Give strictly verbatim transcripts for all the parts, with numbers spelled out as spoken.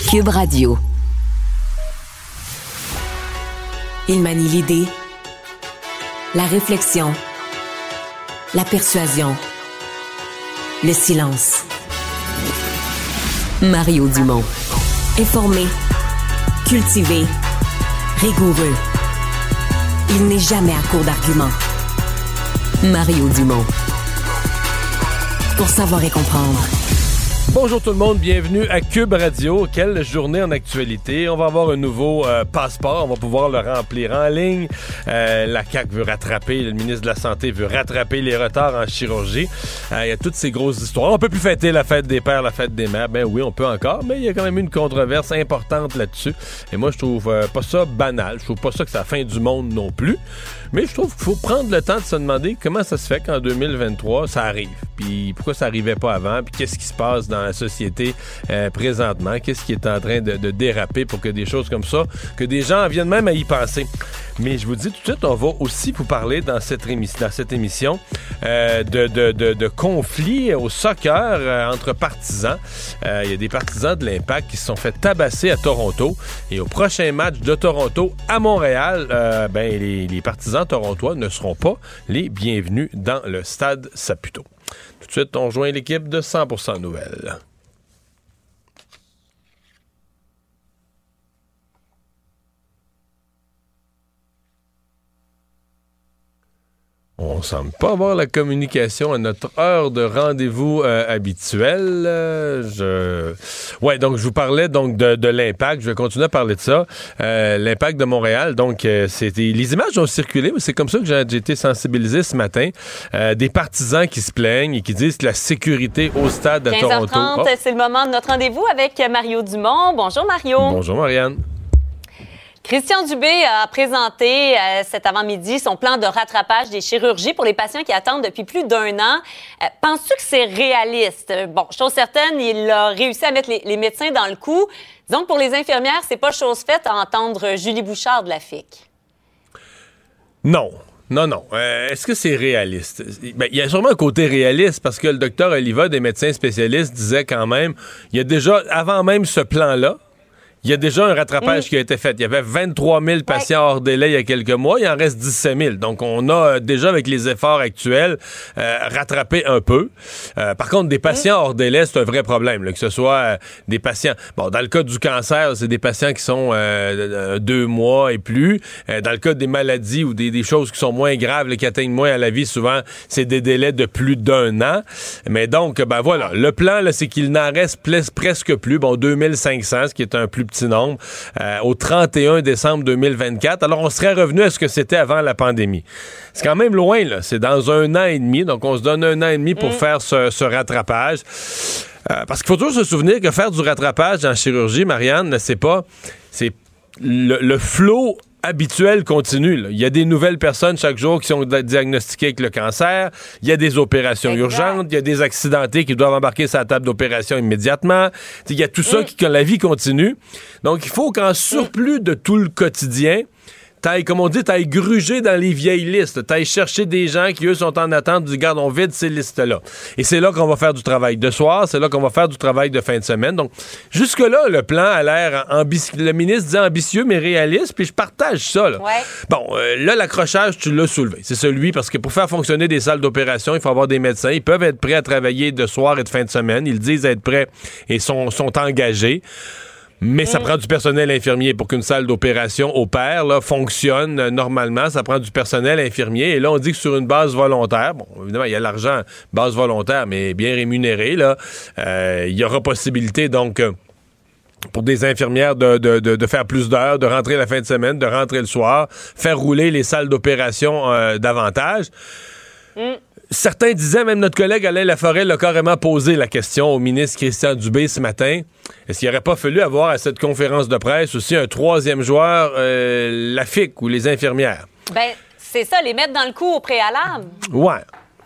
Cube Radio. Il manie l'idée, la réflexion, la persuasion, le silence. Mario Dumont. Informé, cultivé, rigoureux. Il n'est jamais à court d'arguments. Mario Dumont. Pour savoir et comprendre. Bonjour tout le monde, bienvenue à Cube Radio. Quelle journée en actualité. On va avoir un nouveau euh, passeport, on va pouvoir le remplir en ligne. Euh, la C A Q veut rattraper, le ministre de la Santé veut rattraper les retards en chirurgie. Il euh, y a toutes ces grosses histoires. On peut plus fêter la fête des pères, la fête des mères. Ben oui, on peut encore, mais il y a quand même une controverse importante là-dessus. Et moi, je trouve euh, pas ça banal. Je trouve pas ça que c'est la fin du monde non plus. Mais je trouve qu'il faut prendre le temps de se demander comment ça se fait qu'en deux mille vingt-trois, ça arrive. Puis pourquoi ça arrivait pas avant, puis qu'est-ce qui se passe dans la société euh, présentement, qu'est-ce qui est en train de, de déraper pour que des choses comme ça, que des gens viennent même à y penser. Mais je vous dis tout de suite, on va aussi vous parler dans cette, émi- dans cette émission euh, de, de, de, de conflits au soccer euh, entre partisans. Il euh, y a des partisans de l'Impact qui se sont fait tabasser à Toronto. Et au prochain match de Toronto à Montréal, euh, ben, les, les partisans torontois ne seront pas les bienvenus dans le stade Saputo. Tout de suite, on rejoint l'équipe de cent pour cent Nouvelles. On semble pas avoir la communication à notre heure de rendez-vous euh, habituelle. Euh, je... Ouais, donc je vous parlais donc de, de l'Impact. Je vais continuer à parler de ça. Euh, L'Impact de Montréal, donc euh, c'était les images ont circulé, mais c'est comme ça que j'ai, j'ai été sensibilisé ce matin. Euh, des partisans qui se plaignent et qui disent que la sécurité au stade de Toronto. quinze heures trente, oh. C'est le moment de notre rendez-vous avec Mario Dumont. Bonjour Mario. Bonjour Marianne. Christian Dubé a présenté euh, cet avant-midi son plan de rattrapage des chirurgies pour les patients qui attendent depuis plus d'un an. Euh, penses-tu que c'est réaliste? Bon, chose certaine, il a réussi à mettre les, les médecins dans le coup. Disons que pour les infirmières, c'est pas chose faite à entendre Julie Bouchard de la F I C. Non. Non, non. Euh, est-ce que c'est réaliste? Ben, il y a sûrement un côté réaliste parce que le docteur Oliva, des médecins spécialistes, disait quand même, il y a déjà, avant même ce plan-là, il y a déjà un rattrapage mmh. qui a été fait. Il y avait vingt-trois mille patients ouais. hors délai il y a quelques mois. Il en reste dix-sept mille. Donc, on a euh, déjà, avec les efforts actuels, euh, rattrapé un peu. Euh, par contre, des patients mmh. hors délai, c'est un vrai problème. Là, que ce soit euh, des patients... Bon, dans le cas du cancer, c'est des patients qui sont euh, deux mois et plus. Euh, dans le cas des maladies ou des, des choses qui sont moins graves, là, qui atteignent moins à la vie, souvent, c'est des délais de plus d'un an. Mais donc, ben voilà. Le plan, là, c'est qu'il n'en reste ples- presque plus. Bon, deux mille cinq cents, ce qui est un plus petit nombre, euh, au trente et un décembre deux mille vingt-quatre. Alors, on serait revenu à ce que c'était avant la pandémie. C'est quand même loin, là. C'est dans un an et demi. Donc, on se donne un an et demi pour mmh. faire ce, ce rattrapage. Euh, parce qu'il faut toujours se souvenir que faire du rattrapage en chirurgie, Marianne, c'est pas... C'est le, le flot habituel continue. Là. Il y a des nouvelles personnes chaque jour qui sont diagnostiquées avec le cancer. Il y a des opérations exact. urgentes. Il y a des accidentés qui doivent embarquer sur la table d'opération immédiatement. T'sais, il y a tout mmh. ça qui, que la vie continue. Donc, il faut qu'en surplus de tout le quotidien, t'ailles, comme on dit, t'ailles gruger dans les vieilles listes. T'ailles chercher des gens qui, eux, sont en attente du garde, on vide ces listes-là. Et c'est là qu'on va faire du travail de soir, c'est là qu'on va faire du travail de fin de semaine. Donc, jusque-là, le plan a l'air ambitieux. Le ministre dit ambitieux, mais réaliste, puis je partage ça. Là. Ouais. Bon, euh, là, l'accrochage, tu l'as soulevé. C'est celui, parce que pour faire fonctionner des salles d'opération, il faut avoir des médecins. Ils peuvent être prêts à travailler de soir et de fin de semaine. Ils disent être prêts et sont, sont engagés. Mais mmh. ça prend du personnel infirmier pour qu'une salle d'opération opère, là, fonctionne euh, normalement. Ça prend du personnel infirmier. Et là, on dit que sur une base volontaire, bon, évidemment, il y a l'argent, base volontaire, mais bien rémunérée, là, euh, il y aura possibilité, donc, euh, pour des infirmières de, de, de, de faire plus d'heures, de rentrer la fin de semaine, de rentrer le soir, faire rouler les salles d'opération euh, davantage. Mmh. Certains disaient, même notre collègue Alain Laforêt l'a carrément posé la question au ministre Christian Dubé ce matin. Est-ce qu'il n'aurait pas fallu avoir à cette conférence de presse aussi un troisième joueur, euh, la F I C ou les infirmières? Ben, c'est ça, les mettre dans le coup au préalable. Ouais.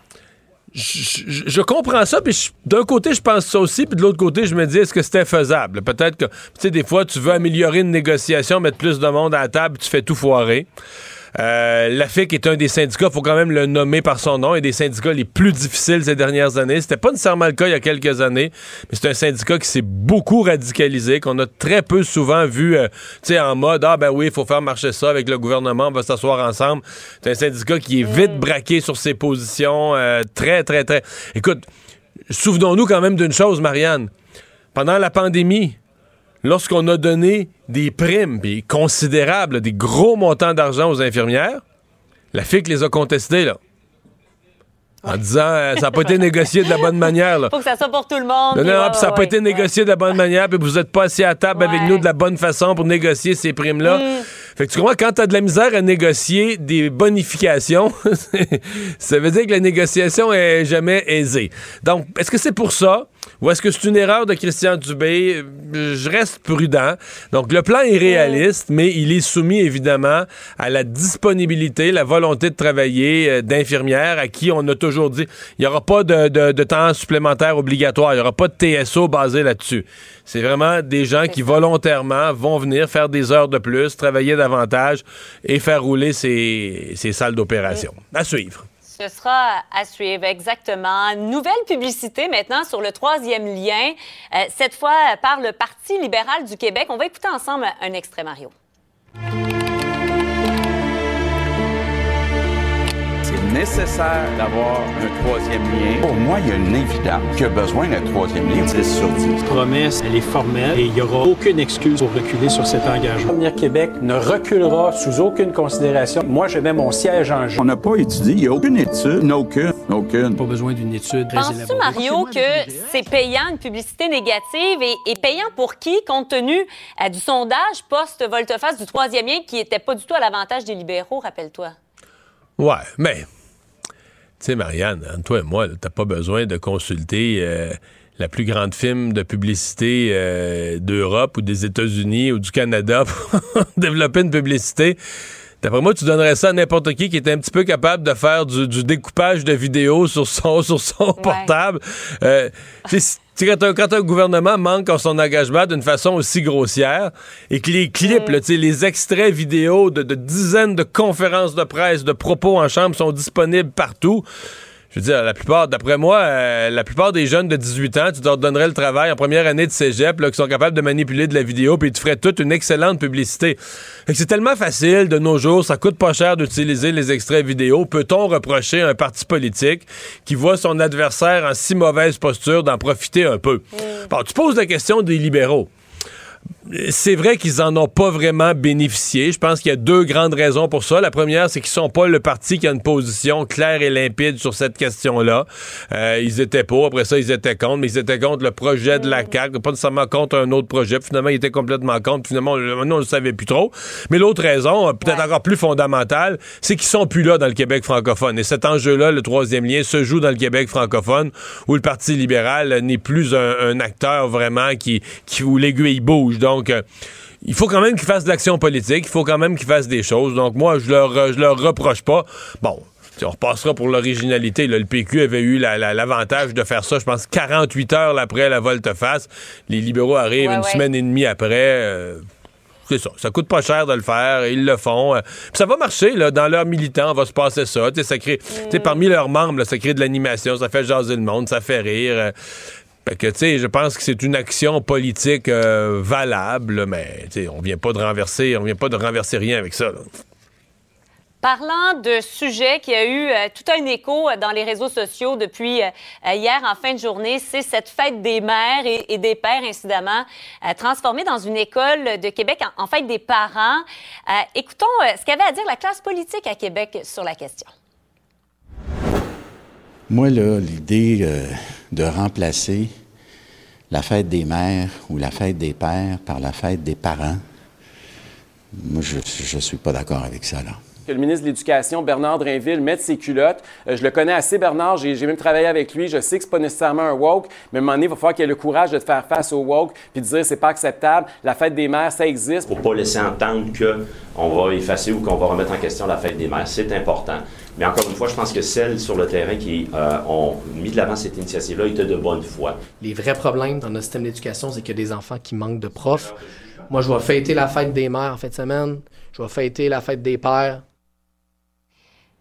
Je, je, je comprends ça, puis je, d'un côté, je pense ça aussi, puis de l'autre côté, je me dis, est-ce que c'était faisable? Peut-être que, tu sais, des fois, tu veux améliorer une négociation, mettre plus de monde à la table, tu fais tout foirer. Euh, l'A F I C est un des syndicats, il faut quand même le nommer par son nom, et des syndicats les plus difficiles ces dernières années. C'était pas nécessairement le cas il y a quelques années, mais c'est un syndicat qui s'est beaucoup radicalisé, qu'on a très peu souvent vu euh, en mode « Ah ben oui, il faut faire marcher ça avec le gouvernement, on va s'asseoir ensemble ». C'est un syndicat qui est vite braqué sur ses positions, euh, très, très, très... Écoute, souvenons-nous quand même d'une chose, Marianne. Pendant la pandémie, lorsqu'on a donné des primes puis considérables, des gros montants d'argent aux infirmières, la F I C les a contestés, là. En disant, euh, ça n'a pas été négocié de la bonne manière. Il faut que ça soit pour tout le monde. Non, non, ouais, puis ça n'a ouais, pas été ouais. négocié de la bonne manière, puis vous n'êtes pas assis à table ouais. avec nous de la bonne façon pour négocier ces primes-là. Mm. Fait que tu comprends, quand tu as de la misère à négocier des bonifications, ça veut dire que la négociation est jamais aisée. Donc, est-ce que c'est pour ça? Ou est-ce que c'est une erreur de Christian Dubé? Je reste prudent. Donc, le plan est réaliste, mais il est soumis, évidemment, à la disponibilité, la volonté de travailler euh, d'infirmières à qui on a toujours dit il n'y aura pas de, de, de temps supplémentaire obligatoire, il n'y aura pas de T S O basé là-dessus. C'est vraiment des gens qui, volontairement, vont venir faire des heures de plus, travailler davantage et faire rouler ces, ces salles d'opération. À suivre. Ce sera à suivre, exactement. Nouvelle publicité maintenant sur le troisième lien, euh, cette fois par le Parti libéral du Québec. On va écouter ensemble un extrait, Mario. C'est nécessaire d'avoir un troisième lien. Pour moi, il y a une évidence qu'il y a besoin d'un troisième lien. dix sur dix. La promesse, elle est formelle et il n'y aura aucune excuse pour reculer sur cet engagement. Avenir Québec ne reculera sous aucune considération. Moi, je mets mon siège en jeu. On n'a pas étudié, il n'y a aucune étude, aucune, aucune. Pas besoin d'une étude très élaborée. Penses-tu, Mario, que c'est payant, une publicité négative, et, et payant pour qui, compte tenu euh, du sondage post-volte-face du troisième lien qui n'était pas du tout à l'avantage des libéraux, rappelle-toi? Ouais, mais... Tu sais, Marianne, entre toi et moi, t'as pas besoin de consulter euh, la plus grande firme de publicité euh, d'Europe ou des États-Unis ou du Canada pour développer une publicité. D'après moi, tu donnerais ça à n'importe qui qui est un petit peu capable de faire du, du découpage de vidéos sur son, sur son ouais. portable. Euh, tu sais, quand, quand un gouvernement manque en son engagement d'une façon aussi grossière et que les clips, mm. là, les extraits vidéo de, de dizaines de conférences de presse, de propos en chambre sont disponibles partout, je veux dire, la plupart, d'après moi, euh, la plupart des jeunes de dix-huit ans, tu leur donnerais le travail en première année de cégep, là, qui sont capables de manipuler de la vidéo, puis tu ferais toute une excellente publicité. Fait que c'est tellement facile de nos jours, ça coûte pas cher d'utiliser les extraits vidéo. Peut-on reprocher à un parti politique qui voit son adversaire en si mauvaise posture d'en profiter un peu? Mm. Bon, tu poses la question des libéraux. C'est vrai qu'ils en ont pas vraiment bénéficié. Je pense qu'il y a deux grandes raisons pour ça. La première, c'est qu'ils sont pas le parti qui a une position claire et limpide sur cette question-là. Euh, ils étaient pour, après ça, ils étaient contre, mais ils étaient contre le projet de la C A Q, pas nécessairement contre un autre projet. Puis finalement, ils étaient complètement contre. Puis finalement, nous, on le savait plus trop. Mais l'autre raison, peut-être ouais. encore plus fondamentale, c'est qu'ils sont plus là dans le Québec francophone. Et cet enjeu-là, le troisième lien, se joue dans le Québec francophone, où le Parti libéral n'est plus un, un acteur vraiment qui, qui où l'aiguille bouge. Donc, euh, il faut quand même qu'ils fassent de l'action politique, il faut quand même qu'ils fassent des choses. Donc, moi, je leur, je leur reproche pas. Bon, on repassera pour l'originalité. Là, le P Q avait eu la, la, l'avantage de faire ça, je pense, quarante-huit heures après la volte-face. Les libéraux arrivent ouais, une ouais. semaine et demie après. Euh, c'est ça. Ça coûte pas cher de le faire. Ils le font. Euh, puis ça va marcher, là. Dans leurs militants, on va se passer ça. Tu sais, ça crée, mm. tu sais, parmi leurs membres, là, ça crée de l'animation, ça fait jaser le monde, ça fait rire. Euh, Fait que, tu sais, je pense que c'est une action politique euh, valable, mais, tu sais, on vient pas de renverser, on vient pas de renverser rien avec ça, là. Parlant de sujet qui a eu euh, tout un écho dans les réseaux sociaux depuis euh, hier en fin de journée, c'est cette fête des mères et, et des pères, incidemment, euh, transformée dans une école de Québec en, en fête des parents. Euh, écoutons euh, ce qu'avait à dire la classe politique à Québec sur la question. Moi, là, l'idée euh, de remplacer la fête des mères ou la fête des pères par la fête des parents, moi, je ne suis pas d'accord avec ça, là. Que le ministre de l'Éducation, Bernard Drinville, mette ses culottes. Euh, je le connais assez, Bernard. J'ai, j'ai même travaillé avec lui. Je sais que c'est pas nécessairement un woke, mais à un moment donné, il va falloir qu'il ait le courage de faire face au woke puis de dire c'est pas acceptable. La fête des mères, ça existe. Pour pas laisser entendre qu'on va effacer ou qu'on va remettre en question la fête des mères, c'est important. Mais encore une fois, je pense que celles sur le terrain qui euh, ont mis de l'avant cette initiative-là étaient de bonne foi. Les vrais problèmes dans notre système d'éducation, c'est qu'il y a des enfants qui manquent de profs. Moi, je vais fêter la fête des mères en fin de semaine. Je vais fêter la fête des pères.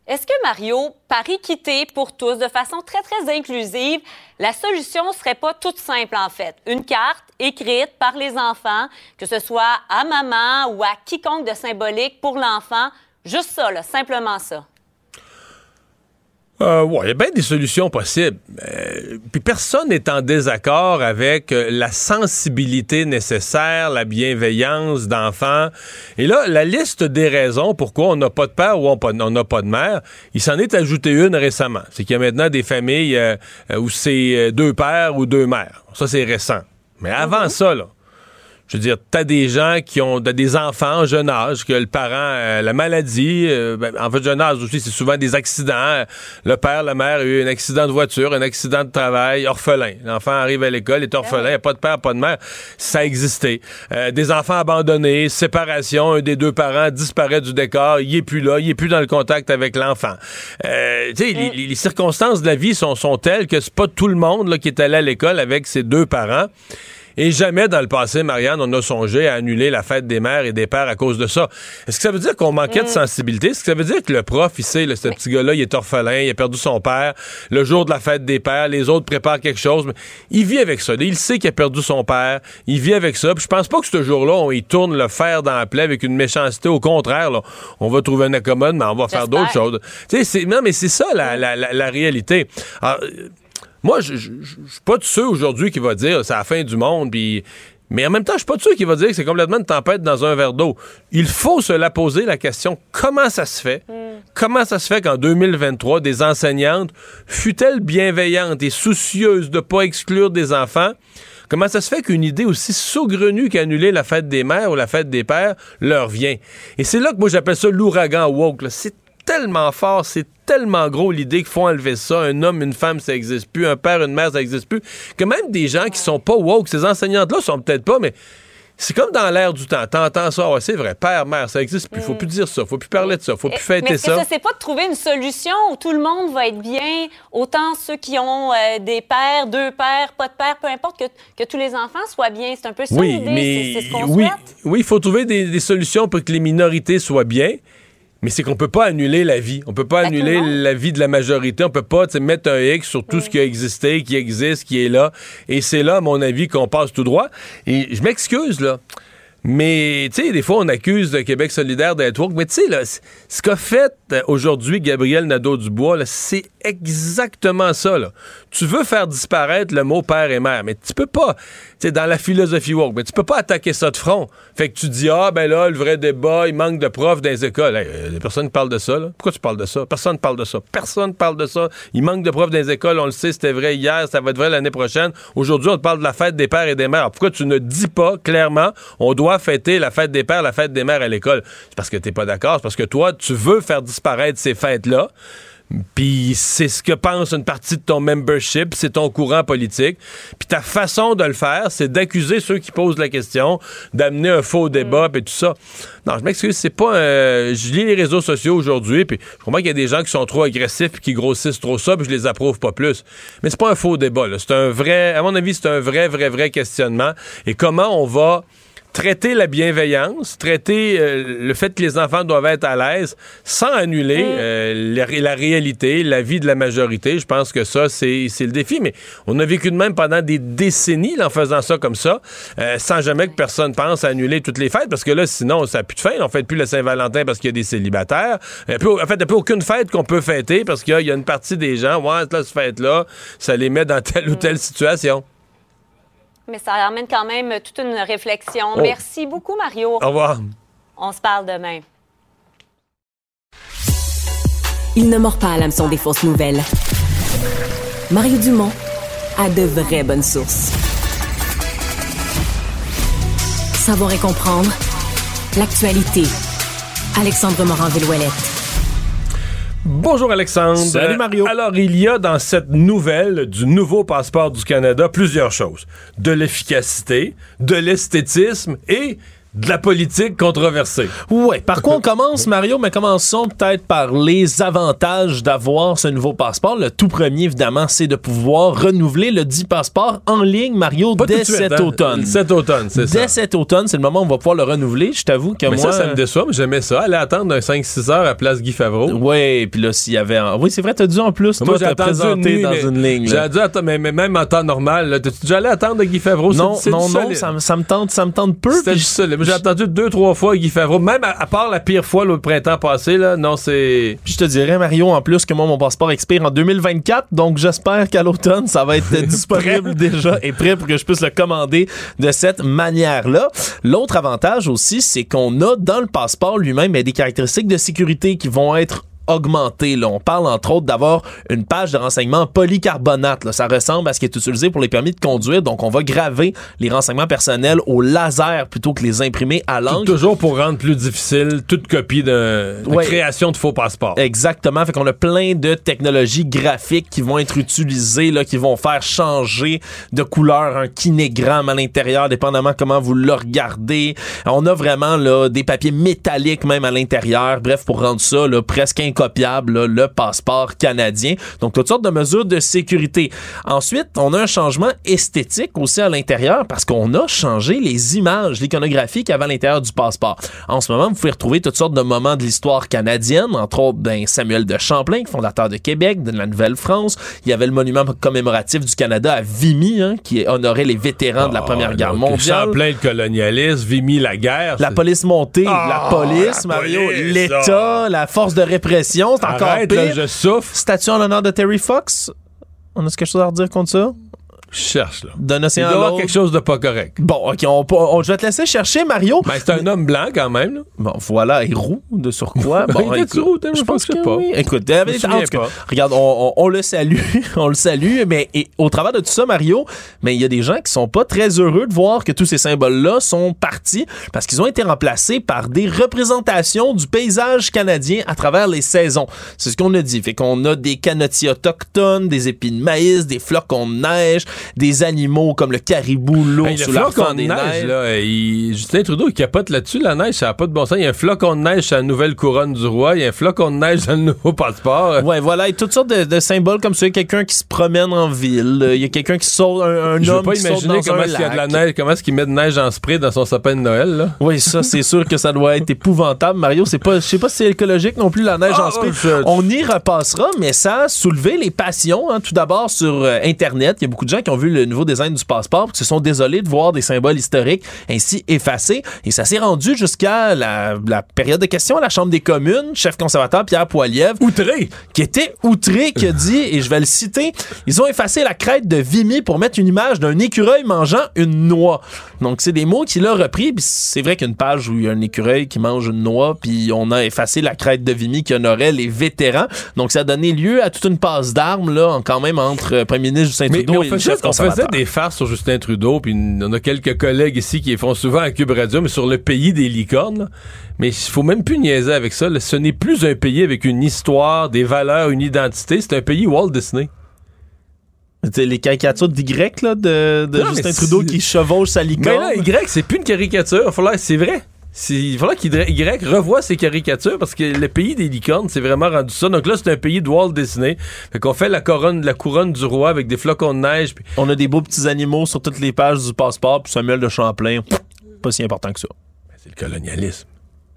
Est-ce que, Mario, par équité pour tous, de façon très, très inclusive, la solution ne serait pas toute simple, en fait? Une carte écrite par les enfants, que ce soit à maman ou à quiconque de symbolique pour l'enfant. Juste ça, là, simplement ça. Euh, ouais, il y a bien des solutions possibles. Euh, puis personne n'est en désaccord avec euh, la sensibilité nécessaire, la bienveillance d'enfants. Et là, la liste des raisons pourquoi on n'a pas de père ou on n'a pas de mère, il s'en est ajouté une récemment. C'est qu'il y a maintenant des familles euh, où c'est deux pères ou deux mères. Ça, c'est récent. Mais avant mm-hmm. ça, là, je veux dire, t'as des gens qui ont des enfants en jeune âge, que le parent, euh, la maladie, euh, ben, en fait, jeune âge aussi, c'est souvent des accidents. Le père, la mère a eu un accident de voiture, un accident de travail, orphelin. L'enfant arrive à l'école, est orphelin, il n'y a pas de père, pas de mère. Ça a existé. Euh, des enfants abandonnés, séparation, un des deux parents disparaît du décor, il est plus là, il est plus dans le contact avec l'enfant. Euh, tu sais, mm. les, les circonstances de la vie sont, sont telles que c'est pas tout le monde là, qui est allé à l'école avec ses deux parents. Et jamais dans le passé, Marianne, on a songé à annuler la fête des mères et des pères à cause de ça. Est-ce que ça veut dire qu'on manquait mmh. de sensibilité? Est-ce que ça veut dire que le prof, il sait, là, ce oui. petit gars-là, il est orphelin, il a perdu son père, le jour de la fête des pères, les autres préparent quelque chose, mais il vit avec ça. Il sait qu'il a perdu son père, il vit avec ça. Puis je pense pas que ce jour-là, on y tourne le fer dans la plaie avec une méchanceté. Au contraire, là, on va trouver un accommode, mais on va J'espère. faire d'autres choses. Tu sais, c'est, non, mais c'est ça la, la, la, la réalité. Alors, moi, je suis pas de ceux aujourd'hui qui va dire c'est la fin du monde, puis... mais en même temps, je suis pas de ceux qui va dire que c'est complètement une tempête dans un verre d'eau. Il faut se la poser, la question, comment ça se fait? Mm. Comment ça se fait qu'en deux mille vingt-trois, des enseignantes, fut-elles bienveillantes et soucieuses de pas exclure des enfants, comment ça se fait qu'une idée aussi saugrenue qu'annuler la fête des mères ou la fête des pères leur vient? Et c'est là que moi, j'appelle ça l'ouragan woke, là. C'est tellement fort, c'est tellement gros l'idée qu'il faut enlever ça. Un homme, une femme, ça n'existe plus. Un père, une mère, ça n'existe plus. Que même des gens qui sont pas woke, ces enseignantes-là sont peut-être pas, mais c'est comme dans l'air du temps. T'entends ça, ouais, c'est vrai, père, mère, ça n'existe plus. Faut plus dire ça, faut plus parler de ça, faut plus fêter mais est-ce ça. Mais c'est pas de trouver une solution où tout le monde va être bien, autant ceux qui ont euh, des pères, deux pères, pas de père, peu importe, que, que tous les enfants soient bien. C'est un peu ça oui, l'idée, mais c'est, c'est ce qu'on oui, souhaite. Oui, il faut trouver des, des solutions pour que les minorités soient bien. Mais c'est qu'on peut pas annuler la vie. On peut pas à annuler la vie de la majorité. On peut pas mettre un X sur tout mm. ce qui a existé, qui existe, qui est là. Et c'est là, à mon avis, qu'on passe tout droit. Et je m'excuse, là. Mais, tu sais, des fois, on accuse le Québec solidaire d'être woke. Mais, tu sais, là, ce qu'a fait aujourd'hui Gabriel Nadeau-Dubois, là, c'est exactement ça, là. Tu veux faire disparaître le mot père et mère, mais tu peux pas, tu sais, dans la philosophie woke, mais tu peux pas attaquer ça de front. Fait que tu dis, ah, ben là, le vrai débat, il manque de profs dans les écoles. Hey, euh, personne ne parle de ça, là. Pourquoi tu parles de ça? Personne ne parle de ça. Personne ne parle de ça. Il manque de profs dans les écoles, on le sait, c'était vrai hier, ça va être vrai l'année prochaine. Aujourd'hui, on te parle de la fête des pères et des mères. Alors, pourquoi tu ne dis pas clairement, on doit fêter la fête des pères, la fête des mères à l'école? C'est parce que t'es pas d'accord, c'est parce que toi, tu veux faire disparaître ces fêtes-là. Puis c'est ce que pense une partie de ton membership, c'est ton courant politique. Puis ta façon de le faire, c'est d'accuser ceux qui posent la question, d'amener un faux débat, puis tout ça. Non, je m'excuse, c'est pas... Euh, je lis les réseaux sociaux aujourd'hui, puis je comprends qu'il y a des gens qui sont trop agressifs puis qui grossissent trop ça, puis je les approuve pas plus. Mais c'est pas un faux débat, là. C'est un vrai... À mon avis, c'est un vrai, vrai, vrai questionnement. Et comment on va... traiter la bienveillance, traiter euh, le fait que les enfants doivent être à l'aise sans annuler mmh. euh, la, la réalité, la vie de la majorité. Je pense que ça, c'est, c'est le défi. Mais on a vécu de même pendant des décennies là, en faisant ça comme ça, euh, sans jamais que personne pense à annuler toutes les fêtes, parce que là, sinon, ça n'a plus de fin. On ne fête plus le Saint-Valentin parce qu'il y a des célibataires. Euh, plus, en fait, il n'y a plus aucune fête qu'on peut fêter parce qu'il y a, il y a une partie des gens, ouais, là, cette fête-là, ça les met dans telle mmh. ou telle situation. Mais ça amène quand même toute une réflexion. Oh. Merci beaucoup, Mario. Au revoir. On se parle demain. Il ne mord pas à l'hameçon des fausses nouvelles. Mario Dumont a de vraies bonnes sources. Savoir et comprendre l'actualité. Alexandre Morin-Villouellette. Bonjour Alexandre. Salut Mario. Alors, il y a dans cette nouvelle du nouveau passeport du Canada plusieurs choses. De l'efficacité, de l'esthétisme et de la politique controversée. Ouais. Par quoi on commence, Mario? Mais commençons peut-être par les avantages d'avoir ce nouveau passeport. Le tout premier, évidemment, c'est de pouvoir renouveler le dit passeport en ligne, Mario, Pas dès tout de suite, cet hein? automne. Cet automne, c'est ça. Dès cet automne, c'est le moment où on va pouvoir le renouveler. Je t'avoue que mais moi... ça, ça me déçoit, mais j'aimais ça. Aller attendre un cinq six heures à Place Guy Favreau. Oui, puis là, s'il y avait... Un... Oui, c'est vrai, t'as dû en plus, moi, toi, j'ai te attendu présenter une nuit, dans mais une ligne. J'ai dû attendre, mais, mais même en temps normal. Là, t'es-tu déjà allé attendre Guy Favreau? Non, c'est, c'est non, non, solide. ça, ça me tente, ça me tente peu. C'était Puis du solide. J'ai attendu deux, trois fois Guy Favreau. Même à, à part la pire fois, le printemps passé, là, non, c'est... Puis je te dirais, Mario, en plus que moi, mon passeport expire en deux mille vingt-quatre, donc j'espère qu'à l'automne, ça va être disponible déjà et prêt pour que je puisse le commander de cette manière-là. L'autre avantage aussi, c'est qu'on a dans le passeport lui-même des caractéristiques de sécurité qui vont être augmenté. Là. On parle entre autres d'avoir une page de renseignement polycarbonate. Là. Ça ressemble à ce qui est utilisé pour les permis de conduire. Donc, on va graver les renseignements personnels au laser plutôt que les imprimer à l'encre. Toujours pour rendre plus difficile toute copie de, de ouais. création de faux passeports. Exactement. Fait qu'on a plein de technologies graphiques qui vont être utilisées, là, qui vont faire changer de couleur un kinégramme à l'intérieur, dépendamment comment vous le regardez. On a vraiment là, des papiers métalliques même à l'intérieur. Bref, pour rendre ça là, presque copiable, là, le passeport canadien. Donc, toutes sortes de mesures de sécurité. Ensuite, on a un changement esthétique aussi à l'intérieur parce qu'on a changé les images, l'iconographie qu'il y avait à l'intérieur du passeport. En ce moment, vous pouvez retrouver toutes sortes de moments de l'histoire canadienne, entre autres ben, Samuel de Champlain, fondateur de Québec, de la Nouvelle-France. Il y avait le monument commémoratif du Canada à Vimy, hein, qui honorait les vétérans oh, de la Première Guerre mondiale. Champlain le colonialiste, Vimy la guerre. La c'est... police montée, oh, la police, la Mario, police, l'État, oh. la force de répression. C'est encore Arrête, pire. Là, je souffre. Statue en l'honneur de Terry Fox. On a quelque chose à redire contre ça? Je cherche, là. D'un océan Il doit y avoir quelque chose de pas correct. Bon, OK, on, on, je vais te laisser chercher, Mario. Ben, c'est un homme blanc, quand même, là. Bon, voilà, et roux, de surcroît. Bon, il était roux, je pense que pas. Oui. Écoute, en tout cas, regarde, on, on, on le salue, on le salue, mais et, au travers de tout ça, Mario, mais il y a des gens qui sont pas très heureux de voir que tous ces symboles-là sont partis parce qu'ils ont été remplacés par des représentations du paysage canadien à travers les saisons. C'est ce qu'on a dit. Fait qu'on a des canotiers autochtones, des épis de maïs, des flocons de neige, des animaux comme le caribou, l'ours hey, ou l'enfant des neiges. neiges. Là, il, Justin Trudeau, il capote là-dessus, la neige, ça n'a pas de bon sens. Il y a un flocon de neige sur la nouvelle couronne du roi, il y a un flocon de neige dans le nouveau passeport. Ouais, voilà, et toutes sortes de, de symboles comme ça. Il y a quelqu'un qui se promène en ville, il y a quelqu'un qui saute, un, un Je homme veux pas qui saute imaginer dans comment un est-ce qu'il y a de la lac. neige, comment est-ce qu'il met de neige en spray dans son sapin de Noël, là. Oui, ça, c'est sûr que ça doit être épouvantable, Mario. C'est pas, je sais pas si c'est écologique non plus, la neige ah, en spray. Je... On y repassera, mais ça a soulevé les passions. Hein. Tout d'abord, sur euh, Internet, il y a beaucoup de gens qui ont vu le nouveau design du passeport qui se sont désolés de voir des symboles historiques ainsi effacés. Et ça s'est rendu jusqu'à la, la période de questions à la Chambre des communes. Chef conservateur Pierre Poilievre. Outré! Qui était outré, qui a dit, et je vais le citer, ils ont effacé la crête de Vimy pour mettre une image d'un écureuil mangeant une noix. Donc, c'est des mots qu'il a repris. Puis c'est vrai qu'une page où il y a un écureuil qui mange une noix, puis on a effacé la crête de Vimy qui honorait les vétérans. Donc, ça a donné lieu à toute une passe d'armes, là, quand même, entre euh, premier ministre Justin Trudeau mais, mais et le chef conservateur. On faisait des farces sur Justin Trudeau, puis on a quelques collègues ici qui les font souvent à Cube Radio, mais sur le pays des licornes, là. Mais il faut même plus niaiser avec ça. Là. Ce n'est plus un pays avec une histoire, des valeurs, une identité. C'est un pays Walt Disney. C'est les caricatures d'Y, là, de, de non, Justin Trudeau qui chevauche sa licorne. Mais là, Y, c'est plus une caricature. Il va falloir, c'est vrai. C'est, il va falloir qu'Y revoie ses caricatures parce que le pays des licornes, c'est vraiment rendu ça. Donc là, c'est un pays de Walt Disney. Fait qu'on fait la couronne, la couronne du roi avec des flocons de neige. Pis... On a des beaux petits animaux sur toutes les pages du passeport. Puis Samuel de Champlain, pas si important que ça. C'est le colonialisme.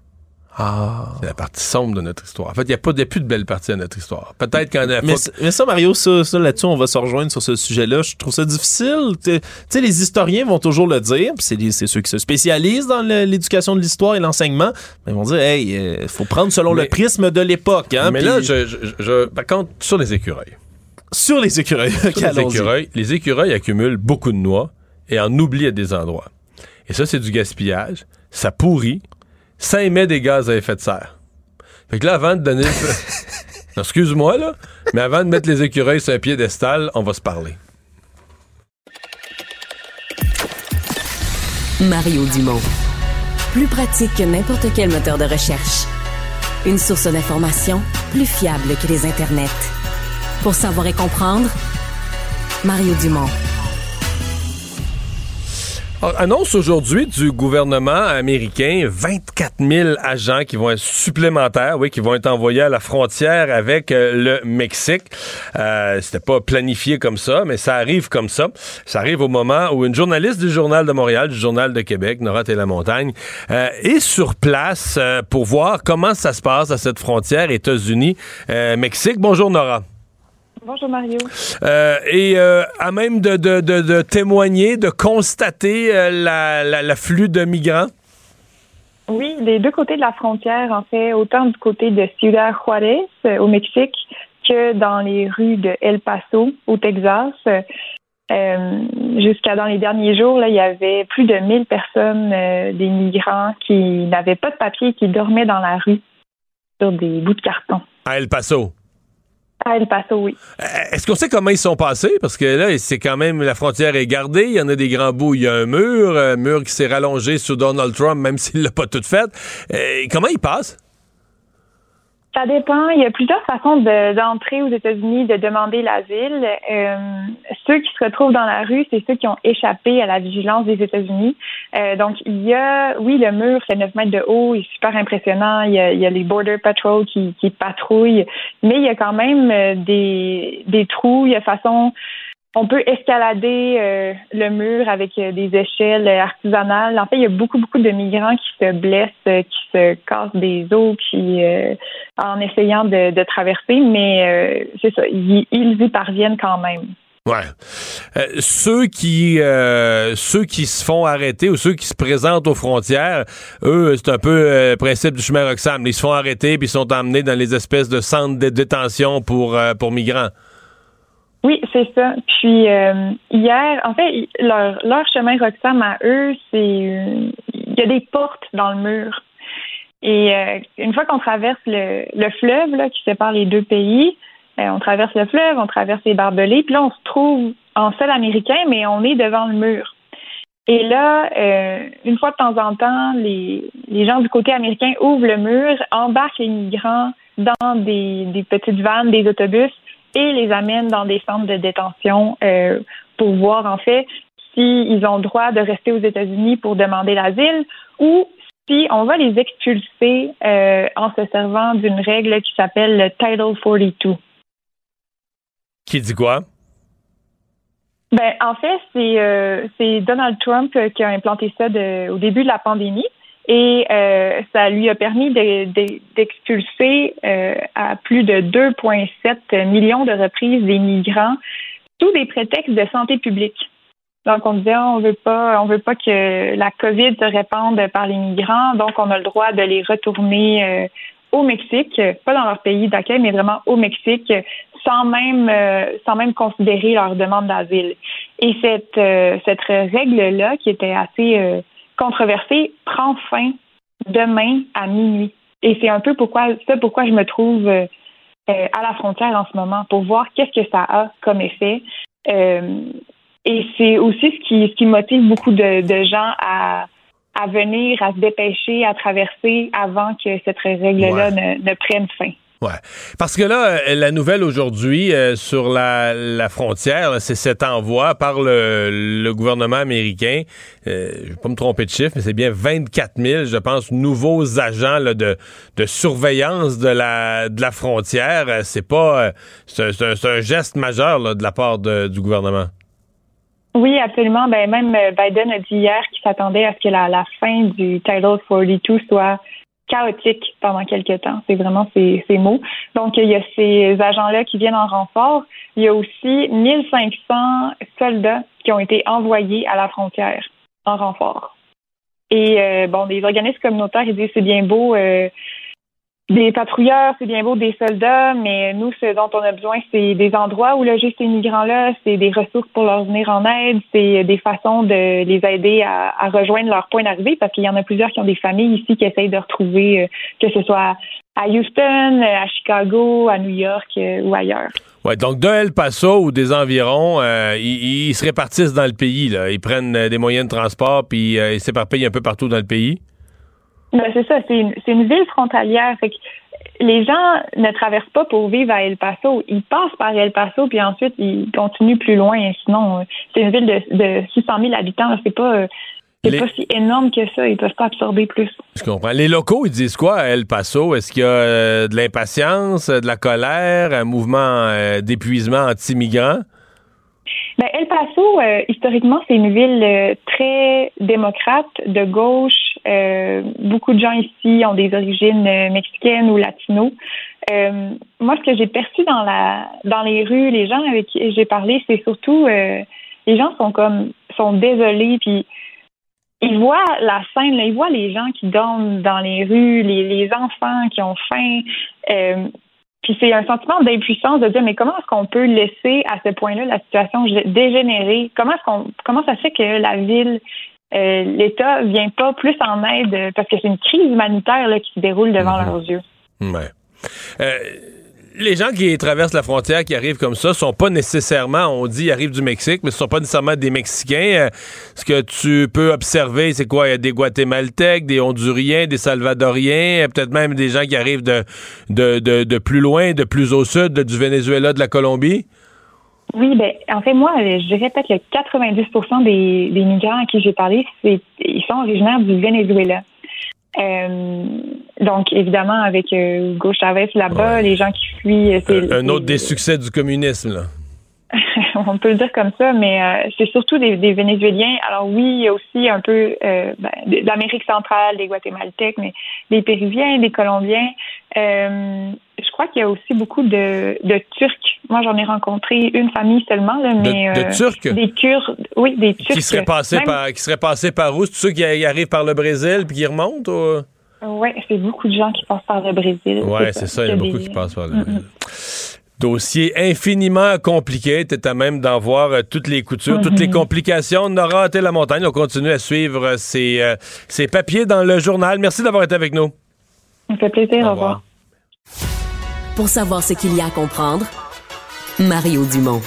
Ah. C'est la partie sombre de notre histoire. En fait, il n'y a, a plus de belle partie de notre histoire. Peut-être qu'en mais, mais ça, Mario, ça, ça là-dessus, on va se rejoindre sur ce sujet-là. Je trouve ça difficile. Tu sais, les historiens vont toujours le dire, puis c'est, c'est ceux qui se spécialisent dans le, l'éducation de l'histoire et l'enseignement. Mais ils vont dire, hey, il euh, faut prendre selon mais, le prisme de l'époque. Hein, mais pis... là, je, je, je, par contre, sur les écureuils. Sur les écureuils. Sur les écureuils, les écureuils accumulent beaucoup de noix et en oublient à des endroits. Et ça, c'est du gaspillage. Ça pourrit. Ça émet des gaz à effet de serre. Fait que là, avant de donner... non, excuse-moi, là, mais avant de mettre les écureuils sur un piédestal, on va se parler. Mario Dumont. Plus pratique que n'importe quel moteur de recherche. Une source d'information plus fiable que les internets. Pour savoir et comprendre, Mario Dumont. Annonce aujourd'hui du gouvernement américain vingt-quatre mille agents qui vont être supplémentaires, oui, qui vont être envoyés à la frontière avec euh, le Mexique. Euh, c'était pas planifié comme ça, mais ça arrive comme ça. Ça arrive au moment où une journaliste du Journal de Montréal, du Journal de Québec, Nora Télamontagne, euh, est sur place euh, pour voir comment ça se passe à cette frontière États-Unis-Mexique. Euh, Bonjour Nora. Bonjour Mario. Euh, et euh, à même de, de, de, de témoigner, de constater euh, la, la, l'afflux de migrants? Oui, des deux côtés de la frontière, en fait, autant du côté de Ciudad Juárez, euh, au Mexique, que dans les rues de El Paso, au Texas. Euh, jusqu'à dans les derniers jours, là, il y avait plus de mille personnes, euh, des migrants qui n'avaient pas de papier, qui dormaient dans la rue sur des bouts de carton. À El Paso? À El Paso, oui. Est-ce qu'on sait comment ils sont passés? Parce que là, c'est quand même, la frontière est gardée. Il y en a des grands bouts. Il y a un mur, un mur qui s'est rallongé sur Donald Trump, même s'il l'a pas tout fait. Et comment ils passent? Ça dépend. Il y a plusieurs façons de, d'entrer aux États-Unis, de demander l'asile. Euh, ceux qui se retrouvent dans la rue, c'est ceux qui ont échappé à la vigilance des États-Unis. Euh, donc, il y a, oui, le mur fait neuf mètres de haut, il est super impressionnant. Il y a, il y a les Border Patrol qui, qui patrouillent, mais il y a quand même des, des trous. Il y a façon... On peut escalader euh, le mur avec euh, des échelles artisanales. En fait, il y a beaucoup, beaucoup de migrants qui se blessent, euh, qui se cassent des os qui, euh, en essayant de, de traverser, mais euh, c'est ça, ils, ils y parviennent quand même. Ouais. Euh, ceux qui euh, ceux qui se font arrêter ou ceux qui se présentent aux frontières, eux, c'est un peu le euh, principe du chemin Roxham. Ils se font arrêter puis ils sont emmenés dans les espèces de centres de détention pour, euh, pour migrants. Oui, c'est ça. Puis euh, hier, en fait, leur, leur chemin Roxham à eux, c'est il y a des portes dans le mur. Et euh, une fois qu'on traverse le, le fleuve là, qui sépare les deux pays, euh, on traverse le fleuve, on traverse les barbelés, puis là, on se trouve en sol américain, mais on est devant le mur. Et là, euh, une fois de temps en temps, les, les gens du côté américain ouvrent le mur, embarquent les migrants dans des, des petites vannes, des autobus, et les amènent dans des centres de détention euh, pour voir, en fait, s'ils ont le droit de rester aux États-Unis pour demander l'asile ou si on va les expulser euh, en se servant d'une règle qui s'appelle le Title quarante-deux. Qui dit quoi? Ben, en fait, c'est, euh, c'est Donald Trump qui a implanté ça de, au début de la pandémie. Et euh, ça lui a permis de, de, d'expulser euh, à plus de deux virgule sept millions de reprises des migrants sous des prétextes de santé publique. Donc, on disait, on veut pas, on veut pas que la COVID se répande par les migrants, donc on a le droit de les retourner euh, au Mexique, pas dans leur pays d'accueil, mais vraiment au Mexique, sans même, euh, sans même considérer leur demande d'asile. Et cette, euh, cette règle-là, qui était assez euh, controversée, prend fin demain à minuit. Et c'est un peu pourquoi, c'est pourquoi je me trouve euh, à la frontière en ce moment, pour voir qu'est-ce que ça a comme effet. Euh, et c'est aussi ce qui, ce qui motive beaucoup de, de gens à, à venir, à se dépêcher, à traverser avant que cette règle-là ouais. ne, ne prenne fin. Ouais. Parce que là, la nouvelle aujourd'hui euh, sur la, la frontière, là, c'est cet envoi par le, le gouvernement américain. Euh, je ne vais pas me tromper de chiffre, mais c'est bien vingt-quatre mille, je pense, nouveaux agents là, de, de surveillance de la, de la frontière. C'est pas, c'est, c'est, un, c'est un geste majeur là, de la part de, du gouvernement. Oui, absolument. Ben, même Biden a dit hier qu'il s'attendait à ce que la, la fin du Title quarante-deux soit chaotique pendant quelques temps. C'est vraiment ces, ces mots. Donc, il y a ces agents-là qui viennent en renfort. Il y a aussi mille cinq cents soldats qui ont été envoyés à la frontière en renfort. Et, euh, bon, des organismes communautaires, ils disent c'est bien beau euh, des patrouilleurs, c'est bien beau des soldats, mais nous, ce dont on a besoin, c'est des endroits où loger ces migrants-là, c'est des ressources pour leur venir en aide, c'est des façons de les aider à, à rejoindre leur point d'arrivée, parce qu'il y en a plusieurs qui ont des familles ici qui essayent de retrouver, euh, que ce soit à Houston, à Chicago, à New York euh, ou ailleurs. Ouais, donc de El Paso ou des environs, euh, ils, ils se répartissent dans le pays, là. Ils prennent euh, des moyens de transport, puis euh, ils s'éparpillent un peu partout dans le pays. Ben, c'est ça, c'est une, c'est une ville frontalière. Fait que les gens ne traversent pas pour vivre à El Paso. Ils passent par El Paso, puis ensuite, ils continuent plus loin. Sinon, c'est une ville de, de six cent mille habitants. Là. C'est pas... C'est les... pas si énorme que ça. Ils peuvent pas absorber plus. Je comprends. Les locaux, ils disent quoi à El Paso? Est-ce qu'il y a euh, de l'impatience, de la colère, un mouvement euh, d'épuisement anti-migrants? Ben, El Paso, euh, historiquement, c'est une ville euh, très démocrate, de gauche. Euh, beaucoup de gens ici ont des origines euh, mexicaines ou latino. Euh, moi, ce que j'ai perçu dans la dans les rues, les gens avec qui j'ai parlé, c'est surtout euh, les gens sont comme sont désolés, puis ils voient la scène, là, ils voient les gens qui dorment dans les rues, les, les enfants qui ont faim. Euh, Puis c'est un sentiment d'impuissance de dire, mais comment est-ce qu'on peut laisser à ce point-là la situation dégénérer? Comment est-ce qu'on, comment ça se fait que la ville, euh, l'État vient pas plus en aide? Parce que c'est une crise humanitaire là, qui se déroule devant mmh. leurs yeux. Ouais. Euh, les gens qui traversent la frontière, qui arrivent comme ça, sont pas nécessairement, on dit, ils arrivent du Mexique, mais ce sont pas nécessairement des Mexicains. Euh, ce que tu peux observer, c'est quoi? Il y a des Guatémaltèques, des Honduriens, des Salvadoriens, peut-être même des gens qui arrivent de, de, de, de plus loin, de plus au sud, de, du Venezuela, de la Colombie. Oui, ben en fait, moi, je dirais peut-être que quatre-vingt-dix pour cent des, des migrants à qui j'ai parlé, c'est, ils sont originaires du Venezuela. Euh, donc, évidemment, avec euh, Hugo Chavez là-bas, ouais. les gens qui fuient... C'est, un, un autre c'est, des succès du communisme, là. On peut le dire comme ça, mais euh, c'est surtout des, des Vénézuéliens. Alors oui, il y a aussi un peu euh, ben, de l'Amérique centrale, des Guatémaltèques, mais des Péruviens, des Colombiens. Euh, je crois qu'il y a aussi beaucoup de, de Turcs. Moi, j'en ai rencontré une famille seulement, là, mais de, de euh, Turcs. Des Kurdes, oui, des Turcs. Qui seraient passés même... par, qui seraient passés par où? C'est ceux qui arrivent par le Brésil puis qui remontent? Ou... Oui, c'est beaucoup de gens qui passent par le Brésil. Oui, c'est, c'est ça, il y a beaucoup des... qui passent par le mm-hmm. Brésil. Dossier infiniment compliqué. Tu es à même d'en voir euh, toutes les coutures, mm-hmm. toutes les complications. Nora Hôtel-La-Montagne, on continue à suivre euh, ces, euh, ces papiers dans le journal. Merci d'avoir été avec nous. Ça me fait plaisir. Au revoir. Au revoir. Pour savoir ce qu'il y a à comprendre, Mario Dumont.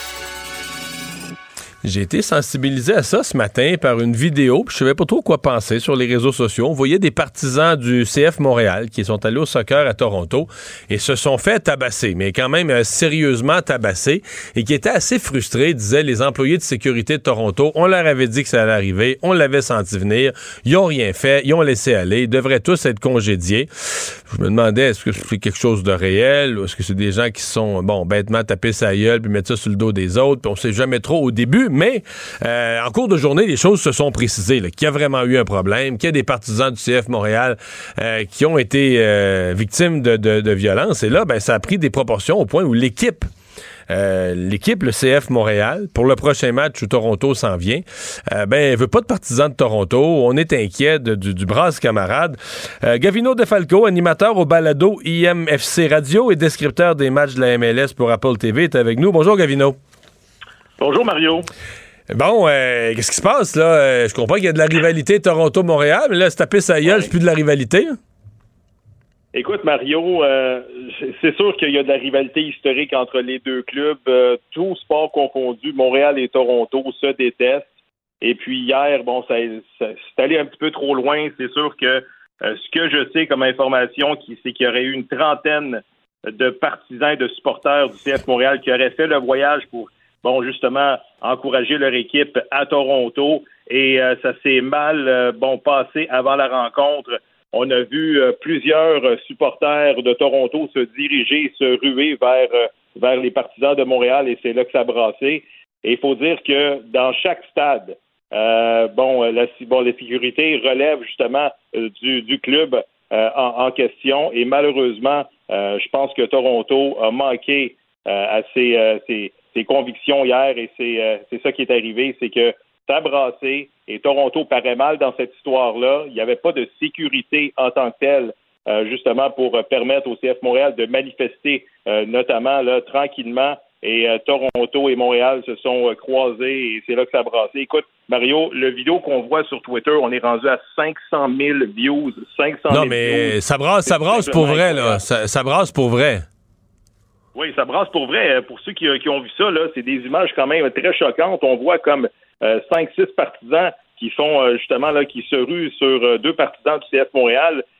J'ai été sensibilisé à ça ce matin par une vidéo, puis je savais pas trop quoi penser sur les réseaux sociaux. On voyait des partisans du C F Montréal qui sont allés au soccer à Toronto et se sont fait tabasser, mais quand même euh, sérieusement tabasser, et qui étaient assez frustrés, disaient les employés de sécurité de Toronto. On leur avait dit que ça allait arriver, on l'avait senti venir, ils ont rien fait, ils ont laissé aller, ils devraient tous être congédiés. Je me demandais, est-ce que c'est quelque chose de réel, ou est-ce que c'est des gens qui sont, bon, bêtement tapés sa gueule puis mettre ça sur le dos des autres, puis on sait jamais trop au début. Mais euh, en cours de journée, les choses se sont précisées, là, qu'il y a vraiment eu un problème, qu'il y a des partisans du C F Montréal euh, qui ont été euh, victimes de, de, de violence. Et là, ben, ça a pris des proportions au point où l'équipe, euh, l'équipe, le C F Montréal, pour le prochain match où Toronto s'en vient, euh, ben, elle veut pas de partisans de Toronto. On est inquiet de, du, du brasse camarade. Euh, Gavino DeFalco, animateur au balado I M F C Radio et descripteur des matchs de la M L S pour Apple T V, est avec nous. Bonjour, Gavino. Bonjour, Mario. Bon, euh, qu'est-ce qui se passe, là? Euh, je comprends qu'il y a de la rivalité Toronto-Montréal, mais là, se taper sa gueule, ouais. c'est plus de la rivalité. Hein? Écoute, Mario, euh, c'est sûr qu'il y a de la rivalité historique entre les deux clubs. Euh, tout sport confondu, Montréal et Toronto se détestent. Et puis hier, bon, ça, ça c'est allé un petit peu trop loin. C'est sûr que euh, ce que je sais comme information, qui, c'est qu'il y aurait eu une trentaine de partisans et de supporters du C F Montréal qui auraient fait le voyage pour bon, justement, encourager leur équipe à Toronto. Et euh, ça s'est mal euh, bon passé avant la rencontre. On a vu euh, plusieurs euh, supporters de Toronto se diriger, se ruer vers, euh, vers les partisans de Montréal, et c'est là que ça a brassé. Et il faut dire que dans chaque stade, euh, bon, la, bon, la sécurité relève justement euh, du, du club euh, en, en question. Et malheureusement, euh, je pense que Toronto a manqué euh, à ses... Euh, ses ses convictions hier, et c'est, euh, c'est ça qui est arrivé, c'est que ça a brassé, et Toronto paraît mal dans cette histoire-là. Il n'y avait pas de sécurité en tant que telle, euh, justement pour euh, permettre au C F Montréal de manifester, euh, notamment là, tranquillement, et euh, Toronto et Montréal se sont euh, croisés, et c'est là que ça a brassé. Écoute, Mario, le vidéo qu'on voit sur Twitter, on est rendu à cinq cent mille views, cinq cent mille Non, mais views. ça brasse, ça brasse pour vrai, là. Ça, ça brasse pour vrai. Oui, ça brasse pour vrai. Pour ceux qui, qui ont vu ça, là, c'est des images quand même très choquantes. On voit comme euh, cinq six partisans qui font euh, justement là, qui se ruent sur euh, deux partisans du C F Montréal.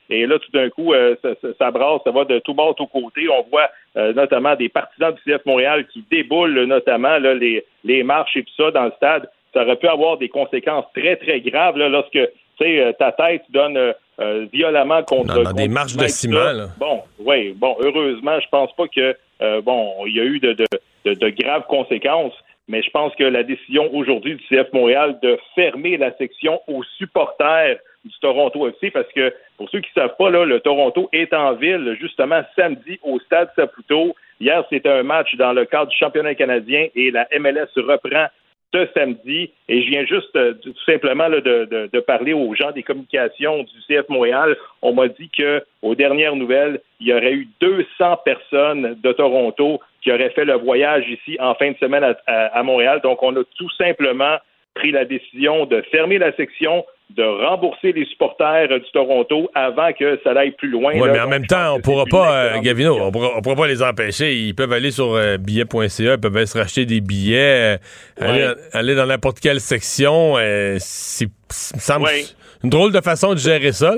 Et là, tout d'un coup, euh, ça, ça, ça brasse, ça va de tout bord, tout côté. On voit euh, notamment des partisans du C F Montréal qui déboulent notamment là, les, les marches et tout ça dans le stade. Ça aurait pu avoir des conséquences très, très graves là, lorsque tu sais, ta tête donne euh, euh, violemment contre... Dans, dans contre des marches de ciment, là. Bon, oui, bon, heureusement, je pense pas que, euh, bon, il y a eu de, de, de, de graves conséquences, mais je pense que la décision aujourd'hui du C F Montréal de fermer la section aux supporters du Toronto F C, parce que, pour ceux qui ne savent pas, là, le Toronto est en ville, justement, samedi, au Stade Saputo. Hier, c'était un match dans le cadre du championnat canadien et la M L S reprend ce samedi, et je viens juste euh, tout simplement là, de, de, de parler aux gens des communications du C F Montréal. On m'a dit que, aux dernières nouvelles, il y aurait eu deux cents personnes de Toronto qui auraient fait le voyage ici en fin de semaine à, à, à Montréal. Donc, on a tout simplement pris la décision de fermer la section, de rembourser les supporters du Toronto avant que ça aille plus loin. Oui, là. mais en Donc, même temps, on pourra pas, euh, Gavino, on pourra, on pourra pas les empêcher. Ils peuvent aller sur euh, billets point c a, ils peuvent aller se racheter des billets, euh, aller, ouais. aller dans n'importe quelle section. Euh, c'est, c'est, me semble ouais. une drôle de façon de gérer ça, là.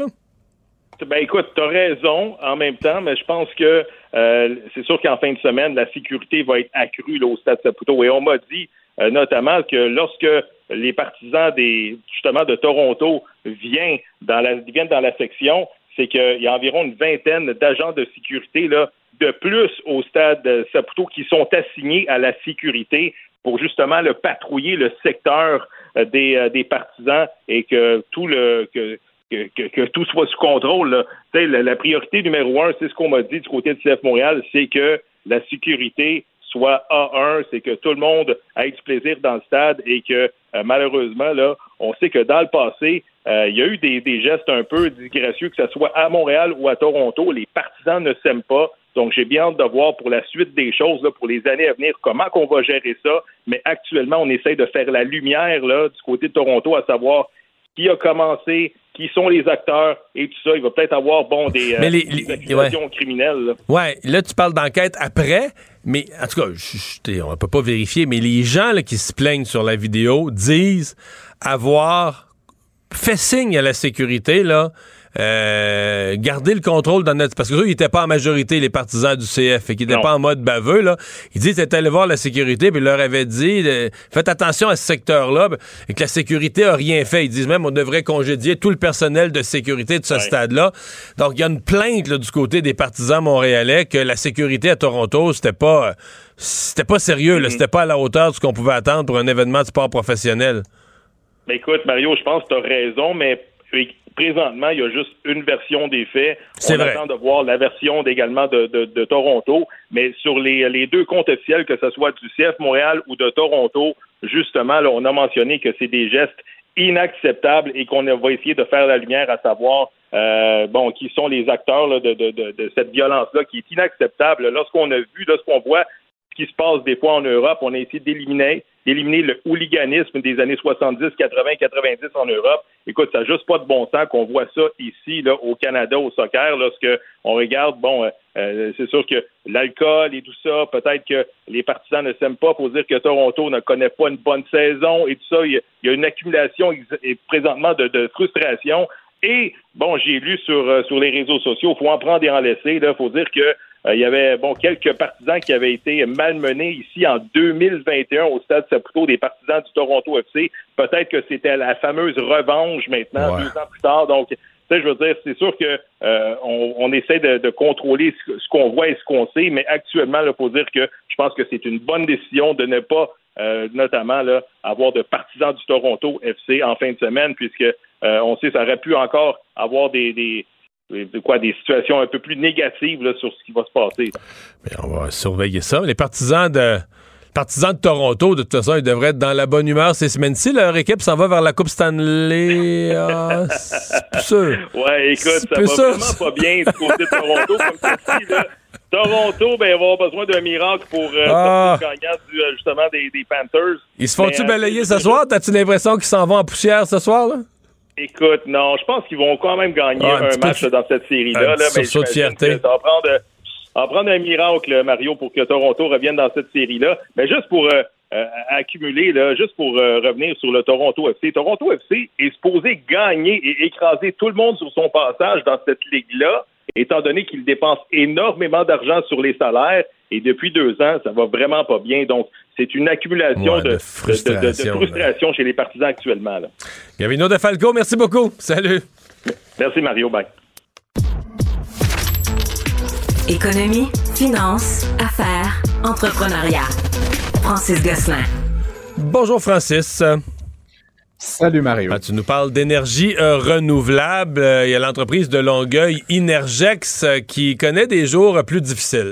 Ben écoute, t'as raison en même temps, mais je pense que euh, c'est sûr qu'en fin de semaine, la sécurité va être accrue là, au Stade Saputo. Et on m'a dit euh, notamment que lorsque les partisans des justement de Toronto viennent dans la viennent dans la section, c'est qu'il y a environ une vingtaine d'agents de sécurité là de plus au Stade Saputo qui sont assignés à la sécurité pour justement le patrouiller le secteur euh, des euh, des partisans et que tout le que Que, que, que tout soit sous contrôle. Là. La, la priorité numéro un, c'est ce qu'on m'a dit du côté du C F Montréal, c'est que la sécurité soit A un, c'est que tout le monde ait du plaisir dans le stade et que euh, malheureusement, là, on sait que dans le passé, euh, il y a eu des, des gestes un peu disgracieux, que ce soit à Montréal ou à Toronto. Les partisans ne s'aiment pas. Donc, j'ai bien hâte de voir pour la suite des choses, là, pour les années à venir, comment qu'on va gérer ça. Mais actuellement, on essaie de faire la lumière là, du côté de Toronto, à savoir qui a commencé, qui sont les acteurs et tout ça. Il va peut-être avoir, bon, des, mais euh, les, des les, accusations ouais. criminelles. Là. Ouais, là, tu parles d'enquête après, mais en tout cas, je, je, on ne peut pas vérifier, mais les gens là, qui se plaignent sur la vidéo disent avoir fait signe à la sécurité, là, Euh, garder le contrôle dans notre... Parce que eux, ils n'étaient pas en majorité, les partisans du C F, et qu'ils n'étaient pas en mode baveux, là. Ils disent qu'ils étaient allés voir la sécurité, puis ils leur avaient dit, euh, faites attention à ce secteur-là, et que la sécurité a rien fait. Ils disent même, on devrait congédier tout le personnel de sécurité de ce ouais. stade-là. Donc, il y a une plainte, là, du côté des partisans montréalais que la sécurité à Toronto, c'était pas, c'était pas sérieux, mm-hmm. là. C'était pas à la hauteur de ce qu'on pouvait attendre pour un événement de sport professionnel. Mais écoute, Mario, je pense que tu as raison, mais présentement, il y a juste une version des faits. C'est On vrai. attend de voir la version également de, de, de Toronto, mais sur les, les deux comptes officiels, que ce soit du C F Montréal ou de Toronto, justement, là, on a mentionné que c'est des gestes inacceptables et qu'on va essayer de faire la lumière à savoir euh, bon, qui sont les acteurs là, de, de, de, de cette violence-là qui est inacceptable. Lorsqu'on a vu, lorsqu'on voit ce qui se passe des fois en Europe, on a essayé d'éliminer d'éliminer le hooliganisme des années soixante-dix, quatre-vingts, quatre-vingt-dix en Europe. Écoute, ça n'a juste pas de bon sens qu'on voit ça ici, là, au Canada, au soccer, lorsque on regarde, bon, euh, c'est sûr que l'alcool et tout ça, peut-être que les partisans ne s'aiment pas pour dire que Toronto ne connaît pas une bonne saison et tout ça. Il y a, il y a une accumulation ex- présentement de, de frustration. Et, bon, j'ai lu sur, euh, sur les réseaux sociaux, il faut en prendre et en laisser, là, il faut dire que Euh, il y avait bon quelques partisans qui avaient été malmenés ici en deux mille vingt et un au Stade Saputo, des partisans du Toronto F C. Peut-être que c'était la fameuse revanche maintenant, ouais. deux ans plus tard. Donc, tu sais, je veux dire, c'est sûr que euh, on, on essaie de, de contrôler ce, ce qu'on voit et ce qu'on sait, mais actuellement, il faut dire que je pense que c'est une bonne décision de ne pas, euh, notamment, là, avoir de partisans du Toronto F C en fin de semaine, puisque euh, on sait ça aurait pu encore avoir des, des De quoi, des situations un peu plus négatives là, sur ce qui va se passer. Mais on va surveiller ça. Les partisans de partisans de Toronto, de toute façon, ils devraient être dans la bonne humeur ces semaines-ci. Leur équipe s'en va vers la Coupe Stanley. Ah, c'est plus sûr. Ouais, écoute, c'est ça va sûr. vraiment pas bien du côté de Toronto. Comme ça dit, là. Toronto, ben, il va avoir besoin d'un miracle pour euh, ah. sortir gagnant du, euh, justement des, des Panthers. Ils se font-tu Mais, balayer euh, ce soir? T'as-tu l'impression qu'ils s'en vont en poussière ce soir, là? Écoute, non, je pense qu'ils vont quand même gagner ah, un, un match peu, dans cette série-là. Un là, mais sursaut de fierté. Ça va prendre, ça va prendre un miracle, Mario, pour que Toronto revienne dans cette série-là. Mais juste pour, euh, euh, accumulé, là, juste pour euh, revenir sur le Toronto F C. Toronto F C est supposé gagner et écraser tout le monde sur son passage dans cette ligue-là, étant donné qu'il dépense énormément d'argent sur les salaires. Et depuis deux ans, ça va vraiment pas bien. Donc, c'est une accumulation ouais, de, de, frustration, de, de, de frustration chez les partisans actuellement. Là. Gavino De Falco, merci beaucoup. Salut. Merci, Mario. Bye. Économie, finance, affaires, entrepreneuriat. Francis Gosselin. Bonjour, Francis. Salut Mario. Ah, tu nous parles d'énergie euh, renouvelable. Il euh, y a l'entreprise de Longueuil, Inergex, euh, qui connaît des jours euh, plus difficiles.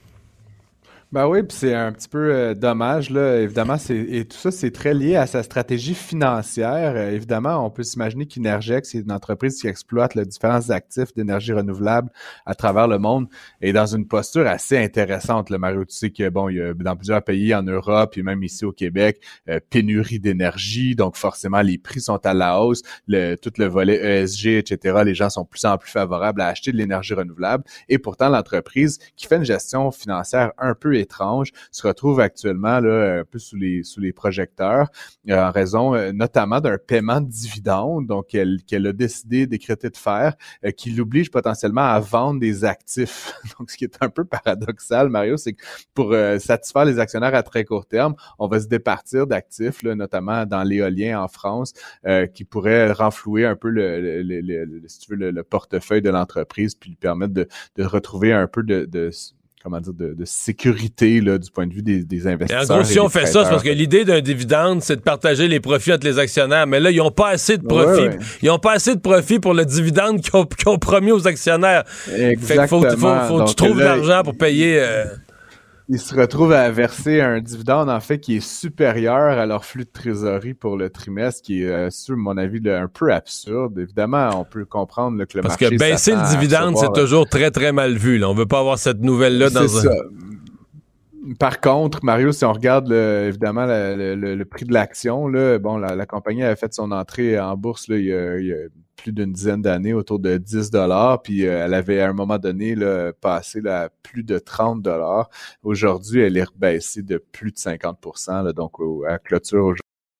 Ben oui, puis c'est un petit peu euh, dommage, là. Évidemment, c'est, et tout ça, c'est très lié à sa stratégie financière. Euh, évidemment, on peut s'imaginer qu'Inergex, c'est une entreprise qui exploite là, différents actifs d'énergie renouvelable à travers le monde et dans une posture assez intéressante, là, Mario. Tu sais que, bon, il y a dans plusieurs pays en Europe et même ici au Québec, euh, pénurie d'énergie, donc forcément, les prix sont à la hausse. Le, tout le volet E S G, et cetera, les gens sont de plus en plus favorables à acheter de l'énergie renouvelable. Et pourtant, l'entreprise qui fait une gestion financière un peu étrange, se retrouve actuellement là, un peu sous les sous les projecteurs euh, en raison euh, notamment d'un paiement de dividendes, donc qu'elle, qu'elle a décidé, décrété de faire, euh, qui l'oblige potentiellement à vendre des actifs. Donc, ce qui est un peu paradoxal, Mario, c'est que pour euh, satisfaire les actionnaires à très court terme, on va se départir d'actifs, là, notamment dans l'éolien en France, euh, qui pourraient renflouer un peu le, le, le, le, le si tu veux, le, le portefeuille de l'entreprise, puis lui permettre de, de retrouver un peu de, de comment dire, de, de sécurité là, du point de vue des, des investisseurs. Et en gros, si on fait ça, c'est parce que l'idée d'un dividende, c'est de partager les profits entre les actionnaires. Mais là, ils n'ont pas assez de profits. Ouais, ouais. Ils n'ont pas assez de profits pour le dividende qu'ils ont, qu'ils ont promis aux actionnaires. Exactement. Fait qu'il faut, faut, faut, faut que tu trouves de l'argent pour payer... Euh... Ils se retrouvent à verser un dividende, en fait, qui est supérieur à leur flux de trésorerie pour le trimestre, qui est, euh, sur mon avis, là, un peu absurde. Évidemment, on peut comprendre là, que le Parce marché... Parce que baisser le dividende, c'est toujours très, très mal vu. Là. On veut pas avoir cette nouvelle-là dans c'est un... ça. Par contre, Mario, si on regarde le, évidemment le, le, le prix de l'action, là, bon, la, la compagnie a fait son entrée en bourse là, il, y a, il y a plus d'une dizaine d'années, autour de dix dollars, puis euh, elle avait à un moment donné là, passé là, à plus de trente dollars. Aujourd'hui, elle est rebaissée de plus de cinquante pour cent, là, donc au, à clôture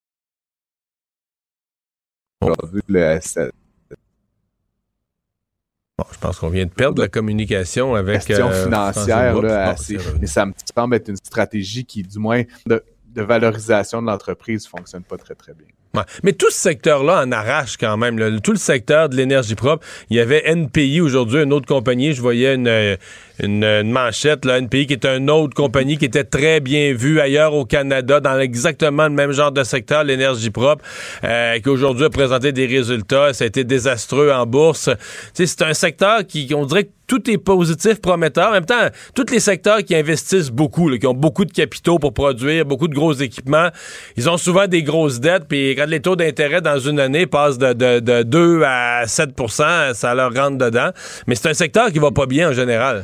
aujourd'hui, le ça, Bon, je pense qu'on vient de perdre la communication avec... Question euh, financière, là, assez, mais ça me semble être une stratégie qui, du moins, de, de valorisation de l'entreprise, fonctionne pas très, très bien. Ouais. Mais tout ce secteur-là en arrache quand même. Là. Tout le secteur de l'énergie propre. Il y avait N P I aujourd'hui, une autre compagnie. Je voyais une, une, une manchette. Là. N P I qui est une autre compagnie qui était très bien vue ailleurs au Canada dans exactement le même genre de secteur, l'énergie propre, euh, qui aujourd'hui a présenté des résultats. Ça a été désastreux en bourse. Tu sais, c'est un secteur qui, on dirait que tout est positif, prometteur. En même temps, tous les secteurs qui investissent beaucoup, là, qui ont beaucoup de capitaux pour produire, beaucoup de gros équipements, ils ont souvent des grosses dettes. Puis quand les taux d'intérêt dans une année passent de, de, de deux à sept pour cent, ça leur rentre dedans. Mais c'est un secteur qui va pas bien en général.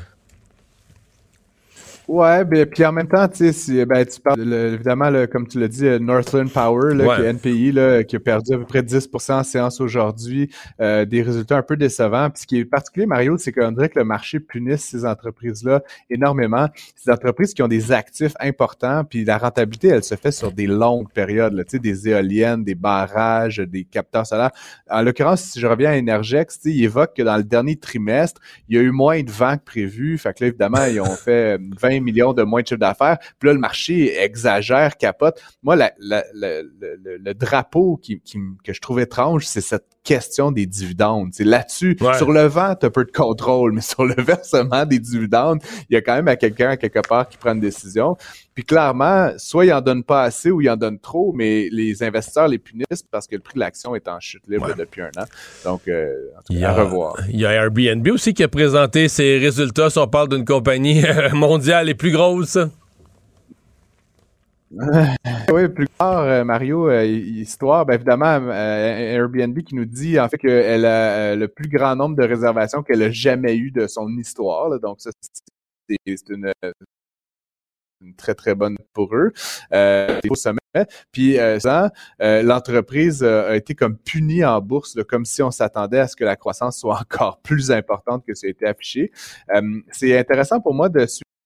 Ouais, ben puis en même temps, tu sais, si, ben tu parles le, évidemment, là, comme tu l'as dit, Northland Power, là, ouais. qui est N P I, là, qui a perdu à peu près dix pour cent en séance aujourd'hui, euh, des résultats un peu décevants. Puis ce qui est particulier, Mario, c'est qu'on dirait que le marché punisse ces entreprises-là énormément. Ces entreprises qui ont des actifs importants, puis la rentabilité, elle se fait sur des longues périodes, là, tu sais, des éoliennes, des barrages, des capteurs solaires. En l'occurrence, si je reviens à Inergex, tu sais, il évoque que dans le dernier trimestre, il y a eu moins de vent que prévu. Fait que là, évidemment, ils ont fait vingt millions de moins de chiffre d'affaires. Puis là, le marché exagère, capote. Moi, la, la, la, le, le drapeau qui, qui, que je trouve étrange, c'est cette question des dividendes. C'est là-dessus, ouais. Sur le vent, tu as un peu de contrôle, mais sur le versement des dividendes, il y a quand même à quelqu'un, à quelque part, qui prend une décision. Puis clairement, soit il en donne pas assez ou il en donne trop, mais les investisseurs les punissent parce que le prix de l'action est en chute libre ouais. depuis un an. Donc, euh, en tout cas, à revoir. Il y a Airbnb aussi qui a présenté ses résultats. Si on parle d'une compagnie mondiale et plus grosse. Oui, plus tard, euh, Mario, euh, histoire, ben évidemment, euh, Airbnb qui nous dit en fait qu'elle a euh, le plus grand nombre de réservations qu'elle a jamais eu de son histoire. Là, donc ça, c'est, c'est une, une très très bonne pour eux. Euh, au sommet. Puis euh, ça, euh, l'entreprise euh, a été comme punie en bourse, là, comme si on s'attendait à ce que la croissance soit encore plus importante que ça a été affiché. Euh, c'est intéressant pour moi de suivre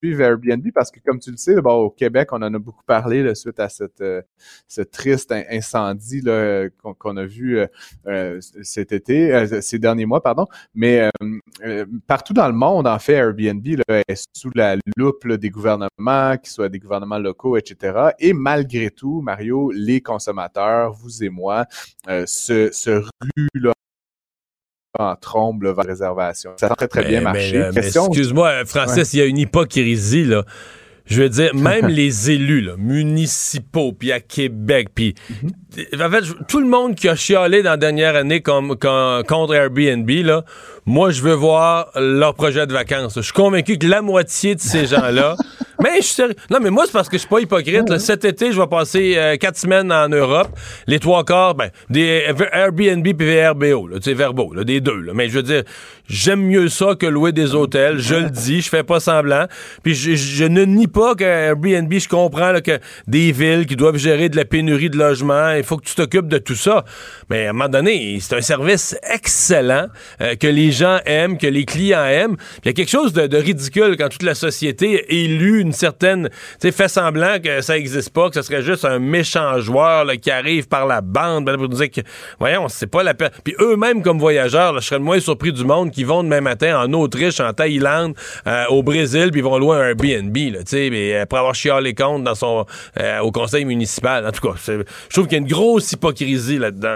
suivre Airbnb parce que, comme tu le sais, bon, au Québec, on en a beaucoup parlé là, suite à cette, euh, ce triste incendie là, qu'on, qu'on a vu euh, cet été, euh, ces derniers mois, pardon. Mais euh, euh, partout dans le monde, en fait, Airbnb là, est sous la loupe là, des gouvernements, qu'ils soient des gouvernements locaux, et cetera. Et malgré tout, Mario, les consommateurs, vous et moi, euh, se, se ruent là, en trombe là, vers la réservation. Ça a très, très bien mais, marché. Mais, Question... mais excuse-moi, Francis, il ouais. y a une hypocrisie, là. Je veux dire, même les élus là, municipaux, puis à Québec, puis mm-hmm. en fait, tout le monde qui a chialé dans la dernière année comme, comme, contre Airbnb, là, moi, je veux voir leur projet de vacances. Je suis convaincu que la moitié de ces gens-là... mais je suis sérieux. Non, mais moi, c'est parce que je suis pas hypocrite. Là. Cet été, je vais passer euh, quatre semaines en Europe. Les trois quarts, ben, des Airbnb puis V R B O, là, tu sais, Verbo, là, des deux. Là. Mais je veux dire, j'aime mieux ça que louer des hôtels. Je le dis, je fais pas semblant. Puis je, je ne nie pas que Airbnb, je comprends là, que des villes qui doivent gérer de la pénurie de logements, il faut que tu t'occupes de tout ça. Mais à un moment donné, c'est un service excellent euh, que les gens aiment, que les clients aiment. Il y a quelque chose de, de ridicule quand toute la société élue une certaine, tu sais, fait semblant que ça existe pas, que ce serait juste un méchant joueur là, qui arrive par la bande ben, pour nous dire que, voyons, c'est pas la peine. Puis eux-mêmes, comme voyageurs, là, je serais le moins surpris du monde qui vont demain matin en Autriche, en Thaïlande, euh, au Brésil, puis ils vont louer un Airbnb, là, tu sais, mais après avoir chialé les comptes dans son, euh, au conseil municipal. En tout cas, c'est, je trouve qu'il y a une grosse hypocrisie là-dedans.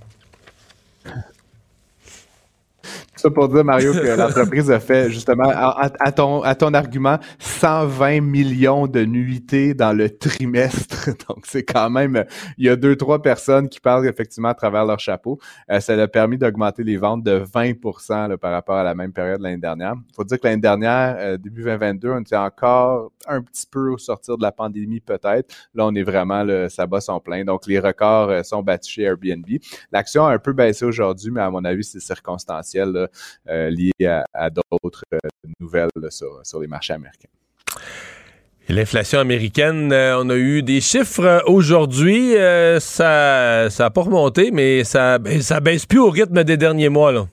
Ça pour dire, Mario, que l'entreprise a fait, justement, à, à, ton, à ton argument, cent vingt millions de nuitées dans le trimestre. Donc, c'est quand même... Il y a deux, trois personnes qui parlent effectivement à travers leur chapeau. Euh, ça a permis d'augmenter les ventes de vingt pour cent là, par rapport à la même période l'année dernière. Il faut dire que l'année dernière, euh, début vingt vingt-deux, on était encore un petit peu au sortir de la pandémie, peut-être. Là, on est vraiment... Là, ça bat son plein. Donc, les records euh, sont battus chez Airbnb. L'action a un peu baissé aujourd'hui, mais à mon avis, c'est circonstanciel, là. Euh, lié à, à d'autres euh, nouvelles là, sur, sur les marchés américains. Et l'inflation américaine, euh, on a eu des chiffres euh, aujourd'hui. Euh, ça ça n'a pas remonté, mais ça, ben, ça baisse plus au rythme des derniers mois, là.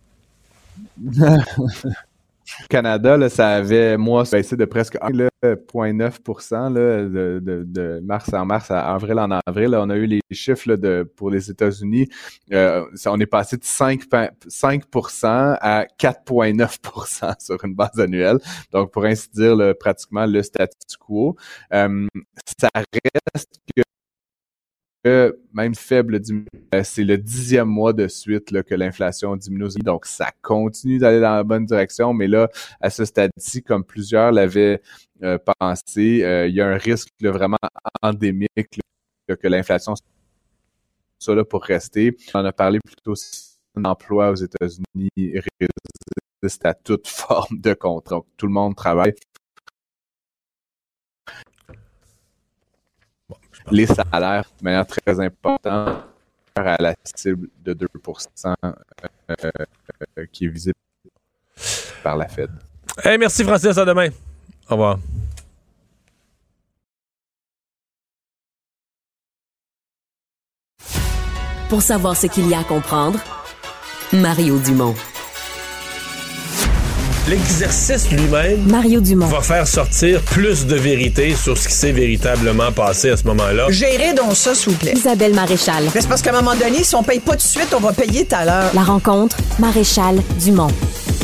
Au Canada, là, ça avait, moi, baissé de presque un virgule neuf pour cent là, de, de, de mars en mars à avril en avril. Là, on a eu les chiffres là, de, pour les États-Unis. Euh, on est passé de cinq pour cent à quatre virgule neuf pour cent sur une base annuelle. Donc, pour ainsi dire, là, pratiquement le statu quo. Euh, ça reste que Que même faible diminution, c'est le dixième mois de suite là, que l'inflation diminue. Donc, ça continue d'aller dans la bonne direction. Mais là, à ce stade-ci, comme plusieurs l'avaient euh, pensé, euh, il y a un risque là, vraiment endémique là, que l'inflation soit là pour rester. On en a parlé plutôt, l'emploi aux États-Unis résiste à toute forme de contrat. Donc, tout le monde travaille. Les salaires, de manière très importante, à la cible de deux pour cent euh, qui est visée par la Fed. Hey, merci Francis, à demain. Au revoir. Pour savoir ce qu'il y a à comprendre, Mario Dumont. L'exercice lui-même Mario Dumont va faire sortir plus de vérité sur ce qui s'est véritablement passé à ce moment-là. Gérez donc ça, s'il vous plaît. Isabelle Maréchal. Mais c'est parce qu'à un moment donné, si on paye pas tout de suite, on va payer tout à l'heure. La rencontre, Maréchal Dumont.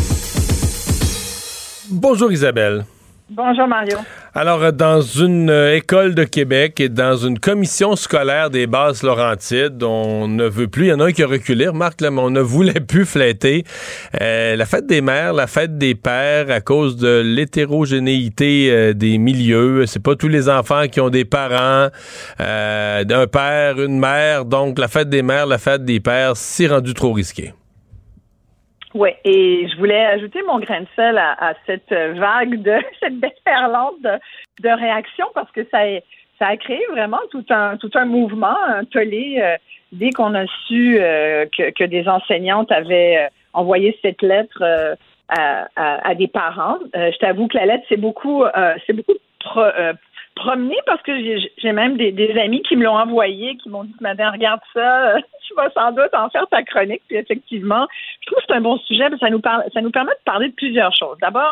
Bonjour Isabelle. Bonjour Mario. Alors, dans une euh, école de Québec et dans une commission scolaire des Basses-Laurentides, on ne veut plus, il y en a un qui a reculé, remarque, là, mais on ne voulait plus fêter euh, la fête des mères, la fête des pères à cause de l'hétérogénéité euh, des milieux. C'est pas tous les enfants qui ont des parents, euh, d'un père, une mère, donc la fête des mères, la fête des pères, c'est rendu trop risqué. Oui, et je voulais ajouter mon grain de sel à, à cette vague de cette déferlante de, de réactions parce que ça a, ça a créé vraiment tout un tout un mouvement, un tollé euh, dès qu'on a su euh, que, que des enseignantes avaient euh, envoyé cette lettre euh, à, à, à des parents. Euh, je t'avoue que la lettre c'est beaucoup euh, c'est beaucoup pro, euh, promené parce que j'ai, j'ai même des, des amis qui me l'ont envoyé, qui m'ont dit « Madame, regarde ça, tu vas sans doute en faire ta chronique. » Puis effectivement, je trouve que c'est un bon sujet, parce que ça nous, parle, ça nous permet de parler de plusieurs choses. D'abord,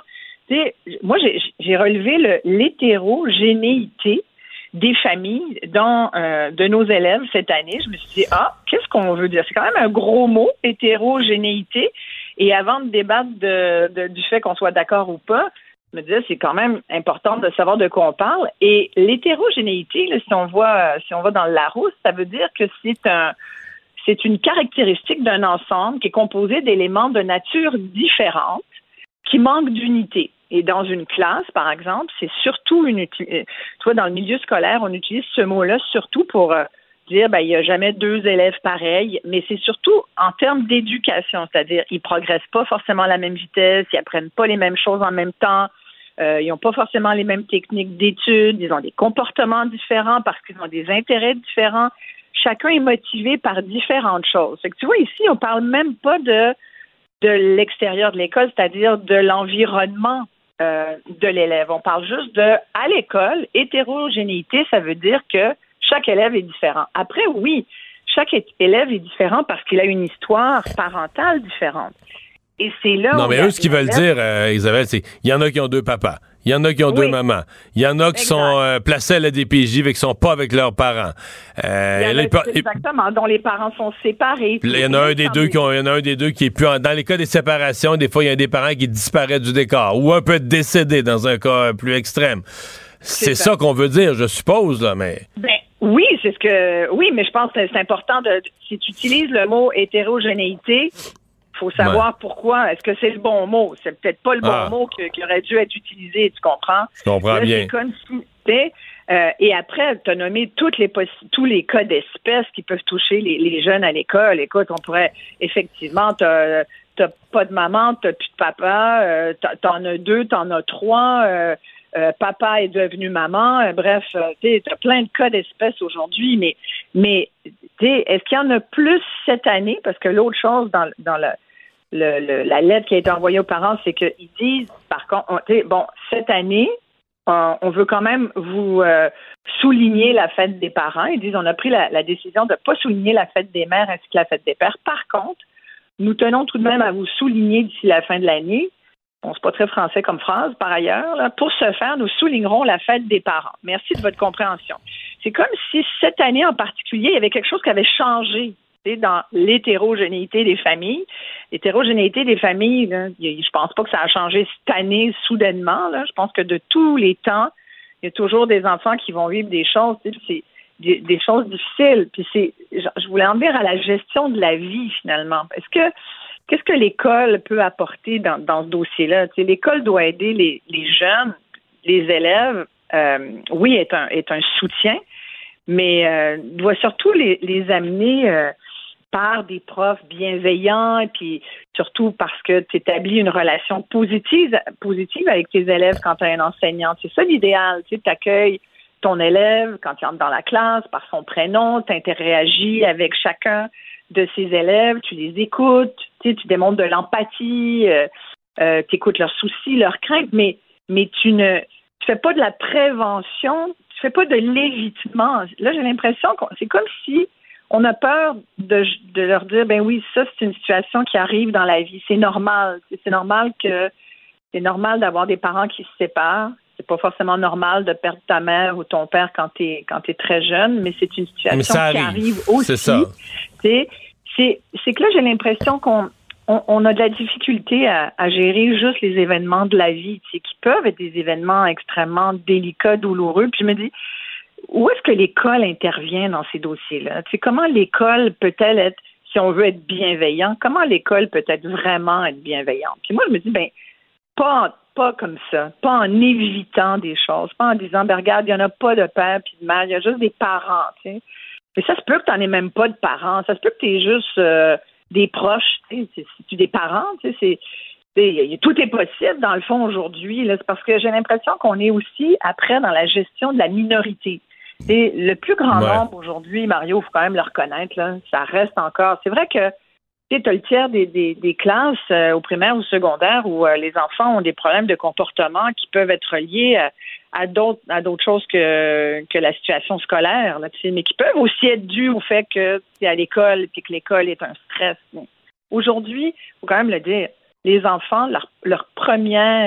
tu sais, moi, j'ai, j'ai relevé le, l'hétérogénéité des familles dont, euh, de nos élèves cette année. Je me suis dit, ah, qu'est-ce qu'on veut dire? C'est quand même un gros mot, hétérogénéité. Et avant de débattre de, de, du fait qu'on soit d'accord ou pas, je me disais, c'est quand même important de savoir de quoi on parle. Et l'hétérogénéité, là, si on voit, si on va dans le Larousse, ça veut dire que c'est un, c'est une caractéristique d'un ensemble qui est composé d'éléments de nature différente qui manquent d'unité. Et dans une classe, par exemple, c'est surtout une utilité. Tu vois, dans le milieu scolaire, on utilise ce mot-là surtout pour euh, dire, ben, il n'y a jamais deux élèves pareils, mais c'est surtout en termes d'éducation, c'est-à-dire, ils progressent pas forcément à la même vitesse, ils apprennent pas les mêmes choses en même temps, euh, ils n'ont pas forcément les mêmes techniques d'études, ils ont des comportements différents parce qu'ils ont des intérêts différents. Chacun est motivé par différentes choses. Fait que tu vois, ici, on parle même pas de de l'extérieur de l'école, c'est-à-dire de l'environnement euh, de l'élève. On parle juste de, à l'école, hétérogénéité, ça veut dire que chaque élève est différent. Après, oui, chaque élève est différent parce qu'il a une histoire parentale différente. Et c'est là non, où mais eux, ce qu'ils veulent dire, euh, Isabelle, c'est il y en a qui ont deux papas. Il y en a qui ont oui. deux mamans. Il y en a qui exact. sont euh, placés à la D P J mais qui sont pas avec leurs parents. Euh, il y en a, là, il exactement, dont les parents sont séparés. Il y en a un des deux qui ont, il y en a un des deux qui est plus en, dans les cas des séparations, des fois il y a un des parents qui disparaît du décor ou un peut être décédé dans un cas plus extrême. C'est, c'est ça. ça qu'on veut dire, je suppose là, mais. Ben oui, c'est ce que oui, mais je pense que c'est important de si tu utilises le mot hétérogénéité. Il faut savoir ouais. pourquoi. Est-ce que c'est le bon mot? C'est peut-être pas le bon ah. mot que, qui aurait dû être utilisé, tu comprends? Je comprends là, bien. C'est euh, et après, tu as nommé toutes les possi- tous les cas d'espèces qui peuvent toucher les, les jeunes à l'école. Écoute, on pourrait, effectivement, t'as, t'as pas de maman, t'as plus de papa, euh, t'en as deux, t'en as trois, euh, euh, papa est devenu maman, euh, bref, euh, tu as plein de cas d'espèces aujourd'hui, mais, mais est-ce qu'il y en a plus cette année? Parce que l'autre chose dans, dans le Le, le, la lettre qui a été envoyée aux parents, c'est qu'ils disent, par contre, on, bon, cette année, on, on veut quand même vous euh, souligner la fête des parents. Ils disent, on a pris la, la décision de ne pas souligner la fête des mères ainsi que la fête des pères. Par contre, nous tenons tout de même à vous souligner d'ici la fin de l'année. Bon, c'est pas très français comme phrase, par ailleurs. Là. Pour ce faire, nous soulignerons la fête des parents. Merci de votre compréhension. C'est comme si cette année en particulier, il y avait quelque chose qui avait changé dans l'hétérogénéité des familles. L'hétérogénéité des familles, là, je pense pas que ça a changé cette année soudainement. Là. Je pense que de tous les temps, il y a toujours des enfants qui vont vivre des choses, c'est des, des choses difficiles. Puis c'est, je voulais en venir à la gestion de la vie finalement. Est-ce que qu'est-ce que l'école peut apporter dans, dans ce dossier-là? Tu sais, l'école doit aider les, les jeunes, les élèves. Euh, oui, est un est un soutien, mais euh, doit surtout les, les amener euh, par des profs bienveillants et puis surtout parce que tu établis une relation positive positive avec tes élèves quand tu es un enseignant. C'est ça l'idéal. Tu accueilles ton élève quand il entre dans la classe par son prénom, tu interagis avec chacun de ses élèves, tu les écoutes, tu démontres de l'empathie, euh, euh, tu écoutes leurs soucis, leurs craintes, mais, mais tu ne tu fais pas de la prévention, tu fais pas de l'évitement. Là, j'ai l'impression que c'est comme si on a peur de, de leur dire, ben oui, ça, c'est une situation qui arrive dans la vie. C'est normal. C'est normal que c'est normal d'avoir des parents qui se séparent. C'est pas forcément normal de perdre ta mère ou ton père quand t'es quand t'es très jeune, mais c'est une situation qui arrive, arrive aussi. C'est ça. C'est, c'est, c'est que là, j'ai l'impression qu'on on, on a de la difficulté à, à gérer juste les événements de la vie, qui peuvent être des événements extrêmement délicats, douloureux. Puis je me dis, où est-ce que l'école intervient dans ces dossiers-là? Tu sais, comment l'école peut-elle être, si on veut être bienveillant, comment l'école peut être vraiment être bienveillante? Puis moi, je me dis, ben, pas, pas comme ça, pas en évitant des choses, pas en disant, ben regarde, il n'y en a pas de père puis de mère, il y a juste des parents, tu sais. Mais ça se peut que tu n'en aies même pas de parents, ça se peut que tu aies juste euh, des proches, tu sais, si tu des parents, tu sais, c'est... C'est, tout est possible, dans le fond, aujourd'hui. Là, c'est parce que j'ai l'impression qu'on est aussi, après, dans la gestion de la minorité. C'est le plus grand ouais. nombre aujourd'hui, Mario, il faut quand même le reconnaître, là, ça reste encore. C'est vrai que tu as le tiers des, des, des classes euh, au primaire ou secondaire où euh, les enfants ont des problèmes de comportement qui peuvent être liés à, à, d'autres, à d'autres choses que, que la situation scolaire, là, mais qui peuvent aussi être dus au fait que c'est à l'école et que l'école est un stress. Mais aujourd'hui, il faut quand même le dire, les enfants, leur, leur première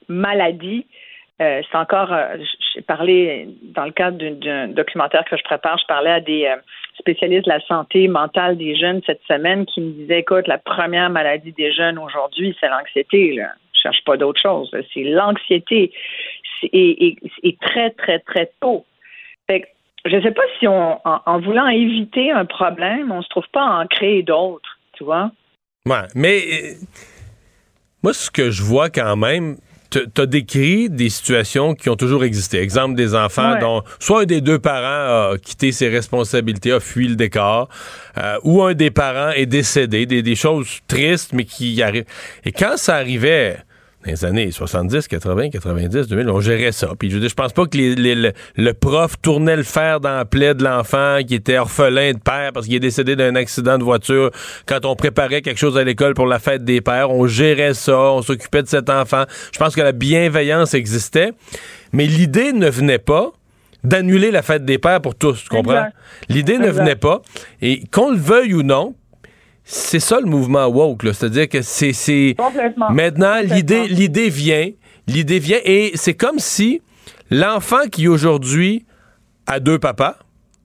maladies. Euh, c'est encore, euh, j'ai parlé dans le cadre d'un, d'un documentaire que je prépare, je parlais à des euh, spécialistes de la santé mentale des jeunes cette semaine qui me disaient, écoute, la première maladie des jeunes aujourd'hui, c'est l'anxiété, là. Je cherche pas d'autre chose, là. C'est l'anxiété. C'est, et, et, et très, très, très tôt. Fait que, je sais pas si on, en, en voulant éviter un problème, on se trouve pas à en créer d'autres, tu vois? Ouais, mais euh, moi, ce que je vois quand même, tu as décrit des situations qui ont toujours existé. Exemple des enfants ouais. dont soit un des deux parents a quitté ses responsabilités, a fui le décor, euh, ou un des parents est décédé, des, des choses tristes, mais qui arrivent. Et quand ça arrivait dans les années soixante-dix, quatre-vingts, quatre-vingt-dix, deux mille, on gérait ça. Puis je veux dire, je pense pas que les, les, le, le prof tournait le fer dans la plaie de l'enfant qui était orphelin de père parce qu'il est décédé d'un accident de voiture. Quand on préparait quelque chose à l'école pour la fête des pères, on gérait ça, on s'occupait de cet enfant. Je pense que la bienveillance existait, mais l'idée ne venait pas d'annuler la fête des pères pour tous, tu comprends? Exact. L'idée exact. ne venait pas. Et qu'on le veuille ou non, c'est ça le mouvement woke, là. C'est-à-dire que c'est, c'est... maintenant Complètement. l'idée l'idée vient, l'idée vient et c'est comme si l'enfant qui aujourd'hui a deux papas,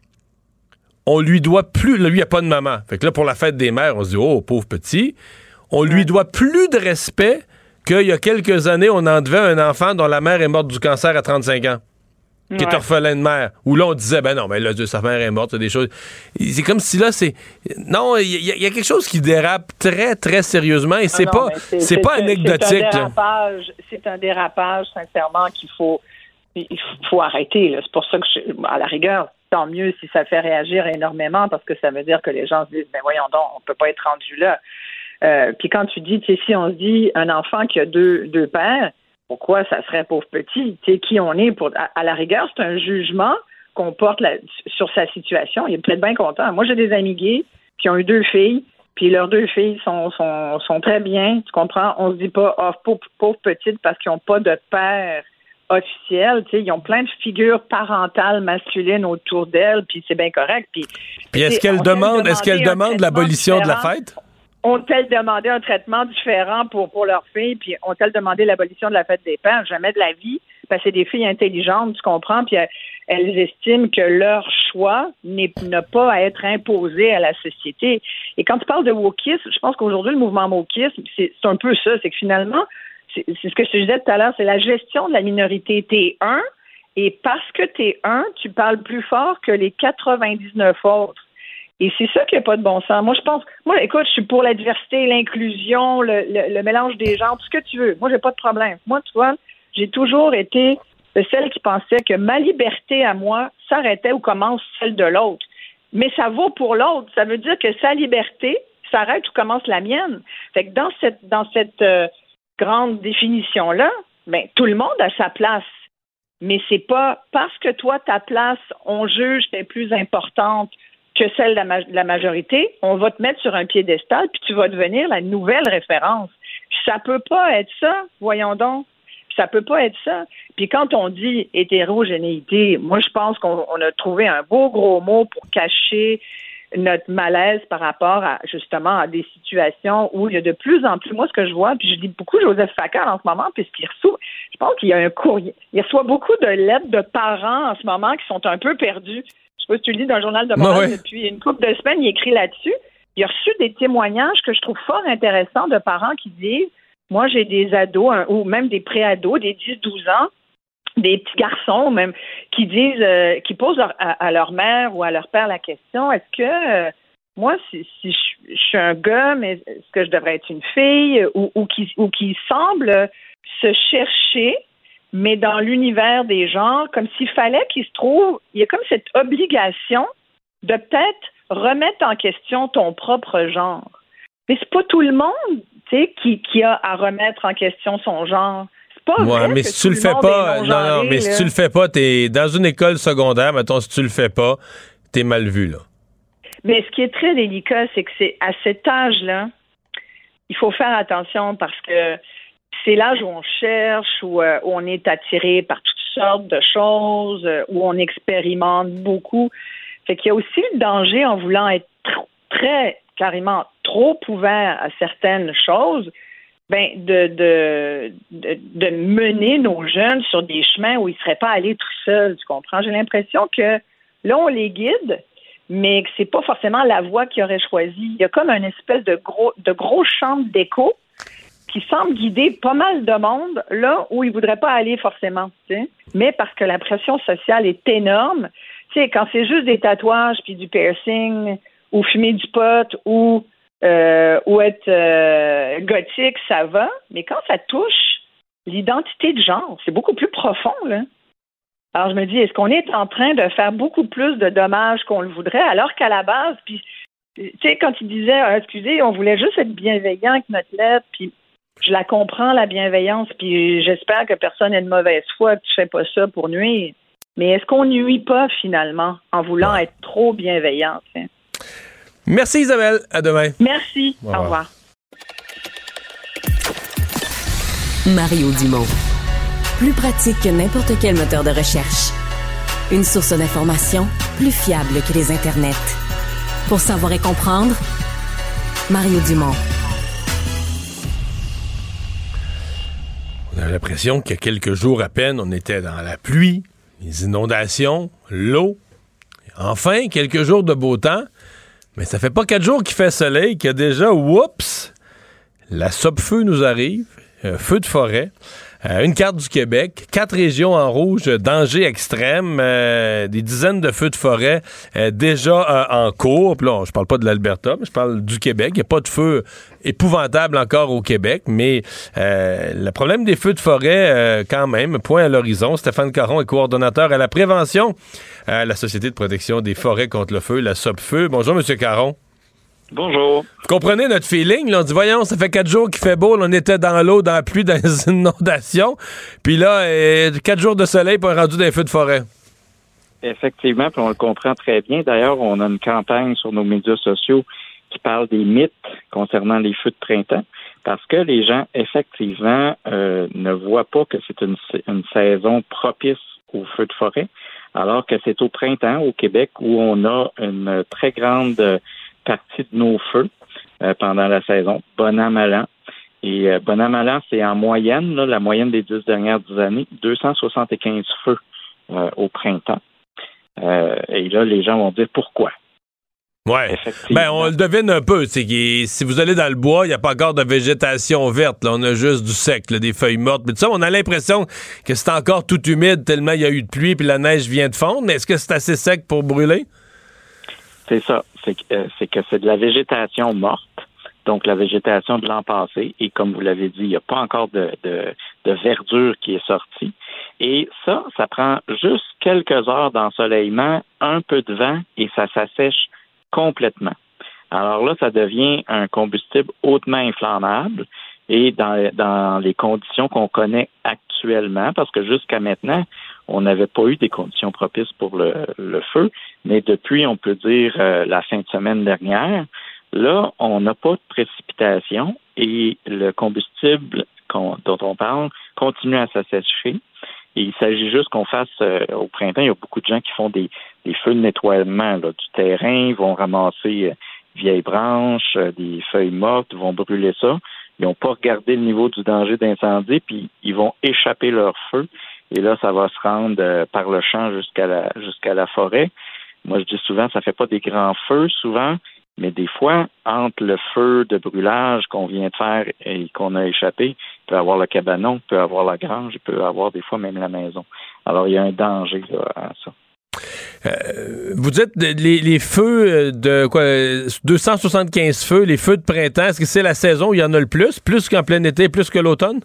on lui doit plus, là, lui il a pas de maman. Fait que là pour la fête des mères, on se dit oh pauvre petit, on lui ouais. doit plus de respect qu'il y a quelques années on en devait un enfant dont la mère est morte du cancer à trente-cinq ans. Qui ouais. est orphelin de mère. Où là, on disait, ben non, mais là, sa mère est morte, c'est des choses. C'est comme si là, c'est. Non, il y, y a quelque chose qui dérape très, très sérieusement et c'est ah non, pas c'est, c'est, c'est pas c'est, anecdotique. C'est un dérapage, c'est un dérapage, sincèrement, qu'il faut, il faut arrêter. Là. C'est pour ça que, je, à la rigueur, tant mieux si ça fait réagir énormément parce que ça veut dire que les gens se disent, ben voyons donc, on peut pas être rendu là. Euh, puis quand tu dis, tu sais, si on se dit un enfant qui a deux, deux pères, pourquoi ça serait pauvre petit? Tu sais, qui on est pour. À, à la rigueur, c'est un jugement qu'on porte la, sur sa situation. Il est peut-être bien content. Moi, j'ai des amis gays qui ont eu deux filles, puis leurs deux filles sont, sont, sont très bien. Tu comprends? On se dit pas, oh, pauvre, pauvre petite, parce qu'ils n'ont pas de père officiel. Tu sais, ils ont plein de figures parentales masculines autour d'elles, puis c'est bien correct. Puis, puis est-ce qu'elle demande, est-ce qu'elle demande l'abolition de la fête? Ont-elles demandé un traitement différent pour, pour leurs filles, puis ont-elles demandé l'abolition de la fête des pères? Jamais de la vie, parce que c'est des filles intelligentes, tu comprends, puis elles, elles estiment que leur choix n'est, n'a pas à être imposé à la société. Et quand tu parles de wokisme, je pense qu'aujourd'hui, le mouvement wokisme, c'est, c'est un peu ça, c'est que finalement, c'est, c'est ce que je te disais tout à l'heure, c'est la gestion de la minorité. T'es un, et parce que t'es un, tu parles plus fort que les quatre-vingt-dix-neuf autres. Et c'est ça qui n'a pas de bon sens. Moi, je pense, moi, écoute, je suis pour la diversité, l'inclusion, le, le, le mélange des genres, tout ce que tu veux. Moi, j'ai pas de problème. Moi, tu vois, j'ai toujours été celle qui pensait que ma liberté à moi s'arrêtait où commence celle de l'autre. Mais ça vaut pour l'autre. Ça veut dire que sa liberté s'arrête où commence la mienne. Fait que dans cette, dans cette euh, grande définition-là, ben, tout le monde a sa place. Mais c'est pas parce que toi, ta place, on juge qu'elle est plus importante que celle de la, ma- de la majorité, on va te mettre sur un piédestal puis tu vas devenir la nouvelle référence. Puis ça peut pas être ça, voyons donc. Puis ça peut pas être ça. Puis quand on dit hétérogénéité, moi je pense qu'on on a trouvé un beau gros mot pour cacher notre malaise par rapport à justement à des situations où il y a de plus en plus, moi ce que je vois, puis je dis beaucoup Joseph Facal en ce moment, puisqu'il reçoit, je pense qu'il y a un courrier, il reçoit beaucoup de lettres de parents en ce moment qui sont un peu perdus. Je sais pas si tu le lis dans le Journal de Montréal, ouais. Depuis une couple de semaines, il écrit là-dessus. Il a reçu des témoignages que je trouve fort intéressants de parents qui disent, moi j'ai des ados, hein, ou même des pré-ados, des dix douze ans, des petits garçons même, qui disent, euh, qui posent leur, à, à leur mère ou à leur père la question, est-ce que euh, moi, si, si je, je suis un gars, mais est-ce que je devrais être une fille, ou, ou, qui, ou qui semble se chercher, mais dans l'univers des genres, comme s'il fallait qu'il se trouve, il y a comme cette obligation de peut-être remettre en question ton propre genre. Mais c'est pas tout le monde, tu sais, qui, qui a à remettre en question son genre. C'est pas ouais, vrai mais que si tu le fais le pas, non, non, mais là. Si tu le fais pas, t'es dans une école secondaire, mettons, si tu le fais pas, t'es mal vu, là. Mais ce qui est très délicat, c'est que c'est à cet âge-là, il faut faire attention parce que c'est l'âge où on cherche, où, euh, où on est attiré par toutes sortes de choses, euh, où on expérimente beaucoup. Fait qu'il y a aussi le danger en voulant être tr- très, carrément, trop ouvert à certaines choses, ben de, de, de, de mener nos jeunes sur des chemins où ils ne seraient pas allés tout seuls, tu comprends? J'ai l'impression que là, on les guide, mais que c'est pas forcément la voie qu'ils auraient choisie. Il y a comme une espèce de gros de gros champ d'écho qui semble guider pas mal de monde là où ils voudraient pas aller forcément, tu sais. Mais parce que la pression sociale est énorme, tu sais, quand c'est juste des tatouages puis du piercing ou fumer du pot ou euh, ou être euh, gothique, ça va. Mais quand ça touche l'identité de genre, c'est beaucoup plus profond, là. Alors, je me dis, est-ce qu'on est en train de faire beaucoup plus de dommages qu'on le voudrait, alors qu'à la base, puis, tu sais, quand il disait, ah, excusez, on voulait juste être bienveillant avec notre lettre, puis je la comprends, la bienveillance, puis j'espère que personne n'est de mauvaise foi, que tu fais pas ça pour nuire. Mais est-ce qu'on nuit pas, finalement, en voulant être trop bienveillant, t'sais? Merci, Isabelle. À demain. Merci. Au revoir. Au revoir. Mario Dumont. Plus pratique que n'importe quel moteur de recherche. Une source d'information plus fiable que les internets. Pour savoir et comprendre, Mario Dumont. On a l'impression qu'il y a quelques jours à peine, on était dans la pluie, les inondations, l'eau. Enfin, quelques jours de beau temps. Mais ça fait pas quatre jours qu'il fait soleil, qu'il y a déjà, oups, la Sopfeu nous arrive, euh, feu de forêt. Euh, une carte du Québec, quatre régions en rouge, danger extrême, euh, des dizaines de feux de forêt euh, déjà euh, en cours. Puis là, je parle pas de l'Alberta, mais je parle du Québec. Il n'y a pas de feu épouvantable encore au Québec, mais euh, le problème des feux de forêt, euh, quand même, point à l'horizon. Stéphane Caron est coordonnateur à la prévention à la Société de protection des forêts contre le feu, la Sopfeu. Bonjour, M. Caron. Bonjour. Vous comprenez notre feeling? Là? On dit, voyons, ça fait quatre jours qu'il fait beau, là, on était dans l'eau, dans la pluie, dans les inondations. Puis là, euh, quatre jours de soleil, puis on est rendu dans les feux de forêt. Effectivement, puis on le comprend très bien. D'ailleurs, on a une campagne sur nos médias sociaux qui parle des mythes concernant les feux de printemps, parce que les gens, effectivement, euh, ne voient pas que c'est une, une saison propice aux feux de forêt, alors que c'est au printemps, au Québec, où on a une très grande partie de nos feux euh, pendant la saison, bon an, mal an. Et euh, bon an, mal an, c'est en moyenne, là, la moyenne des dix dernières dix années, deux cent soixante-quinze feux euh, au printemps. Euh, et là, les gens vont dire pourquoi. Ouais. Ben, on le devine un peu. C'est que si vous allez dans le bois, il n'y a pas encore de végétation verte. Là. On a juste du sec, là, des feuilles mortes. Mais tout ça, on a l'impression que c'est encore tout humide tellement il y a eu de pluie puis la neige vient de fondre. Mais est-ce que c'est assez sec pour brûler? C'est ça. C'est que, euh, c'est que c'est de la végétation morte. Donc, la végétation de l'an passé. Et comme vous l'avez dit, il n'y a pas encore de, de, de verdure qui est sortie. Et ça, ça prend juste quelques heures d'ensoleillement, un peu de vent et ça s'assèche complètement. Alors là, ça devient un combustible hautement inflammable et dans, dans les conditions qu'on connaît actuellement, parce que jusqu'à maintenant, on n'avait pas eu des conditions propices pour le, le feu, mais depuis, on peut dire, euh, la fin de semaine dernière, là, on n'a pas de précipitation et le combustible qu'on, dont on parle continue à s'assécher. Et il s'agit juste qu'on fasse, euh, au printemps, il y a beaucoup de gens qui font des, des feux de nettoiement là, du terrain, ils vont ramasser euh, vieilles branches, euh, des feuilles mortes, ils vont brûler ça. Ils n'ont pas regardé le niveau du danger d'incendie, puis ils vont échapper leur feu. Et là, ça va se rendre euh, par le champ jusqu'à la jusqu'à la forêt. Moi, je dis souvent, ça fait pas des grands feux, souvent, mais des fois, entre le feu de brûlage qu'on vient de faire et qu'on a échappé, il peut y avoir le cabanon, il peut y avoir la grange, il peut y avoir des fois même la maison. Alors, il y a un danger là, à ça. Euh, vous dites les, les feux de quoi deux cent soixante-quinze feux, les feux de printemps, est-ce que c'est la saison où il y en a le plus, plus qu'en plein été, plus que l'automne?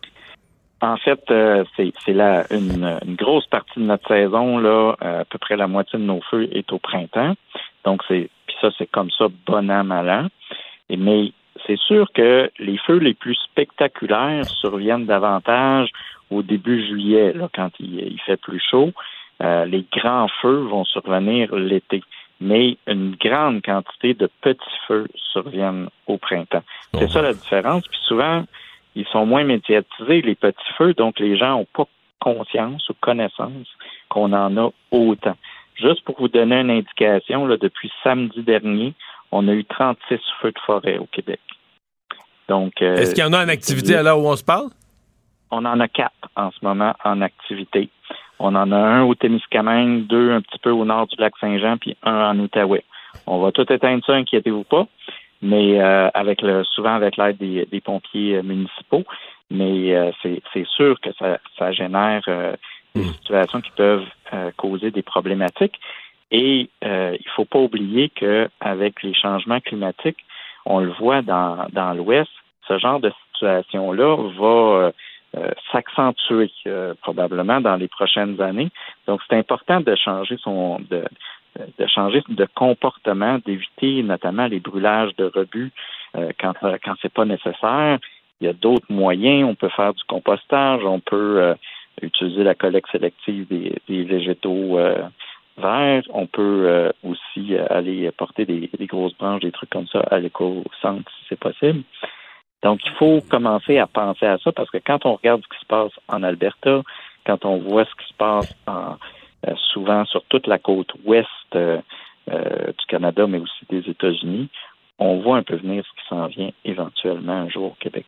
En fait, euh, c'est, c'est la, une, une grosse partie de notre saison, là, euh, à peu près la moitié de nos feux est au printemps. Donc, c'est puis ça, c'est comme ça, bon an, mal an. Et, mais c'est sûr que les feux les plus spectaculaires surviennent davantage au début juillet, là, quand il, il fait plus chaud. Euh, les grands feux vont survenir l'été. Mais une grande quantité de petits feux surviennent au printemps. C'est ça la différence. Puis souvent, ils sont moins médiatisés, les petits feux, donc les gens n'ont pas conscience ou connaissance qu'on en a autant. Juste pour vous donner une indication, là, depuis samedi dernier, on a eu trente-six feux de forêt au Québec. Donc, euh, est-ce qu'il y en a en activité à l'heure où on se parle? On en a quatre en ce moment en activité. On en a un au Témiscamingue, deux un petit peu au nord du lac Saint-Jean, puis un en Outaouais. On va tout éteindre ça, inquiétez-vous pas, mais euh, avec le souvent avec l'aide des, des pompiers euh, municipaux. Mais euh, c'est, c'est sûr que ça, ça génère euh, des situations qui peuvent euh, causer des problématiques. Et euh, il faut pas oublier qu'avec les changements climatiques, on le voit dans, dans l'Ouest, ce genre de situation-là va euh, euh, s'accentuer euh, probablement dans les prochaines années. Donc, c'est important de changer son de, de changer de comportement, d'éviter notamment les brûlages de rebuts euh, quand quand c'est pas nécessaire. Il y a d'autres moyens. On peut faire du compostage, on peut euh, utiliser la collecte sélective des, des végétaux euh, verts. On peut euh, aussi aller porter des, des grosses branches, des trucs comme ça à l'éco-centre si c'est possible. Donc, il faut commencer à penser à ça parce que quand on regarde ce qui se passe en Alberta, quand on voit ce qui se passe en, euh, souvent sur toute la côte ouest euh, euh, du Canada, mais aussi des États-Unis, on voit un peu venir ce qui s'en vient éventuellement un jour au Québec.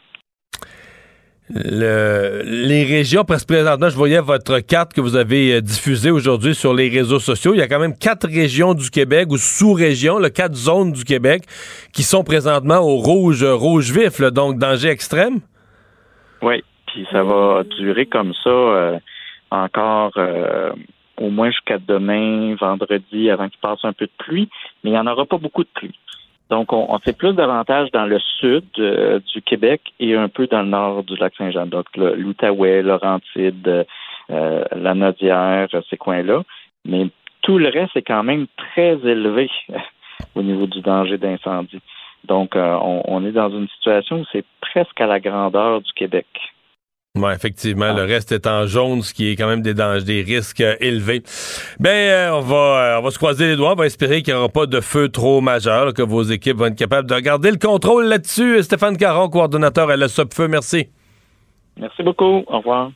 Le, les régions, parce que présentement, je voyais votre carte que vous avez diffusée aujourd'hui sur les réseaux sociaux. Il y a quand même quatre régions du Québec ou sous-régions, là, quatre zones du Québec qui sont présentement au rouge, rouge vif, là, donc danger extrême. Oui, puis ça va durer comme ça euh, encore euh, au moins jusqu'à demain, vendredi, avant qu'il passe un peu de pluie, mais il n'y en aura pas beaucoup de pluie. Donc, on, on fait plus davantage dans le sud euh, du Québec et un peu dans le nord du lac Saint-Jean. Donc, le, l'Outaouais, Laurentide, euh, la Nodière, ces coins-là. Mais tout le reste est quand même très élevé au niveau du danger d'incendie. Donc, euh, on, on est dans une situation où c'est presque à la grandeur du Québec. Oui, effectivement. Le reste est en jaune, ce qui est quand même des dangers, des risques euh, élevés. Ben, euh, on va euh, on va se croiser les doigts. On va espérer qu'il n'y aura pas de feu trop majeur, là, que vos équipes vont être capables de garder le contrôle là-dessus. Stéphane Caron, coordonnateur à la Sopfeu, merci. Merci beaucoup. Au revoir.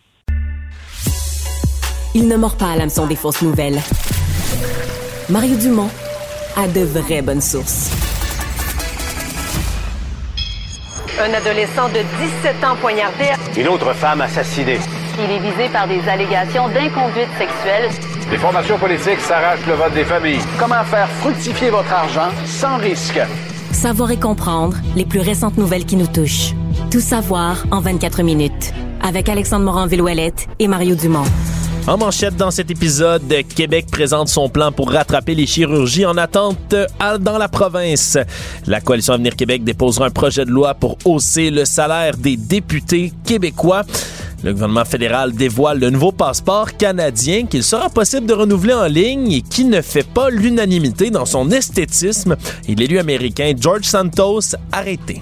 Il ne mord pas à l'hameçon des fausses nouvelles. Mario Dumont a de vraies bonnes sources. Un adolescent de dix-sept ans poignardé. Une autre femme assassinée. Il est visé par des allégations d'inconduite sexuelle. Les formations politiques s'arrachent le vote des familles. Comment faire fructifier votre argent sans risque? Savoir et comprendre les plus récentes nouvelles qui nous touchent. Tout savoir en vingt-quatre minutes. Avec Alexandre Morin-Villouellette et Mario Dumont. En manchette dans cet épisode, Québec présente son plan pour rattraper les chirurgies en attente dans la province. La Coalition Avenir Québec déposera un projet de loi pour hausser le salaire des députés québécois. Le gouvernement fédéral dévoile le nouveau passeport canadien qu'il sera possible de renouveler en ligne et qui ne fait pas l'unanimité dans son esthétisme. Et l'élu américain George Santos arrêté.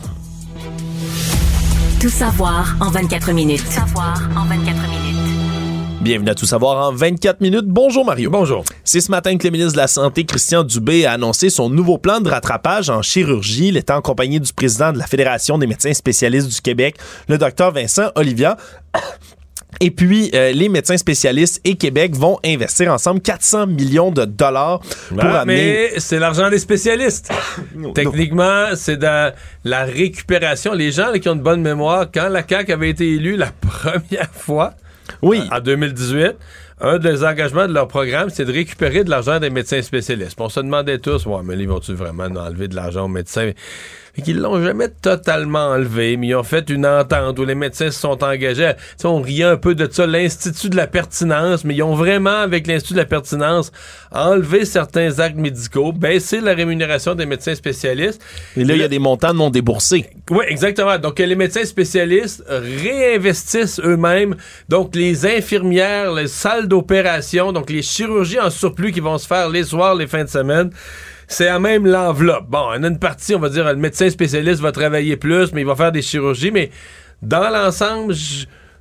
Tout savoir en vingt-quatre minutes. Tout savoir en vingt-quatre minutes. Bienvenue à Tout savoir en vingt-quatre minutes. Bonjour Mario. Bonjour. C'est ce matin que le ministre de la Santé, Christian Dubé, a annoncé son nouveau plan de rattrapage en chirurgie. Il était en compagnie du président de la Fédération des médecins spécialistes du Québec, le docteur Vincent Olivia. Et puis, euh, les médecins spécialistes et Québec vont investir ensemble quatre cents millions de dollars pour ah, amener... Mais c'est l'argent des spécialistes. Techniquement, c'est dans la récupération. Les gens là, qui ont une bonne mémoire, quand la C A Q avait été élue la première fois, oui. en deux mille dix-huit, un des engagements de leur programme, c'est de récupérer de l'argent des médecins spécialistes. Puis on se demandait tous, ouais, mais ils vont-tu vraiment enlever de l'argent aux médecins? Fait qu'ils l'ont jamais totalement enlevé, mais ils ont fait une entente où les médecins se sont engagés. T'sais, on riait un peu de ça, l'Institut de la pertinence, mais ils ont vraiment, avec l'Institut de la pertinence, enlevé certains actes médicaux, baissé la rémunération des médecins spécialistes. Et là, il y a des montants non déboursés. Oui, exactement. Donc, les médecins spécialistes réinvestissent eux-mêmes. Donc, les infirmières, les salles d'opération, donc les chirurgies en surplus qui vont se faire les soirs, les fins de semaine, c'est à même l'enveloppe. Bon, on a une partie, on va dire, le médecin spécialiste va travailler plus, mais il va faire des chirurgies, mais dans l'ensemble, je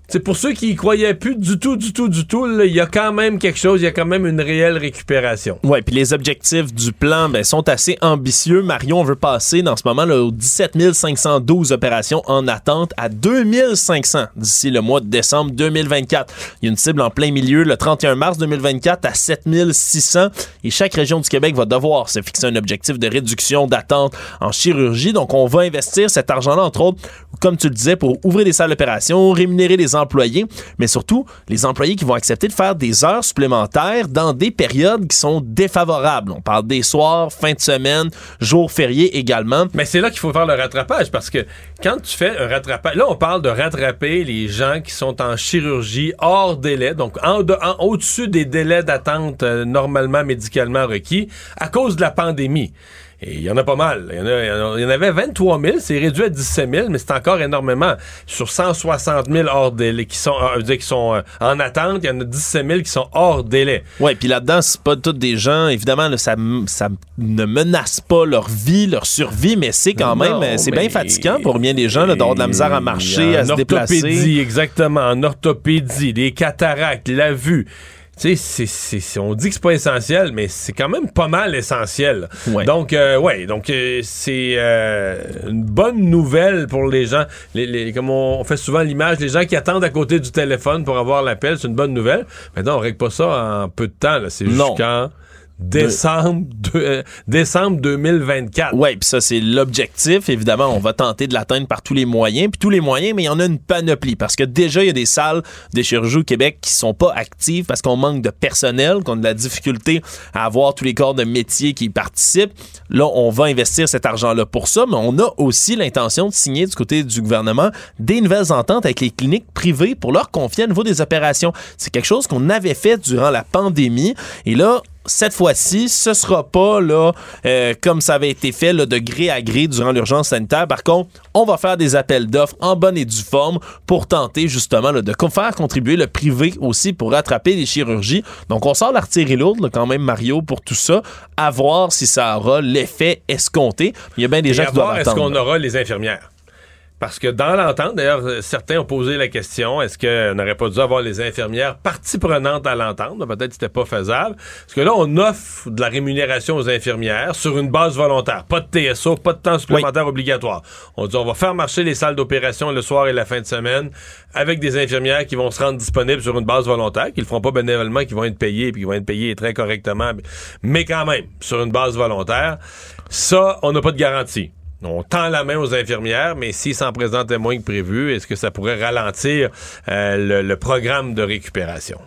c'est pour ceux qui y croyaient plus du tout, du tout, du tout, il y a quand même quelque chose, il y a quand même une réelle récupération. Oui, puis les objectifs du plan ben, sont assez ambitieux. Marion, on veut passer dans ce moment là, aux dix-sept mille cinq cent douze opérations en attente à deux mille cinq cents d'ici le mois de décembre deux mille vingt-quatre. Il y a une cible en plein milieu le trente et un mars deux mille vingt-quatre à sept mille six cents et chaque région du Québec va devoir se fixer un objectif de réduction d'attente en chirurgie. Donc, on va investir cet argent-là, entre autres, comme tu le disais, pour ouvrir des salles d'opération, rémunérer les employés, mais surtout les employés qui vont accepter de faire des heures supplémentaires dans des périodes qui sont défavorables. On parle des soirs, fin de semaine, jours fériés également. Mais c'est là qu'il faut faire le rattrapage parce que quand tu fais un rattrapage, là on parle de rattraper les gens qui sont en chirurgie hors délai, donc en, de, en au-dessus des délais d'attente euh, normalement médicalement requis à cause de la pandémie. Et il y en a pas mal. Il y en, a, il y en avait vingt-trois mille, c'est réduit à dix-sept mille, mais c'est encore énormément. Sur cent soixante mille hors délai, qui sont, euh, qui sont euh, en attente, il y en a dix-sept mille qui sont hors délai. Oui, puis là-dedans, c'est pas tous des gens, évidemment, là, ça, ça ne menace pas leur vie, leur survie, mais c'est quand non, même, c'est bien fatigant pour bien des gens là, d'avoir de la misère à marcher, à se déplacer. En orthopédie, exactement, en orthopédie, les cataractes, la vue. Tu sais, c'est, c'est, c'est, on dit que c'est pas essentiel, mais c'est quand même pas mal essentiel. Ouais. Donc, euh, ouais, donc euh, c'est euh, une bonne nouvelle pour les gens. Les, les, comme on, on fait souvent l'image, les gens qui attendent à côté du téléphone pour avoir l'appel, c'est une bonne nouvelle. Maintenant, on règle pas ça en peu de temps. Là. C'est jusqu'en décembre, de, euh, décembre deux mille vingt-quatre. Oui, puis ça, c'est l'objectif. Évidemment, on va tenter de l'atteindre par tous les moyens. Puis tous les moyens, mais il y en a une panoplie. Parce que déjà, il y a des salles de chirurgie au Québec qui sont pas actives parce qu'on manque de personnel, qu'on a de la difficulté à avoir tous les corps de métier qui y participent. Là, on va investir cet argent-là pour ça, mais on a aussi l'intention de signer du côté du gouvernement des nouvelles ententes avec les cliniques privées pour leur confier à nouveau des opérations. C'est quelque chose qu'on avait fait durant la pandémie. Et là, cette fois-ci, ce sera pas là euh, comme ça avait été fait là, de gré à gré durant l'urgence sanitaire. Par contre, on va faire des appels d'offres en bonne et due forme pour tenter justement là, de faire contribuer le privé aussi pour rattraper les chirurgies. Donc, on sort l'artillerie lourde là, quand même, Mario, pour tout ça, à voir si ça aura l'effet escompté. Il y a bien des et gens qui doivent attendre. Est-ce qu'on aura les infirmières? Parce que dans l'entente, d'ailleurs, certains ont posé la question, est-ce qu'on n'aurait pas dû avoir les infirmières partie prenante à l'entente? Peut-être que c'était pas faisable. Parce que là, on offre de la rémunération aux infirmières sur une base volontaire. Pas de T S A, pas de temps supplémentaire oui. obligatoire. On dit, on va faire marcher les salles d'opération le soir et la fin de semaine avec des infirmières qui vont se rendre disponibles sur une base volontaire, qui le feront pas bénévolement, qui vont être payées, puis qui vont être payées très correctement, mais quand même, sur une base volontaire. Ça, on n'a pas de garantie. On tend la main aux infirmières, mais s'ils s'en présentaient moins que prévu, est-ce que ça pourrait ralentir euh, le, le programme de récupération?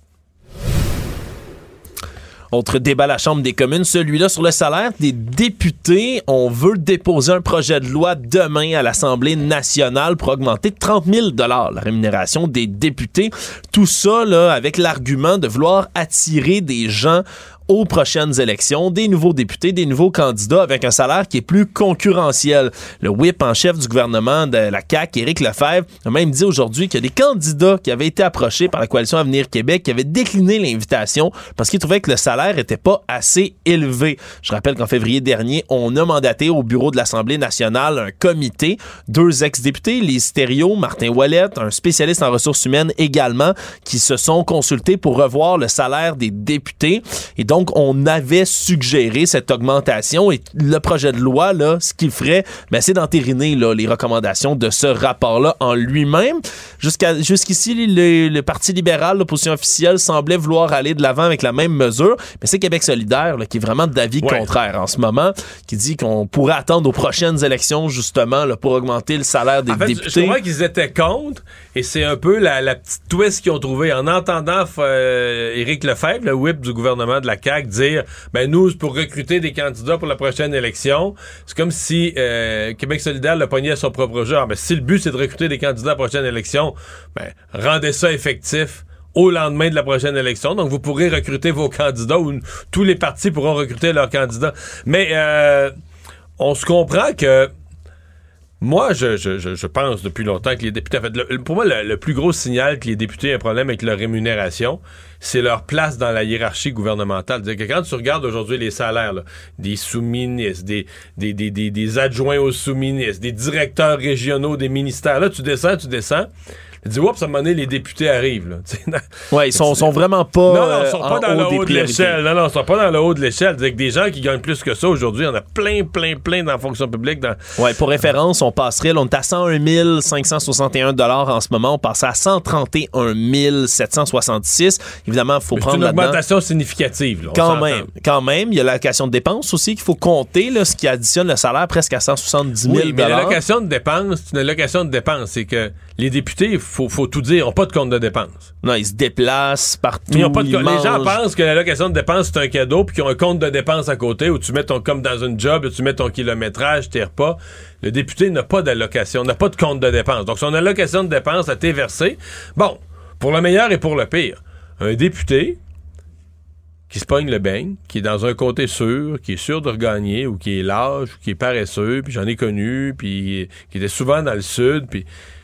Autre débat à la Chambre des communes, celui-là sur le salaire des députés. On veut déposer un projet de loi demain à l'Assemblée nationale pour augmenter de trente mille dollars la rémunération des députés. Tout ça là, avec l'argument de vouloir attirer des gens aux prochaines élections, des nouveaux députés, des nouveaux candidats avec un salaire qui est plus concurrentiel. Le whip en chef du gouvernement de la C A Q, Éric Lefebvre, a même dit aujourd'hui qu'il y a des candidats qui avaient été approchés par la Coalition Avenir Québec qui avaient décliné l'invitation parce qu'ils trouvaient que le salaire était pas assez élevé. Je rappelle qu'en février dernier, on a mandaté au bureau de l'Assemblée nationale un comité, deux ex-députés, Lise Thériault, Martin Ouellette, un spécialiste en ressources humaines également, qui se sont consultés pour revoir le salaire des députés. Et donc, Donc, on avait suggéré cette augmentation et le projet de loi, là, ce qu'il ferait, ben, c'est d'entériner là, les recommandations de ce rapport-là en lui-même. Jusqu'à, jusqu'ici, le, le Parti libéral, l'opposition officielle, semblait vouloir aller de l'avant avec la même mesure, mais c'est Québec solidaire là, qui est vraiment d'avis ouais. contraire en ce moment, qui dit qu'on pourrait attendre aux prochaines élections, justement, là, pour augmenter le salaire des en fait, députés. Je crois qu'ils étaient contre, et c'est un peu la, la petite twist qu'ils ont trouvée en entendant euh, Éric Lefebvre, le whip du gouvernement de la C A Q, dire, ben nous, pour recruter des candidats pour la prochaine élection, c'est comme si euh, Québec solidaire le pognait à son propre jeu. Ah, ben, si le but, c'est de recruter des candidats à la prochaine élection, ben, rendez ça effectif au lendemain de la prochaine élection. Donc, vous pourrez recruter vos candidats ou tous les partis pourront recruter leurs candidats. Mais euh, on se comprend que moi, je, je, je pense depuis longtemps que les députés... En fait, le, pour moi, le, le plus gros signal que les députés ont un problème avec leur rémunération, c'est leur place dans la hiérarchie gouvernementale. C'est-à-dire que quand tu regardes aujourd'hui les salaires là, des sous-ministres, des, des, des, des, des adjoints aux sous-ministres, des directeurs régionaux des ministères, là, tu descends, tu descends. Il dit, oups, à un moment donné, les députés arrivent. Là. Ouais, ils sont, sont vraiment pas. Non, non, ils sont euh, pas dans le haut haut de l'échelle. Non, non, ils sont pas dans le haut de l'échelle. C'est que des gens qui gagnent plus que ça aujourd'hui, il y en a plein, plein, plein dans la fonction publique. Dans... Ouais, pour référence, on passerait, là, on est à cent un mille cinq cent soixante et un dollars en ce moment. On passerait à cent trente et un mille sept cent soixante-six. Évidemment, il faut Mais prendre c'est une là-dedans. augmentation significative. Là, Quand même, quand même. Il y a l'allocation de dépenses aussi qu'il faut compter, là, ce qui additionne le salaire presque à cent soixante-dix mille. Oui, mais l'allocation de dépenses, c'est une allocation de dépenses. C'est que les députés, il faut, faut tout dire, n'ont pas de compte de dépenses. Non, ils se déplacent partout. Ils ont pas de ils co- les gens mangent. pensent que l'allocation de dépenses, c'est un cadeau, puis qu'ils ont un compte de dépenses à côté où tu mets ton, comme dans une job, tu mets ton kilométrage, tes repas. Le député n'a pas d'allocation, n'a pas de compte de dépenses. Donc, son allocation de dépenses a été versée. Bon, pour le meilleur et pour le pire. Un député qui se pogne le beigne, qui est dans un côté sûr, qui est sûr de regagner, ou qui est lâche, ou qui est paresseux, puis j'en ai connu, puis qui était souvent dans le sud, puis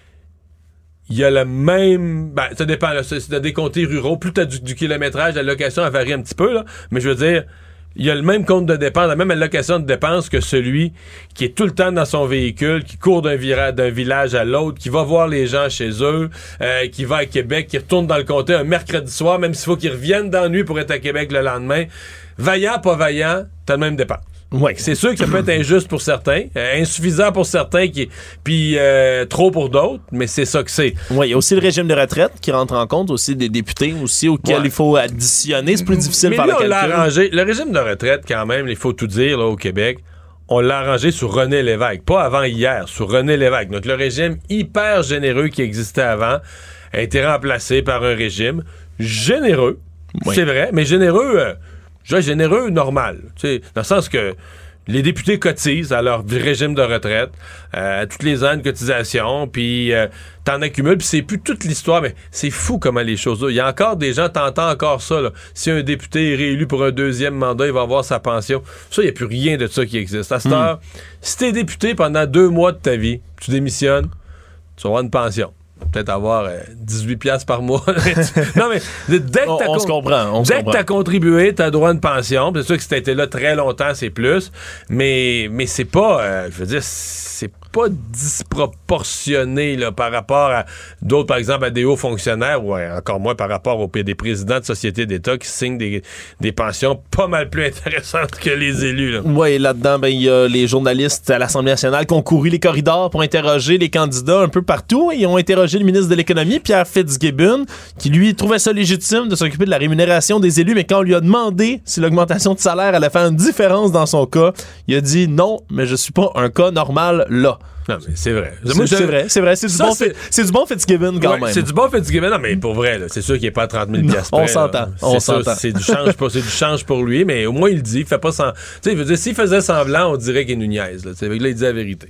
il y a le même... Ben, ça dépend, là, c'est, c'est des comtés ruraux. Plus tu as du, du kilométrage, l'allocation, elle varie un petit peu, là, mais je veux dire, il y a le même compte de dépenses, la même allocation de dépenses que celui qui est tout le temps dans son véhicule, qui court d'un, vira- d'un village à l'autre, qui va voir les gens chez eux, euh, qui va à Québec, qui retourne dans le comté un mercredi soir, même s'il faut qu'il revienne dans la nuit pour être à Québec le lendemain. Vaillant, pas vaillant, t'as le même dépense. Ouais. C'est sûr que ça peut être injuste pour certains, euh, insuffisant pour certains, qui, puis euh, trop pour d'autres, mais c'est ça que c'est. Oui, il y a aussi le régime de retraite qui rentre en compte, aussi des députés aussi auxquels Ouais. il faut additionner. C'est plus difficile de Mais faire là, le on l'a calcul. arrangé. Le régime de retraite, quand même, il faut tout dire, là, au Québec, on l'a arrangé sur René Lévesque, pas avant hier, sur René Lévesque. Donc, le régime hyper généreux qui existait avant a été remplacé par un régime généreux, Oui. c'est vrai, mais généreux, euh, je dirais généreux normal, tu sais, dans le sens que les députés cotisent à leur régime de retraite, euh, toutes les ans de cotisation, puis euh, t'en accumules, puis c'est plus toute l'histoire, mais c'est fou comment les choses... Il y a encore des gens, t'entends encore ça, là. Si un député est réélu pour un deuxième mandat, il va avoir sa pension. Ça, il n'y a plus rien de ça qui existe. À cette Mm. heure, si t'es député pendant deux mois de ta vie, tu démissionnes, tu vas avoir une pension. Peut-être avoir euh, dix-huit piastres par mois. Non, mais dès que On- t'as on se comprend, on se dès que comprend. t'as contribué, t'as droit à une pension. C'est sûr que si t'as été là très longtemps, c'est plus. Mais, mais c'est pas, euh, je veux dire, c'est pas disproportionné là, par rapport à d'autres, par exemple, à des hauts fonctionnaires, ou euh, encore moins par rapport aux des présidents de sociétés d'État qui signent des, des pensions pas mal plus intéressantes que les élus. Là. Oui, là-dedans, ben, il y a les journalistes à l'Assemblée nationale qui ont couru les corridors pour interroger les candidats un peu partout. Ils ont interrogé le ministre de l'Économie, Pierre Fitzgibbon, qui lui trouvait ça légitime de s'occuper de la rémunération des élus, mais quand on lui a demandé si l'augmentation de salaire allait faire une différence dans son cas, il a dit non, mais je suis pas un cas normal là. Non, mais c'est vrai. C'est, Moi, je- c'est vrai, c'est vrai. C'est du, Ça, bon, c'est- Fi- c'est du bon Fitzgibbon quand Ouais, même. C'est du bon Fitzgibbon. Non, mais pour vrai, là, c'est sûr qu'il n'est pas à trente mille piastres On près, s'entend, là. on C'est sûr, s'entend. C'est du change pour, c'est du change pour lui, mais au moins il le dit. Il fait pas sans. Tu sais, il veut dire, s'il faisait semblant, on dirait qu'il nous niaise. Là, Tu sais, là, il dit la vérité.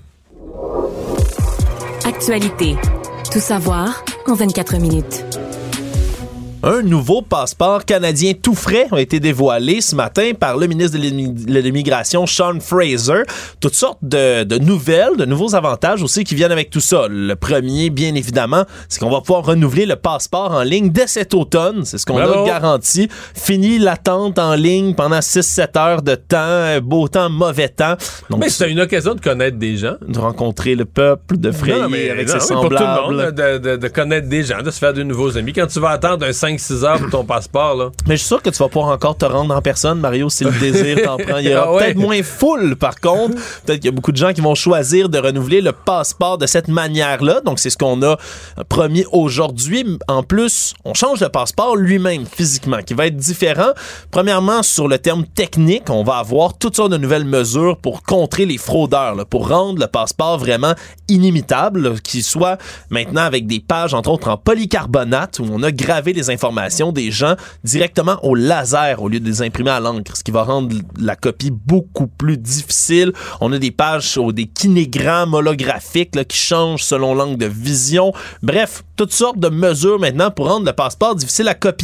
Actualité. Tout savoir en vingt-quatre minutes. Un nouveau passeport canadien tout frais a été dévoilé ce matin par le ministre de l'Immi- de l'Immigration, Sean Fraser. Toutes sortes de, de nouvelles, de nouveaux avantages aussi qui viennent avec tout ça. Le premier, bien évidemment, c'est qu'on va pouvoir renouveler le passeport en ligne dès cet automne. C'est ce qu'on Bravo. a garanti. Fini l'attente en ligne pendant six sept heures de temps, beau temps, mauvais temps. Donc, Mais c'est une occasion de connaître des gens. de rencontrer le peuple, de frayer Non, mais, avec non, ses mais pour tout le semblables. monde, de, de- de connaître des gens, de se faire de nouveaux amis. Quand tu vas attendre un cinq six heures pour ton passeport, là. Mais je suis sûr que tu vas pouvoir encore te rendre en personne, Mario, si le désir t'en prend. Il y aura Ah ouais. peut-être moins foule, par contre. Peut-être qu'il y a beaucoup de gens qui vont choisir de renouveler le passeport de cette manière-là. Donc, c'est ce qu'on a promis aujourd'hui. En plus, on change le passeport lui-même, physiquement, qui va être différent. Premièrement, sur le terme technique, on va avoir toutes sortes de nouvelles mesures pour contrer les fraudeurs, là, pour rendre le passeport vraiment inimitable, là, qu'il soit maintenant avec des pages, entre autres, en polycarbonate, où on a gravé les informations des gens directement au laser au lieu de les imprimer à l'encre, ce qui va rendre la copie beaucoup plus difficile. On a des pages ou des kinégrammes holographiques là, qui changent selon l'angle de vision. Bref, toutes sortes de mesures maintenant pour rendre le passeport difficile à copier.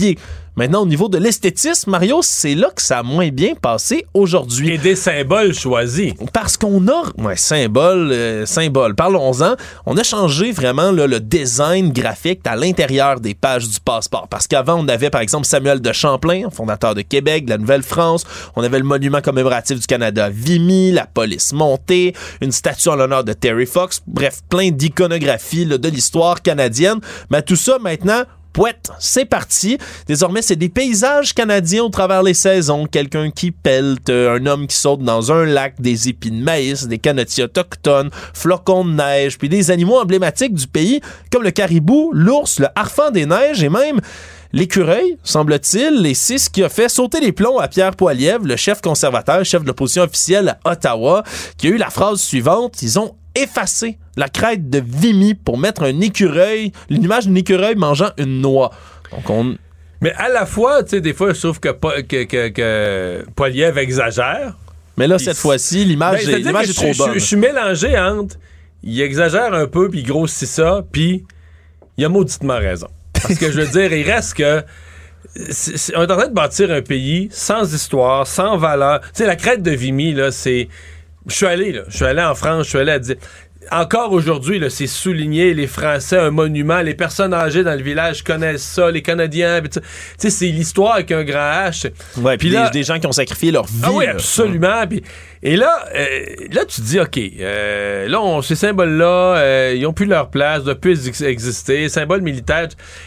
Maintenant, au niveau de l'esthétisme, Mario, c'est là que ça a moins bien passé aujourd'hui. Et des symboles choisis. Parce qu'on a... Ouais, symbole, euh, symbole. Parlons-en. On a changé vraiment là, le design graphique à l'intérieur des pages du passeport. Parce qu'avant, on avait, par exemple, Samuel de Champlain, fondateur de Québec, de la Nouvelle-France. On avait le monument commémoratif du Canada, Vimy, la police montée, une statue en l'honneur de Terry Fox. Bref, plein d'iconographie là, de l'histoire canadienne. Mais tout ça, maintenant... Pouette, c'est parti. Désormais, c'est des paysages canadiens au travers les saisons. Quelqu'un qui pelte, un homme qui saute dans un lac, des épis de maïs, des canotiers autochtones, flocons de neige, puis des animaux emblématiques du pays comme le caribou, l'ours, le harfang des neiges et même l'écureuil, semble-t-il. Et c'est ce qui a fait sauter les plombs à Pierre Poilievre, le chef conservateur, chef de l'opposition officielle à Ottawa, qui a eu la phrase suivante. Ils ont effacé la crête de Vimy pour mettre un écureuil, l'image d'un écureuil mangeant une noix. Donc on... Mais à la fois, tu sais, des fois, je trouve que, que, que, que Poilievre exagère. Mais là, Puis cette fois-ci, l'image, ben, est, l'image est trop je, bonne. Je, je suis mélangé entre il exagère un peu, puis il grossit ça, puis il a mauditement raison. Parce que je veux dire, il reste que c'est, c'est, on est en train de bâtir un pays sans histoire, sans valeur. Tu sais, la crête de Vimy, là, c'est... Je suis allé, là. Je suis allé en France, je suis allé à dire... Encore aujourd'hui, là, c'est souligné, les Français, un monument, les personnes âgées dans le village connaissent ça, les Canadiens, tu sais, c'est l'histoire avec un grand H. Ouais, puis des, des gens qui ont sacrifié leur vie. Ah oui, là. absolument. Pis, et là, euh, là, tu te dis, OK, euh, là, on, ces symboles-là, euh, ils n'ont plus leur place, ils ne doivent plus ex- exister. Symboles militaires,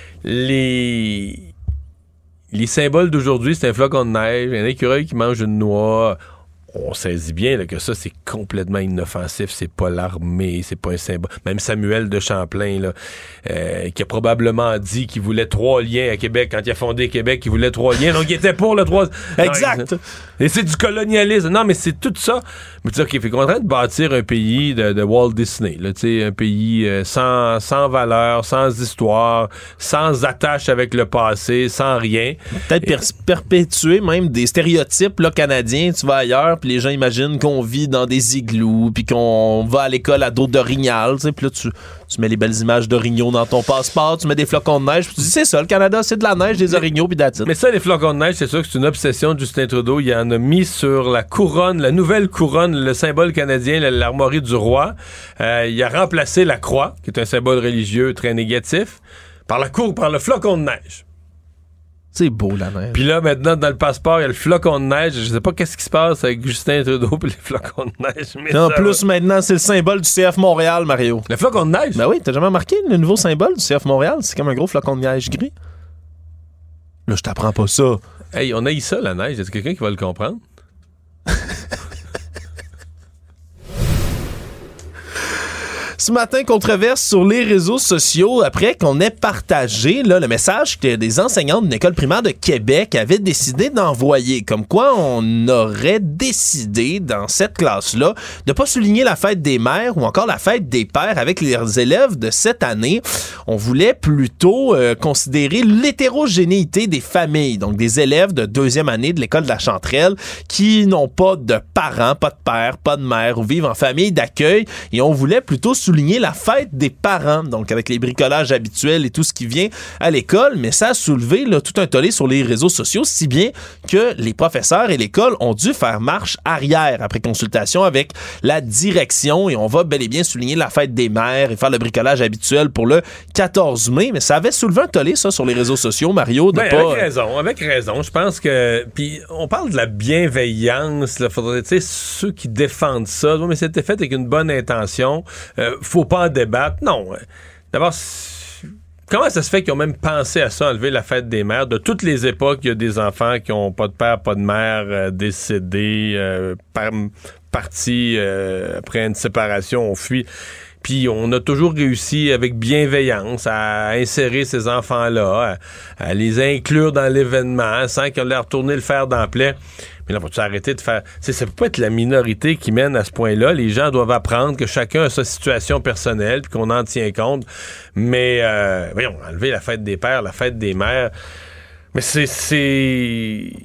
les... les symboles d'aujourd'hui, c'est un flocon de neige, un écureuil qui mange une noix. On saisit bien là, que ça, c'est complètement inoffensif. C'est pas l'armée, c'est pas un symbole. Même Samuel de Champlain, là, euh, qui a probablement dit qu'il voulait trois liens à Québec. Quand il a fondé Québec, il voulait trois liens. Donc, il était pour le trois... Exact. Non, et c'est du colonialisme. Non, mais c'est tout ça. Mais tu dis, OK, fait qu'on est en train de bâtir un pays de, de Walt Disney. Là, un pays euh, sans, sans valeur, sans histoire, sans attache avec le passé, sans rien. Peut-être per- perpétuer même des stéréotypes là, canadiens. Tu vas ailleurs, puis les gens imaginent qu'on vit dans des igloos, puis qu'on va à l'école à dos d'orignal, tu sais, puis là, tu, tu mets les belles images d'orignaux dans ton passeport, tu mets des flocons de neige, puis tu dis, c'est ça, le Canada, c'est de la neige, des orignaux, puis that's it. Mais ça, les flocons de neige, c'est sûr que c'est une obsession de Justin Trudeau. Il en a mis sur la couronne, la nouvelle couronne, le symbole canadien, l'armoirie du roi. Euh, il a remplacé la croix, qui est un symbole religieux très négatif, par la cour, par le flocon de neige. C'est beau, la neige. Puis là, maintenant, dans le passeport, il y a le flocon de neige. Je sais pas qu'est-ce qui se passe avec Justin Trudeau et les flocons de neige. Mais en ça, plus, ouais. Maintenant, c'est le symbole du C F Montréal, Mario. Le flocon de neige? Ben oui, t'as jamais remarqué le nouveau symbole du C F Montréal? C'est comme un gros flocon de neige gris. Là, je t'apprends pas ça. Hey, on a eu ça, la neige. Est-ce quelqu'un qui va le comprendre? Ce matin, controverse sur les réseaux sociaux après qu'on ait partagé là, le message que des enseignants d'une école primaire de Québec avaient décidé d'envoyer. Comme quoi, on aurait décidé dans cette classe-là de pas souligner la fête des mères ou encore la fête des pères avec les élèves de cette année. On voulait plutôt euh, considérer l'hétérogénéité des familles, donc des élèves de deuxième année de l'école de la Chanterelle qui n'ont pas de parents, pas de père, pas de mère ou vivent en famille d'accueil. Et on voulait plutôt souligner la fête des parents, donc avec les bricolages habituels et tout ce qui vient à l'école, mais ça a soulevé là, tout un tollé sur les réseaux sociaux, si bien que les professeurs et l'école ont dû faire marche arrière après consultation avec la direction et on va bel et bien souligner la fête des mères et faire le bricolage habituel pour le quatorze mai, mais ça avait soulevé un tollé, ça, sur les réseaux sociaux, Mario, de ben, pas... Avec raison, avec raison. Je pense que... Puis on parle de la bienveillance, là, faudrait, tu sais, ceux qui défendent ça, mais c'était fait avec une bonne intention. Euh, faut pas en débattre. Non. D'abord, comment ça se fait qu'ils ont même pensé à ça, enlever la fête des mères? De toutes les époques, il y a des enfants qui ont pas de père, pas de mère, euh, décédés, euh, par, partis euh, après une séparation, on fuit. Puis on a toujours réussi avec bienveillance à insérer ces enfants-là, à, à les inclure dans l'événement sans qu'on leur retourne le fer dans la plaie. Mais là, faut-tu arrêter de faire... T'sais, ça peut pas être la minorité qui mène à ce point-là. Les gens doivent apprendre que chacun a sa situation personnelle puis qu'on en tient compte. Mais, euh, voyons, enlever la fête des pères, la fête des mères... Mais c'est... c'est...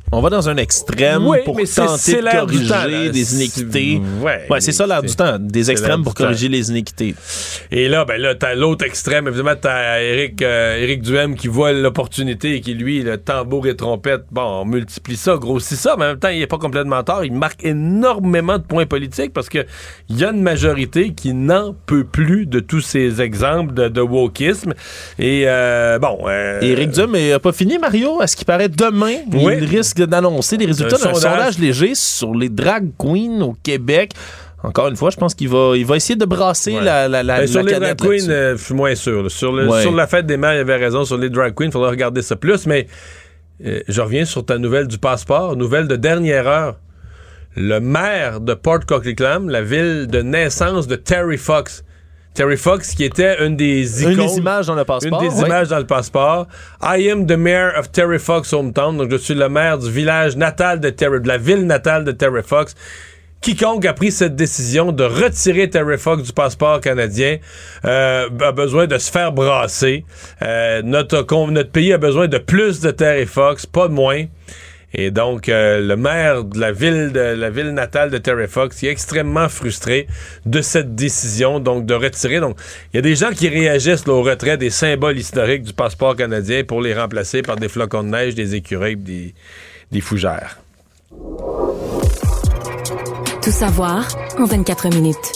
On va dans un extrême oui, pour mais c'est, tenter c'est de corriger temps, là. des iniquités. C'est, ouais, ouais, c'est ça l'air du temps. Des extrêmes pour corriger temps. les iniquités. Et là, ben là, t'as l'autre extrême. Évidemment, t'as Éric, euh, Éric Duhem qui voit l'opportunité et qui, lui, le tambour et trompette, bon, on multiplie ça, grossit ça, mais en même temps, il est pas complètement tort. Il marque énormément de points politiques parce que il y a une majorité qui n'en peut plus de tous ces exemples de, de wokisme. Et euh, bon... Euh, Éric Duhem n'a pas fini, Mario. À ce qui paraît, demain, oui. il risque d'annoncer les résultats un d'un sondage. sondage léger sur les drag queens au Québec. Encore une fois, je pense qu'il va, il va essayer de brasser ouais. la, la, la, ben, sur la les drag queens, euh, je suis moins sûr. Là. Sur, le, ouais. sur la fête des mères, il avait raison. Sur les drag queens, il faudra regarder ça plus. Mais euh, je reviens sur ta nouvelle du passeport. Nouvelle de dernière heure. Le maire de Port Coquitlam, la ville de naissance de Terry Fox. Terry Fox, qui était une des icônes. Une des images dans le passeport. Une des oui. images dans le passeport. I am the mayor of Terry Fox hometown. Donc, je suis le maire du village natal de Terry, de la ville natale de Terry Fox. Quiconque a pris cette décision de retirer Terry Fox du passeport canadien euh, a besoin de se faire brasser. Euh, notre, notre pays a besoin de plus de Terry Fox, pas de moins. Et donc, euh, le maire de la ville de la ville natale de Terry Fox est extrêmement frustré de cette décision, donc de retirer. Donc, il y a des gens qui réagissent là, au retrait des symboles historiques du passeport canadien pour les remplacer par des flocons de neige, des écureuils, des, des fougères. Tout savoir en vingt-quatre minutes.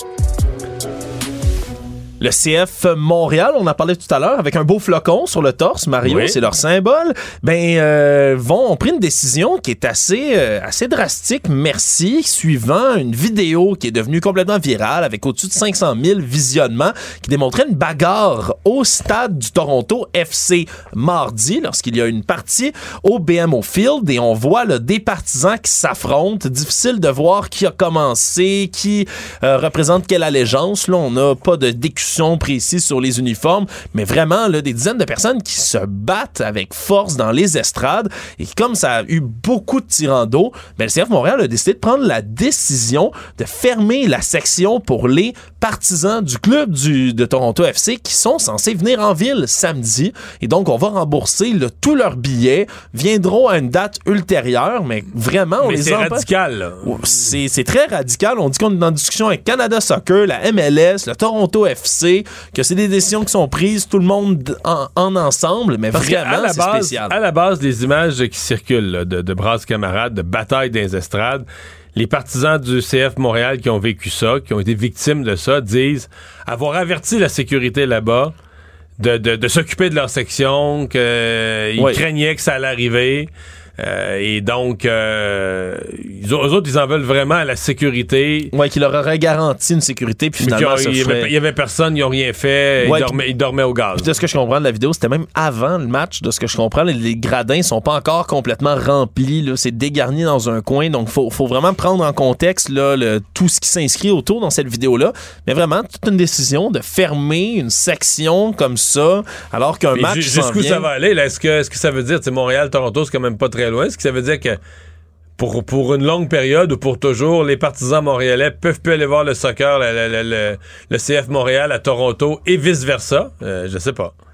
Le C F Montréal, on en parlait tout à l'heure, avec un beau flocon sur le torse, Mario, oui. c'est leur symbole, ben, euh, vont, ont pris une décision qui est assez, euh, assez drastique, merci, suivant une vidéo qui est devenue complètement virale, avec au-dessus de cinq cent mille visionnements, qui démontrait une bagarre au stade du Toronto F C mardi, lorsqu'il y a une partie au B M O Field, et on voit là, des partisans qui s'affrontent, difficile de voir qui a commencé, qui euh, représente quelle allégeance, là, on n'a pas de discussion précise sur les uniformes, mais vraiment là, des dizaines de personnes qui se battent avec force dans les estrades, et comme ça a eu beaucoup de tirants d'eau, ben, le C F Montréal a décidé de prendre la décision de fermer la section pour les partisans du club du, de Toronto F C qui sont censés venir en ville samedi, et donc on va rembourser là, tous leurs billets, viendront à une date ultérieure, mais vraiment on mais les c'est empêche. radical là. C'est, c'est très radical, on dit qu'on est en discussion avec Canada Soccer, la M L S, le Toronto F C, que c'est des décisions qui sont prises tout le monde en, en ensemble, mais parce vraiment, la c'est base, spécial. À la base, les images qui circulent là, de, de brasses camarades, de batailles dans les estrades, les partisans du C F Montréal qui ont vécu ça, qui ont été victimes de ça, disent avoir averti la sécurité là-bas de, de, de s'occuper de leur section, qu'ils euh, oui. craignaient que ça allait arriver. Euh, et donc, euh, ils, eux autres, ils en veulent vraiment à la sécurité. Ouais, qu'il leur aurait garanti une sécurité, puis finalement, il y, ferait... y avait personne, ils n'ont rien fait, ouais, ils, dormaient, ils dormaient au gaz. Puis de ce que je comprends de la vidéo, c'était même avant le match, de ce que je comprends, les, les gradins sont pas encore complètement remplis, là, c'est dégarni dans un coin, donc faut, faut vraiment prendre en contexte là, le, tout ce qui s'inscrit autour dans cette vidéo-là, mais vraiment, toute une décision de fermer une section comme ça, alors qu'un mais match j- jusqu'où vient... ça va aller, là, est-ce que, est-ce que ça veut dire, tu sais, Montréal, Toronto, c'est quand même pas très loin. Est-ce que ça veut dire que pour, pour une longue période ou pour toujours, les partisans montréalais peuvent plus aller voir le soccer, le, le, le, le C F Montréal à Toronto et vice-versa? Euh, je sais pas.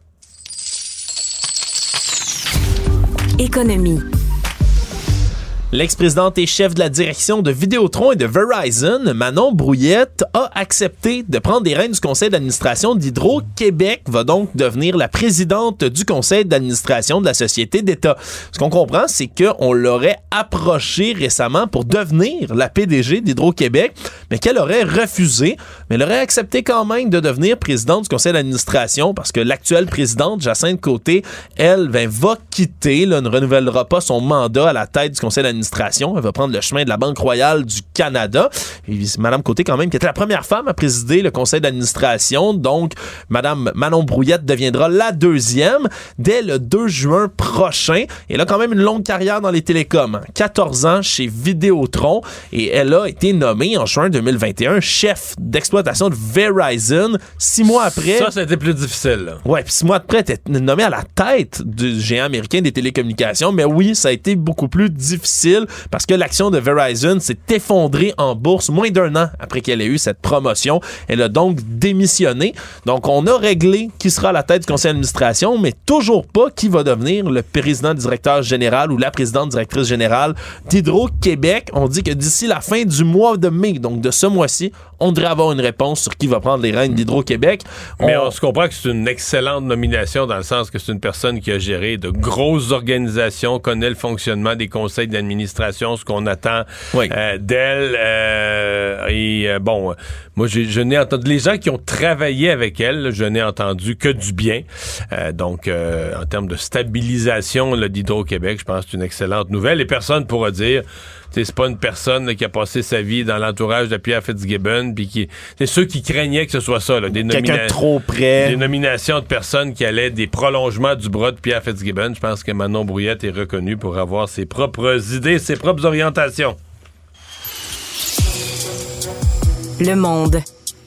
Économie. L'ex-présidente et chef de la direction de Vidéotron et de Verizon, Manon Brouillette, a accepté de prendre les rênes du conseil d'administration d'Hydro-Québec, va donc devenir la présidente du conseil d'administration de la société d'État. Ce qu'on comprend, c'est qu'on l'aurait approchée récemment pour devenir la P D G d'Hydro-Québec, mais qu'elle aurait refusé, mais elle aurait accepté quand même de devenir présidente du conseil d'administration parce que l'actuelle présidente, Jacinthe Côté, elle, ben, va quitter, là, ne renouvellera pas son mandat à la tête du conseil d'administration. Elle va prendre le chemin de la Banque Royale du Canada. Et Mme Côté, quand même, qui était la première femme à présider le conseil d'administration. Donc, Mme Manon Brouillette deviendra la deuxième dès le deux juin prochain. Elle a quand même une longue carrière dans les télécoms. quatorze ans chez Vidéotron. Et elle a été nommée en juin deux mille vingt et un chef d'exploitation de Verizon. Six mois après... Ça, ça a été plus difficile. Là. Ouais, puis six mois après, elle était nommée à la tête du géant américain des télécommunications. Mais oui, ça a été beaucoup plus difficile fragile parce que l'action de Verizon s'est effondrée en bourse moins d'un an après qu'elle ait eu cette promotion. Elle a donc démissionné. Donc, on a réglé qui sera à la tête du conseil d'administration, mais toujours pas qui va devenir le président directeur général ou la présidente directrice générale d'Hydro-Québec. On dit que d'ici la fin du mois de mai, donc de ce mois-ci, on devrait avoir une réponse sur qui va prendre les rênes d'Hydro-Québec. Mais on... on se comprend que c'est une excellente nomination dans le sens que c'est une personne qui a géré de grosses organisations, connaît le fonctionnement des conseils d'administration, ce qu'on attend oui. euh, d'elle. Euh, et euh, bon, moi, j'ai, je n'ai entendu les gens qui ont travaillé avec elle, je n'ai entendu que du bien. Euh, donc, euh, en termes de stabilisation là, d'Hydro-Québec, je pense que c'est une excellente nouvelle. Et personne pourra dire... T'sais, c'est pas une personne là, qui a passé sa vie dans l'entourage de Pierre Fitzgibbon, puis qui, c'est ceux qui craignaient que ce soit ça, là, des quelqu'un nomina- trop près, des nominations de personnes qui allaient des prolongements du bras de Pierre Fitzgibbon. Je pense que Manon Brouillette est reconnue pour avoir ses propres idées, ses propres orientations. Le Monde.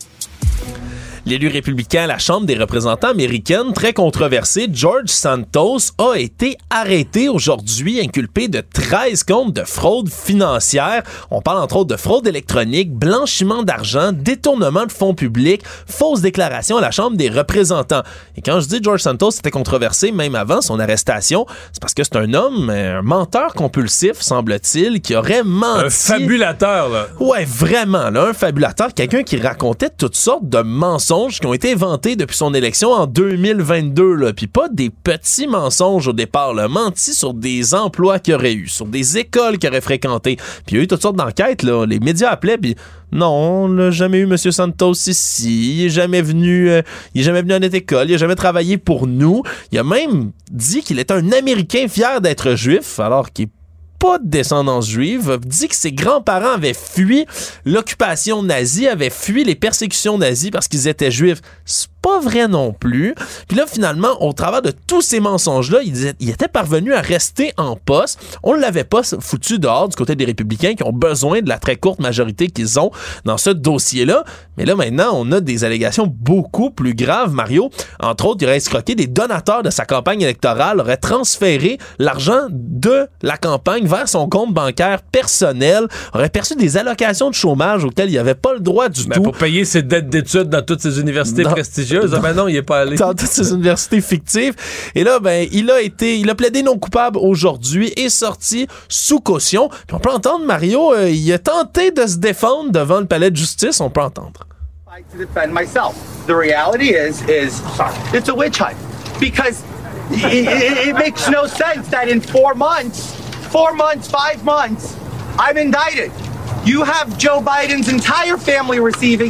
L'élu républicain à la Chambre des représentants américaine, très controversé, George Santos, a été arrêté aujourd'hui, inculpé de treize comptes de fraude financière. On parle entre autres de fraude électronique, blanchiment d'argent, détournement de fonds publics, fausse déclaration à la Chambre des représentants. Et quand je dis George Santos, c'était controversé même avant son arrestation, c'est parce que c'est un homme, un menteur compulsif, semble-t-il, qui aurait menti. Un fabulateur, là. Ouais, vraiment, là, un fabulateur, quelqu'un qui racontait toutes sortes de mensonges qui ont été inventés depuis son élection en deux mille vingt-deux, là, puis pas des petits mensonges au départ, là, menti sur des emplois qu'il aurait eu, sur des écoles qu'il aurait fréquentées, puis il y a eu toutes sortes d'enquêtes, là, les médias appelaient, puis non, on n'a jamais eu M. Santos ici, il est jamais venu, euh, il est jamais venu à notre école, il a jamais travaillé pour nous, il a même dit qu'il était un Américain fier d'être juif, alors qu'il est pas de descendance juive, dit que ses grands-parents avaient fui l'occupation nazie, avaient fui les persécutions nazies parce qu'ils étaient juifs. C'est pas vrai non plus. Puis là, finalement, au travers de tous ces mensonges-là, il, disait, il était parvenu à rester en poste. On ne l'avait pas foutu dehors du côté des républicains qui ont besoin de la très courte majorité qu'ils ont dans ce dossier-là. Mais là, maintenant, on a des allégations beaucoup plus graves, Mario. Entre autres, il aurait escroqué des donateurs de sa campagne électorale, aurait transféré l'argent de la campagne vers son compte bancaire personnel, aurait perçu des allocations de chômage auxquelles il n'avait pas le droit du ben tout. Pour payer ses dettes d'études dans toutes ces universités dans, prestigieuses. Dans, ah ben non, il est pas allé. Dans toutes ces universités fictives. Et là, ben, il a été, il a plaidé non coupable aujourd'hui et sorti sous caution. Puis on peut entendre Mario, euh, il a tenté de se défendre devant le palais de justice. On peut entendre. To defend myself. The reality is, is it's a witch hunt because it, it, it makes no sense that in four months, four months, five months, I'm indicted. You have Joe Biden's entire family receiving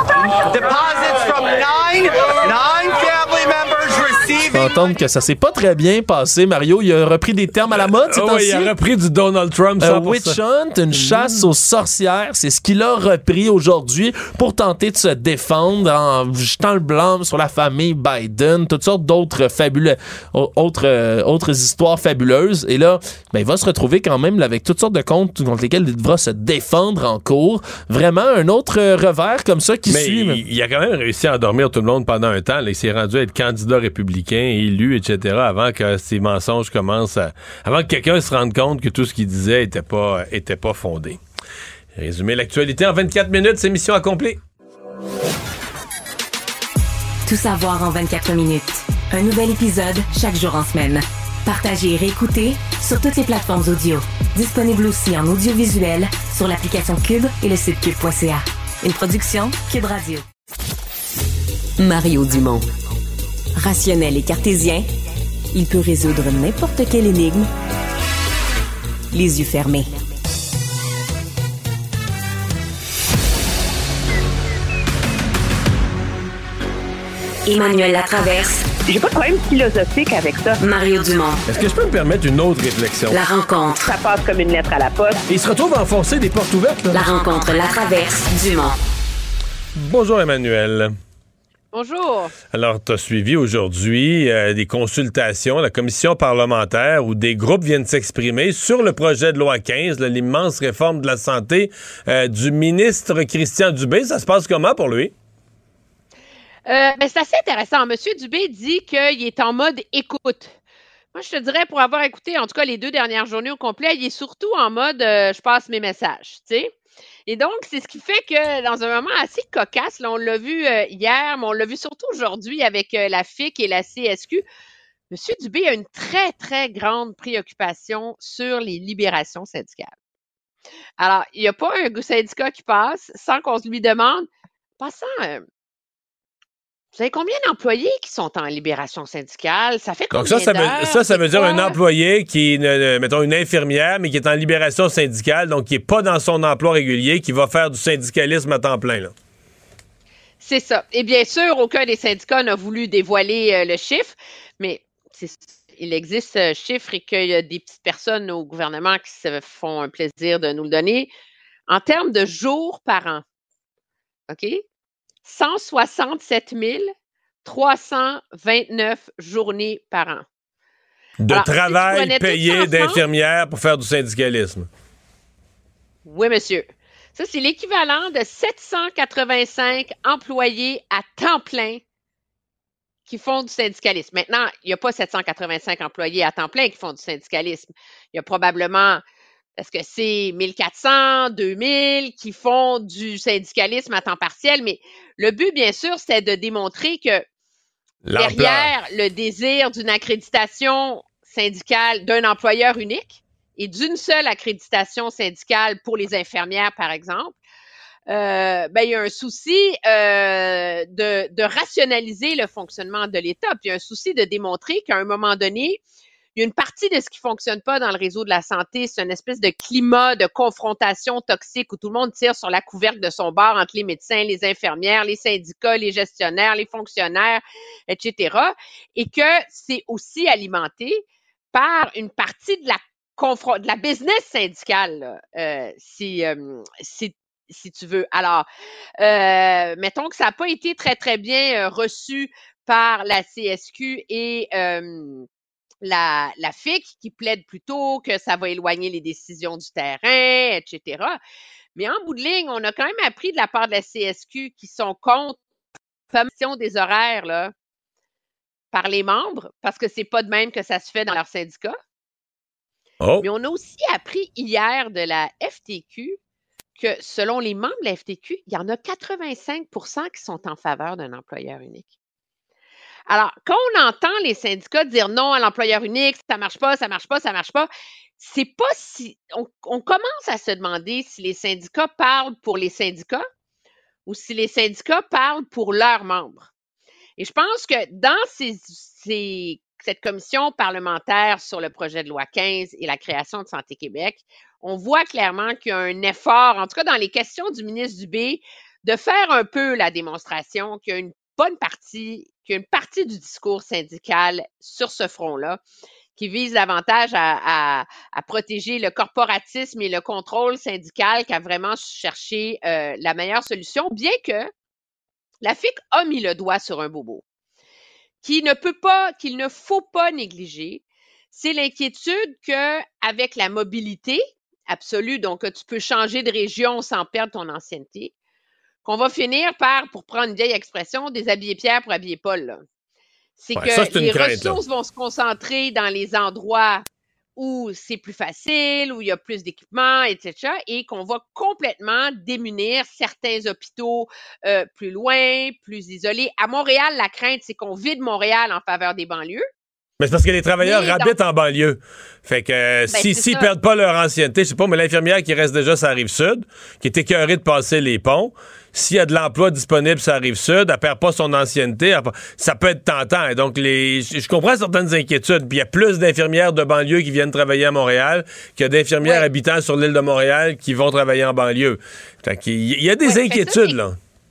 deposits from nine, nine family members receiving. Tu peux entendre que ça s'est pas très bien passé, Mario. Il a repris des termes à la mode, c'est oh, oui, il a repris du Donald Trump. Un witch hunt, une chasse aux sorcières, c'est ce qu'il a repris aujourd'hui pour tenter de se défendre en jetant le blâme sur la famille Biden, toutes sortes d'autres fabuleux, autres, euh, autres histoires fabuleuses. Et là, ben, il va se retrouver quand même là, avec toutes sortes de comptes contre lesquels il devra se défendre en cours. Vraiment, un autre revers comme ça qui mais suit. Il, il a quand même réussi à endormir tout le monde pendant un temps. Là, il s'est rendu à être candidat républicain, élu, et cetera, avant que ces mensonges commencent à... avant que quelqu'un se rende compte que tout ce qu'il disait était pas, était pas fondé. Résumer l'actualité en vingt-quatre minutes, c'est mission accomplie. Tout savoir en vingt-quatre minutes. Un nouvel épisode chaque jour en semaine. Partagez et réécoutez sur toutes les plateformes audio. Disponible aussi en audiovisuel sur l'application Cube et le site cube point c a. Une production Cube Radio. Mario Dumont. Rationnel et cartésien, il peut résoudre n'importe quelle énigme les yeux fermés. Emmanuel Latraverse. J'ai pas de problème philosophique avec ça. Mario Dumont. Est-ce que je peux me permettre une autre réflexion? La rencontre. Ça passe comme une lettre à la poste. Et il se retrouve à enfoncer des portes ouvertes. Là. La rencontre Latraverse Dumont. Bonjour Emmanuel. Bonjour. Alors, tu as suivi aujourd'hui euh, des consultations à la commission parlementaire où des groupes viennent s'exprimer sur le projet de loi quinze, là, l'immense réforme de la santé euh, du ministre Christian Dubé. Ça se passe comment pour lui? Euh, ben, c'est assez intéressant. Monsieur Dubé dit qu'il est en mode écoute. Moi, je te dirais, pour avoir écouté, en tout cas, les deux dernières journées au complet, il est surtout en mode euh, je passe mes messages, tu sais. Et donc, c'est ce qui fait que dans un moment assez cocasse, là, on l'a vu euh, hier, mais on l'a vu surtout aujourd'hui avec euh, la F I C et la C S Q, M. Dubé a une très, très grande préoccupation sur les libérations syndicales. Alors, il n'y a pas un syndicat qui passe sans qu'on lui demande, passant, euh, vous savez combien d'employés qui sont en libération syndicale? Ça fait combien Donc ça, ça d'heures? veut, ça, ça veut dire quoi? un employé qui, ne, mettons, une infirmière, mais qui est en libération syndicale, donc qui n'est pas dans son emploi régulier, qui va faire du syndicalisme à temps plein, là. C'est ça. Et bien sûr, aucun des syndicats n'a voulu dévoiler euh, le chiffre, mais c'est, il existe ce chiffre et qu'il y a des petites personnes au gouvernement qui se font un plaisir de nous le donner. En termes de jours par an, OK? cent soixante-sept mille trois cent vingt-neuf journées par an. De Alors, travail si tu payé d'infirmière pour faire du syndicalisme. Oui, monsieur. Ça, c'est l'équivalent de sept cent quatre-vingt-cinq employés à temps plein qui font du syndicalisme. Maintenant, il n'y a pas sept cent quatre-vingt-cinq employés à temps plein qui font du syndicalisme. Il y a probablement, est-ce que c'est mille quatre cents, deux mille qui font du syndicalisme à temps partiel, mais le but, bien sûr, c'est de démontrer que L'ampleur. derrière le désir d'une accréditation syndicale d'un employeur unique et d'une seule accréditation syndicale pour les infirmières, par exemple, euh, ben, il y a un souci euh, de, de rationaliser le fonctionnement de l'État, puis il y a un souci de démontrer qu'à un moment donné, il y a une partie de ce qui fonctionne pas dans le réseau de la santé, c'est une espèce de climat de confrontation toxique où tout le monde tire sur la couvercle de son bord entre les médecins, les infirmières, les syndicats, les gestionnaires, les fonctionnaires, et cetera. Et que c'est aussi alimenté par une partie de la confron- de la business syndicale, là, euh, si, euh, si, si tu veux. Alors, euh, mettons que ça n'a pas été très, très bien euh, reçu par la C S Q et euh, La, la F I C qui plaide plutôt que ça va éloigner les décisions du terrain, et cetera. Mais en bout de ligne, on a quand même appris de la part de la C S Q qui sont contre la formation des horaires là, par les membres, parce que c'est pas de même que ça se fait dans leur syndicat. Oh. Mais on a aussi appris hier de la F T Q que selon les membres de la F T Q, il y en a quatre-vingt-cinq pour cent qui sont en faveur d'un employeur unique. Alors, quand on entend les syndicats dire non à l'employeur unique, ça marche pas, ça marche pas, ça marche pas, c'est pas si... On, on commence à se demander si les syndicats parlent pour les syndicats ou si les syndicats parlent pour leurs membres. Et je pense que dans ces, ces, cette commission parlementaire sur le projet de loi quinze et la création de Santé Québec, on voit clairement qu'il y a un effort, en tout cas dans les questions du ministre Dubé, de faire un peu la démonstration qu'il y a une bonne partie, qu'il y a une partie du discours syndical sur ce front-là qui vise davantage à, à, à protéger le corporatisme et le contrôle syndical qu'à vraiment chercher euh, la meilleure solution, bien que la F I C a mis le doigt sur un bobo qui ne peut pas, qu'il ne faut pas négliger, c'est l'inquiétude qu'avec la mobilité absolue, donc que tu peux changer de région sans perdre ton ancienneté, qu'on va finir par, pour prendre une vieille expression, déshabiller Pierre pour habiller Paul. Là. C'est Ouais, que ça, c'est une les crainte, ressources là. vont se concentrer dans les endroits où c'est plus facile, où il y a plus d'équipements, et cetera, et qu'on va complètement démunir certains hôpitaux euh, plus loin, plus isolés. À Montréal, la crainte, c'est qu'on vide Montréal en faveur des banlieues. Mais c'est parce que les travailleurs Mais habitent dans- en banlieue. Fait que euh, Ben, si, c'est s'ils ça. perdent pas leur ancienneté, je sais pas, mais l'infirmière qui reste déjà sur la rive sud, qui est écœurée de passer les ponts, s'il y a de l'emploi disponible sur la rive sud, elle perd pas son ancienneté, elle- ça peut être tentant. Et donc, les, je je comprends certaines inquiétudes. Puis il y a plus d'infirmières de banlieue qui viennent travailler à Montréal qu'il y a d'infirmières Ouais. habitant sur l'île de Montréal qui vont travailler en banlieue. Fait qu'il y- il y a des Ouais, fait que ça, inquiétudes, c'est- là.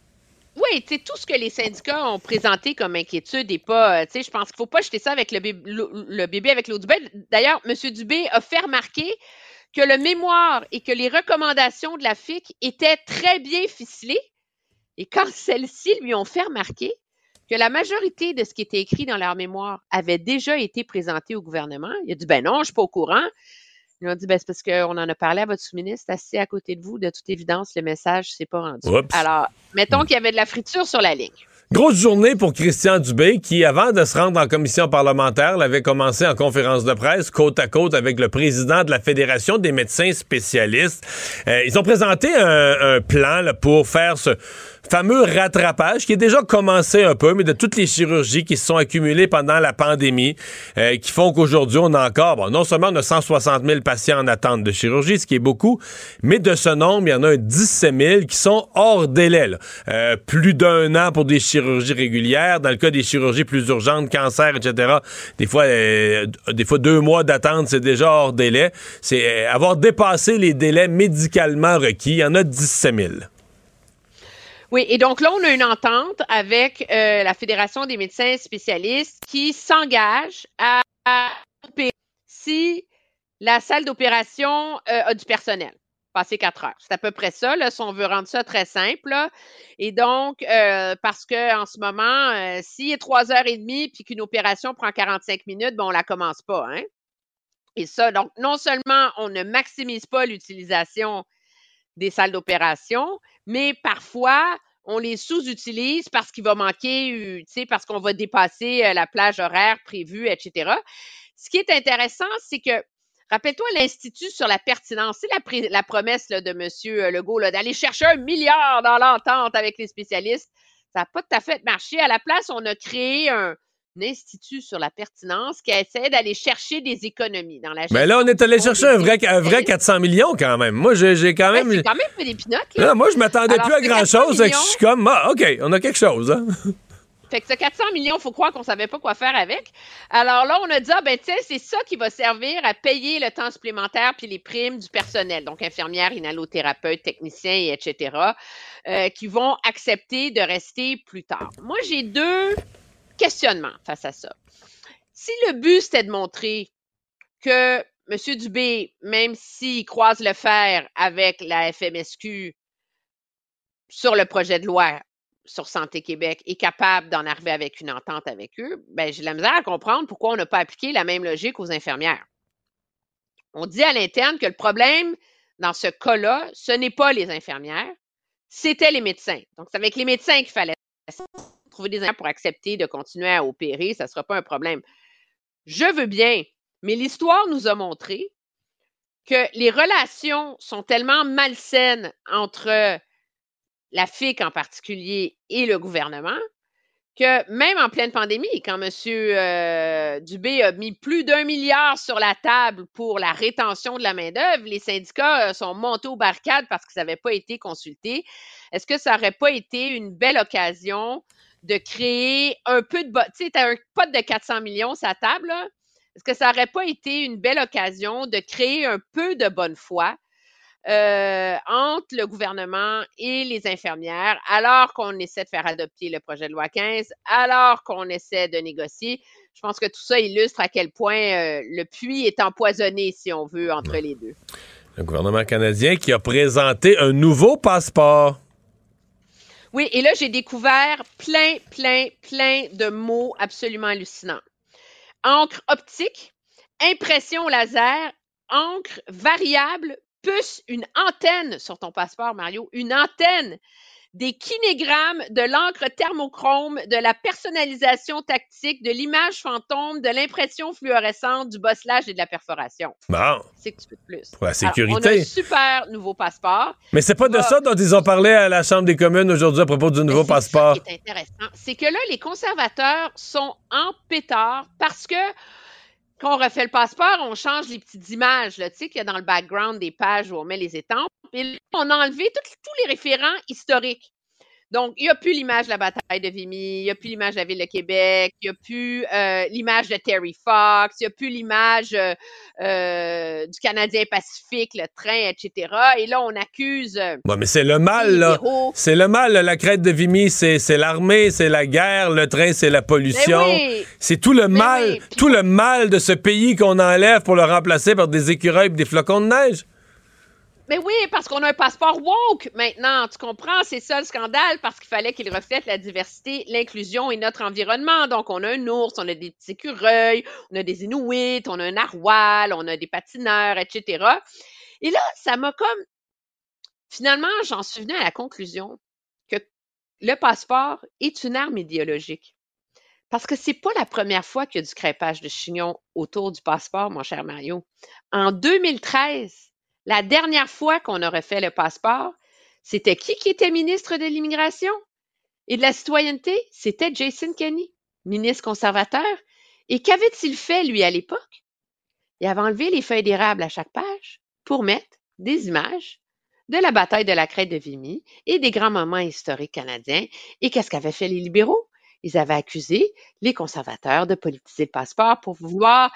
Oui, tu sais, tout ce que les syndicats ont présenté comme inquiétude n'est pas, euh, tu sais, je pense qu'il ne faut pas jeter ça avec le, bé- le, le bébé avec l'eau du bain. D'ailleurs, M. Dubé a fait remarquer que le mémoire et que les recommandations de la F I C étaient très bien ficelées. Et quand celles-ci lui ont fait remarquer que la majorité de ce qui était écrit dans leur mémoire avait déjà été présenté au gouvernement, il a dit, ben non, je ne suis pas au courant. Ils ont dit, ben c'est parce qu'on en a parlé à votre sous-ministre assis à côté de vous. De toute évidence, le message ne s'est pas rendu. Oups. Alors, mettons qu'il y avait de la friture sur la ligne. Grosse journée pour Christian Dubé qui, avant de se rendre en commission parlementaire, l'avait commencé en conférence de presse côte à côte avec le président de la Fédération des médecins spécialistes. Euh, ils ont présenté un, un plan là, pour faire ce fameux rattrapage qui est déjà commencé un peu, mais de toutes les chirurgies qui se sont accumulées pendant la pandémie, euh, qui font qu'aujourd'hui, on a encore, bon, non seulement on a cent soixante mille patients en attente de chirurgie, ce qui est beaucoup, mais de ce nombre, il y en a un dix-sept mille qui sont hors délai. Là. Euh, plus d'un an pour des chirurgies régulières. Dans le cas des chirurgies plus urgentes, cancer, et cetera, des fois, euh, des fois deux mois d'attente, c'est déjà hors délai. C'est euh, avoir dépassé les délais médicalement requis. Il y en a dix-sept mille. Oui, et donc là, on a une entente avec euh, la Fédération des médecins spécialistes qui s'engage à, à opérer si la salle d'opération euh, a du personnel, passer quatre heures. C'est à peu près ça, là, si on veut rendre ça très simple. Là. Et donc, euh, parce qu'en ce moment, euh, s'il est trois heures trente puis qu'une opération prend quarante-cinq minutes, ben, on ne la commence pas. Hein? Et ça, donc, non seulement on ne maximise pas l'utilisation des salles d'opération, mais parfois, on les sous-utilise parce qu'il va manquer, tu sais, parce qu'on va dépasser la plage horaire prévue, et cetera. Ce qui est intéressant, c'est que, rappelle-toi l'Institut sur la pertinence, c'est la, pr- la promesse là, de M. Legault là, d'aller chercher un milliard dans l'entente avec les spécialistes. Ça n'a pas tout à fait marché. À la place, on a créé un, un institut sur la pertinence qui essaie d'aller chercher des économies dans la gestion. Mais là, on est allé chercher un vrai, un vrai quatre cents millions quand même. Moi, j'ai, j'ai quand même... Ouais, c'est quand même pas des pinottes, là. Non, moi, je m'attendais Alors, plus à grand-chose. millions... Je suis comme, ah, OK, on a quelque chose. Hein? Fait que ce quatre cents millions, il faut croire qu'on ne savait pas quoi faire avec. Alors là, on a dit, ah, ben, tu sais, c'est ça qui va servir à payer le temps supplémentaire puis les primes du personnel. Donc, infirmières, inhalothérapeutes, techniciens, et cetera, euh, qui vont accepter de rester plus tard. Moi, j'ai deux questionnements face à ça. Si le but, c'était de montrer que M. Dubé, même s'il croise le fer avec la F M S Q sur le projet de loi sur Santé Québec, est capable d'en arriver avec une entente avec eux, ben j'ai de la misère à comprendre pourquoi on n'a pas appliqué la même logique aux infirmières. On dit à l'interne que le problème, dans ce cas-là, ce n'est pas les infirmières, c'était les médecins. Donc, c'est avec les médecins qu'il fallait trouver des infirmières pour accepter de continuer à opérer, ça ne sera pas un problème. Je veux bien, mais l'histoire nous a montré que les relations sont tellement malsaines entre la F I C en particulier et le gouvernement, que même en pleine pandémie, quand M. Euh, Dubé a mis plus d'un milliard sur la table pour la rétention de la main-d'œuvre, les syndicats sont montés aux barricades parce qu'ils n'avaient pas été consultés. Est-ce que ça n'aurait pas été une belle occasion de créer un peu de... Bo- tu sais, tu as un pot de quatre cents millions sur la table, là. Est-ce que ça n'aurait pas été une belle occasion de créer un peu de bonne foi Euh, entre le gouvernement et les infirmières, alors qu'on essaie de faire adopter le projet de loi quinze, alors qu'on essaie de négocier? Je pense que tout ça illustre à quel point euh, le puits est empoisonné, si on veut, entre les deux. Le gouvernement canadien qui a présenté un nouveau passeport. Oui, et là, j'ai découvert plein, plein, plein de mots absolument hallucinants. Encre optique, impression laser, encre variable, plus une antenne sur ton passeport, Mario, une antenne, des kinégrammes, de l'encre thermochrome, de la personnalisation tactique, de l'image fantôme, de l'impression fluorescente, du bosselage et de la perforation. Bon. C'est que tu peux de plus. Pour la sécurité. Alors, on a un super nouveau passeport. Mais c'est pas de ça dont ils ont parlé à la Chambre des communes aujourd'hui à propos du nouveau c'est passeport. Ça qui est intéressant. C'est que là, les conservateurs sont en pétard parce que quand on refait le passeport, on change les petites images, là, tu sais, qu'il y a dans le background des pages où on met les étampes. Et là, on a enlevé tout, tous les référents historiques. Donc, il n'y a plus l'image de la bataille de Vimy, il n'y a plus l'image de la Ville de Québec, il n'y a plus euh, l'image de Terry Fox, il n'y a plus l'image euh, euh, du Canadien Pacifique, le train, et cetera. Et là, on accuse... Euh, ouais, mais c'est le mal, là. Héros. C'est le mal, là. La crête de Vimy, c'est, c'est l'armée, c'est la guerre, le train, c'est la pollution. Oui. C'est tout le mais mal, oui. tout le mal de ce pays qu'on enlève pour le remplacer par des écureuils et des flocons de neige. Mais oui, parce qu'on a un passeport woke maintenant, tu comprends? C'est ça le scandale, parce qu'il fallait qu'il reflète la diversité, l'inclusion et notre environnement. Donc, on a un ours, on a des petits écureuils, on a des Inuits, on a un narwhal, on a des patineurs, et cetera. Et là, ça m'a comme... Finalement, j'en suis venue à la conclusion que le passeport est une arme idéologique. Parce que c'est pas la première fois qu'il y a du crêpage de chignon autour du passeport, mon cher Mario. En deux mille treize, la dernière fois qu'on a refait le passeport, c'était qui qui était ministre de l'Immigration et de la Citoyenneté? C'était Jason Kenney, ministre conservateur. Et qu'avait-il fait, lui, à l'époque? Il avait enlevé les feuilles d'érable à chaque page pour mettre des images de la bataille de la crête de Vimy et des grands moments historiques canadiens. Et qu'est-ce qu'avaient fait les libéraux? Ils avaient accusé les conservateurs de politiser le passeport pour vouloir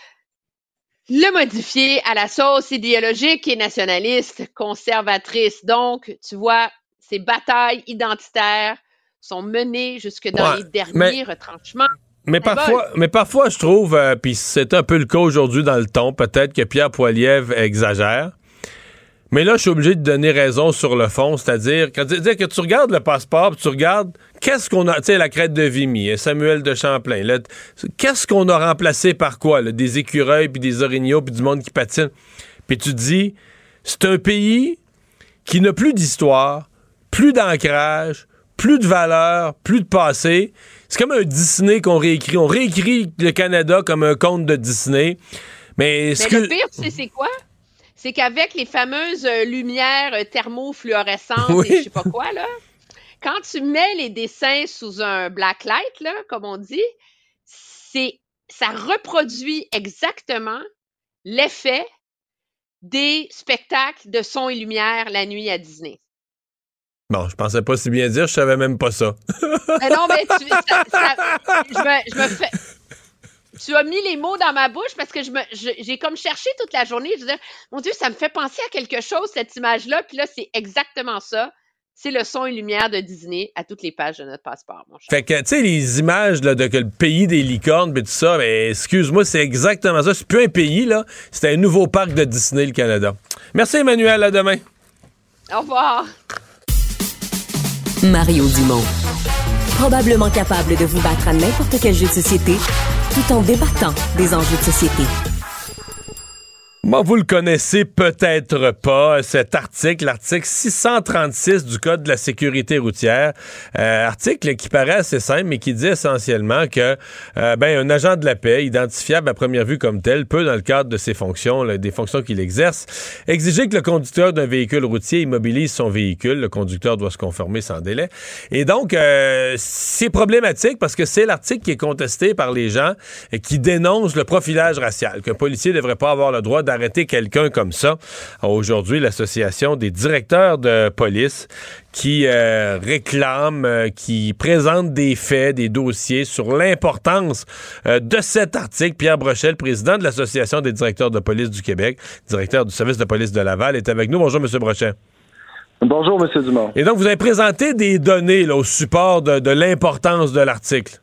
le modifier à la sauce idéologique et nationaliste conservatrice. Donc, tu vois, ces batailles identitaires sont menées jusque dans ouais, les derniers mais... retranchements. Mais parfois, mais parfois, je trouve, euh, puis c'est un peu le cas aujourd'hui dans le ton, peut-être que Pierre Poilievre exagère. Mais là, je suis obligé de donner raison sur le fond, c'est-à-dire quand dire que tu regardes le passeport, tu regardes qu'est-ce qu'on a, tu sais, la crête de Vimy, Samuel de Champlain, là, qu'est-ce qu'on a remplacé par quoi, là, des écureuils, puis des orignaux, puis du monde qui patine. Puis tu te dis, c'est un pays qui n'a plus d'histoire, plus d'ancrage, plus de valeur, plus de passé. C'est comme un Disney qu'on réécrit. On réécrit le Canada comme un conte de Disney. Mais, Mais que... le pire, tu sais, c'est quoi? C'est qu'avec les fameuses euh, lumières euh, thermofluorescentes oui. et je sais pas quoi, là, quand tu mets les dessins sous un black light, là, comme on dit, c'est, ça reproduit exactement l'effet des spectacles de son et lumière la nuit à Disney. Bon, je pensais pas si bien dire, je savais même pas ça. Mais non, mais tu, ça, ça, je, me, je me fais... Tu as mis les mots dans ma bouche parce que je me, je, j'ai comme cherché toute la journée. Je disais, mon Dieu, ça me fait penser à quelque chose, cette image-là. Puis là, c'est exactement ça. C'est le son et lumière de Disney à toutes les pages de notre passeport, mon cher. Fait que, tu sais, les images là, de que le pays des licornes et tout ça, mais excuse-moi, c'est exactement ça. C'est plus un pays, là. C'est un nouveau parc de Disney, le Canada. Merci, Emmanuel. À demain. Au revoir. Mario Dumont. Probablement capable de vous battre à n'importe quel jeu de société tout en débattant des enjeux de société. Bon, vous le connaissez peut-être pas, cet article, l'article six cent trente-six du Code de la sécurité routière. Euh, article qui paraît assez simple, mais qui dit essentiellement que euh, ben, un agent de la paix, identifiable à première vue comme tel, peut, dans le cadre de ses fonctions, là, des fonctions qu'il exerce, exiger que le conducteur d'un véhicule routier immobilise son véhicule. Le conducteur doit se conformer sans délai. Et donc, euh, c'est problématique parce que c'est l'article qui est contesté par les gens et qui dénoncent le profilage racial, qu'un policier ne devrait pas avoir le droit d'arrêter arrêter quelqu'un comme ça. Aujourd'hui, l'Association des directeurs de police qui euh, réclame, euh, qui présente des faits, des dossiers sur l'importance euh, de cet article. Pierre Brochel, président de l'Association des directeurs de police du Québec, directeur du service de police de Laval, est avec nous. Bonjour, M. Brochel. Bonjour, M. Dumont. Et donc, vous avez présenté des données là, au support de, de l'importance de l'article.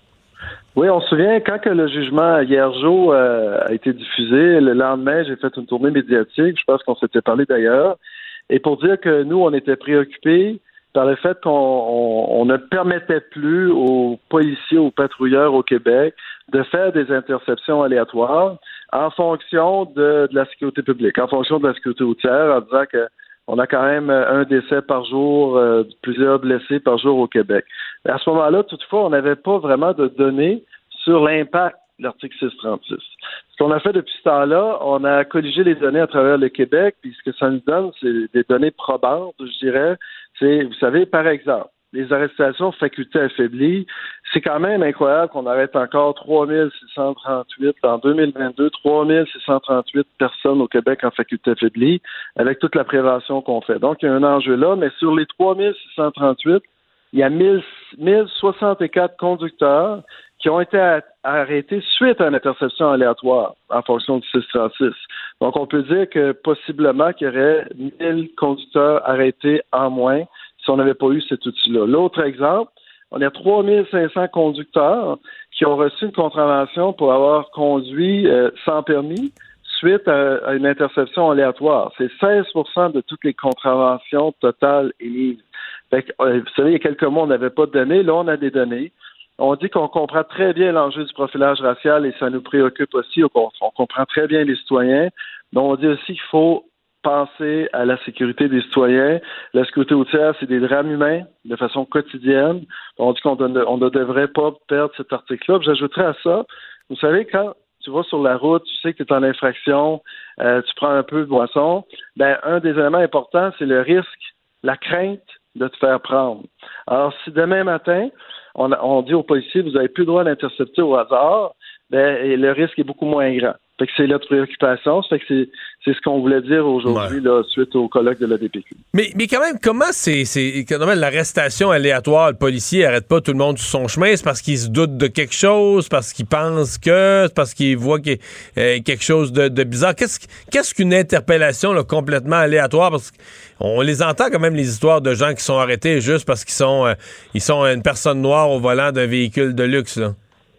Oui, on se souvient, quand que le jugement Hiergeau euh, a été diffusé, le lendemain, j'ai fait une tournée médiatique, je pense qu'on s'était parlé d'ailleurs, et pour dire que nous, on était préoccupés par le fait qu'on on, on ne permettait plus aux policiers, aux patrouilleurs au Québec de faire des interceptions aléatoires en fonction de, de la sécurité publique, en fonction de la sécurité routière, en disant que on a quand même un décès par jour, euh, plusieurs blessés par jour au Québec. À ce moment-là, toutefois, on n'avait pas vraiment de données sur l'impact de l'article six cent trente-six. Ce qu'on a fait depuis ce temps-là, on a colligé les données à travers le Québec, puis ce que ça nous donne, c'est des données probantes, je dirais. C'est, vous savez, par exemple, les arrestations facultés affaiblies, c'est quand même incroyable qu'on arrête encore trois mille six cent trente-huit en deux mille vingt-deux, trois mille six cent trente-huit personnes au Québec en faculté affaiblie, avec toute la prévention qu'on fait. Donc, il y a un enjeu là, mais sur les trois mille six cent trente-huit, il y a mille soixante-quatre conducteurs qui ont été arrêtés suite à une interception aléatoire en fonction du six cent trente-six. Donc, on peut dire que possiblement qu'il y aurait mille conducteurs arrêtés en moins si on n'avait pas eu cet outil-là. L'autre exemple, on a trois mille cinq cents conducteurs qui ont reçu une contravention pour avoir conduit euh, sans permis suite à, à une interception aléatoire. C'est seize pour cent de toutes les contraventions totales émises. Fait que, euh, vous savez, il y a quelques mois, on n'avait pas de données. Là, on a des données. On dit qu'on comprend très bien l'enjeu du profilage racial et ça nous préoccupe aussi. On, on comprend très bien les citoyens. Mais on dit aussi qu'il faut penser à la sécurité des citoyens. La sécurité routière, c'est des drames humains de façon quotidienne. On dit qu'on ne, on ne devrait pas perdre cet article-là. Puis j'ajouterais à ça, vous savez, quand tu vas sur la route, tu sais que tu es en infraction, euh, tu prends un peu de boisson, ben un des éléments importants, c'est le risque, la crainte de te faire prendre. Alors, si demain matin, on, on dit aux policiers, vous n'avez plus le droit d'intercepter au hasard, ben, et le risque est beaucoup moins grand. Fait que c'est notre préoccupation. Ça fait que c'est, c'est ce qu'on voulait dire aujourd'hui, ouais. là, suite au colloque de l'A D P Q. Mais, mais quand même, comment c'est, c'est quand même l'arrestation aléatoire, le policier arrête pas tout le monde sur son chemin, c'est parce qu'il se doute de quelque chose, parce qu'il pense que, c'est parce qu'il voit qu'il y a euh, quelque chose de, de bizarre. Qu'est-ce, qu'est-ce qu'une interpellation là, complètement aléatoire? Parce qu'on les entend quand même, les histoires de gens qui sont arrêtés juste parce qu'ils sont, euh, ils sont une personne noire au volant d'un véhicule de luxe, là.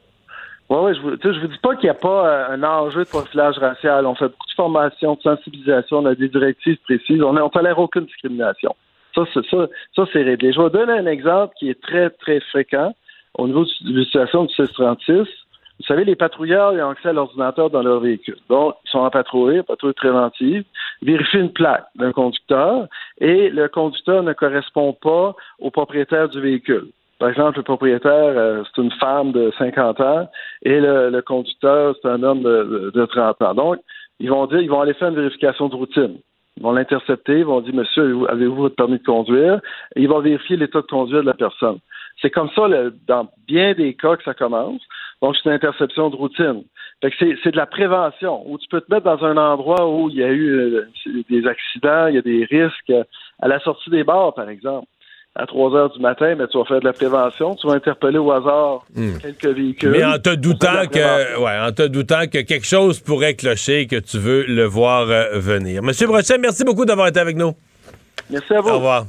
Oui, oui, je vous, je vous dis pas qu'il n'y a pas euh, un enjeu de profilage racial. On fait beaucoup de formation, de sensibilisation, on a des directives précises. On ne tolère aucune discrimination. Ça, c'est, ça, ça, c'est réglé. Je vais vous donner un exemple qui est très, très fréquent au niveau de l'utilisation du six trente-six. Vous savez, les patrouilleurs, ils ont accès à l'ordinateur dans leur véhicule. Donc, ils sont en patrouille, patrouille préventive, vérifient une plaque d'un conducteur et le conducteur ne correspond pas au propriétaire du véhicule. Par exemple, le propriétaire, euh, c'est une femme de cinquante ans et le, le conducteur, c'est un homme de, de, de trente ans. Donc, ils vont dire, ils vont aller faire une vérification de routine. Ils vont l'intercepter, ils vont dire, monsieur, avez-vous, avez-vous votre permis de conduire? Et ils vont vérifier l'état de conduite de la personne. C'est comme ça, le, dans bien des cas, que ça commence. Donc, c'est une interception de routine. Fait que c'est, c'est de la prévention, où tu peux te mettre dans un endroit où il y a eu euh, des accidents, il y a des risques, à la sortie des bars, par exemple. À trois heures du matin, mais tu vas faire de la prévention, tu vas interpeller au hasard mmh. quelques véhicules. Mais en te doutant que ouais, en te doutant que quelque chose pourrait clocher, que tu veux le voir euh, venir. Monsieur Brochet, merci beaucoup d'avoir été avec nous. Merci à vous. Au revoir.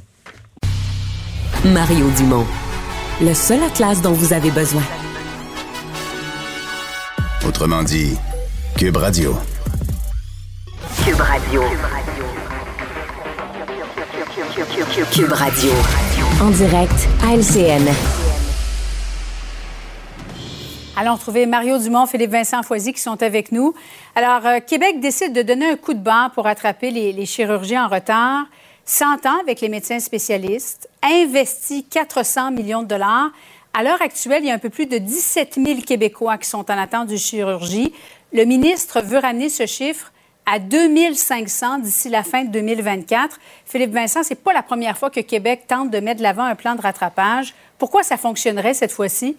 Mario Dumont, le seul atlas dont vous avez besoin. Autrement dit, Cube Radio. Cube Radio. Cube Radio. En direct à L C N. Allons retrouver Mario Dumont, Philippe Vincent Foisy qui sont avec nous. Alors, euh, Québec décide de donner un coup de barre pour rattraper les, les chirurgies en retard. S'entend avec les médecins spécialistes, investit quatre cents millions de dollars. À l'heure actuelle, il y a un peu plus de dix-sept mille Québécois qui sont en attente de chirurgie. Le ministre veut ramener ce chiffre à deux mille cinq cents d'ici la fin de deux mille vingt-quatre. Philippe Vincent, c'est pas la première fois que Québec tente de mettre de l'avant un plan de rattrapage. Pourquoi ça fonctionnerait cette fois-ci?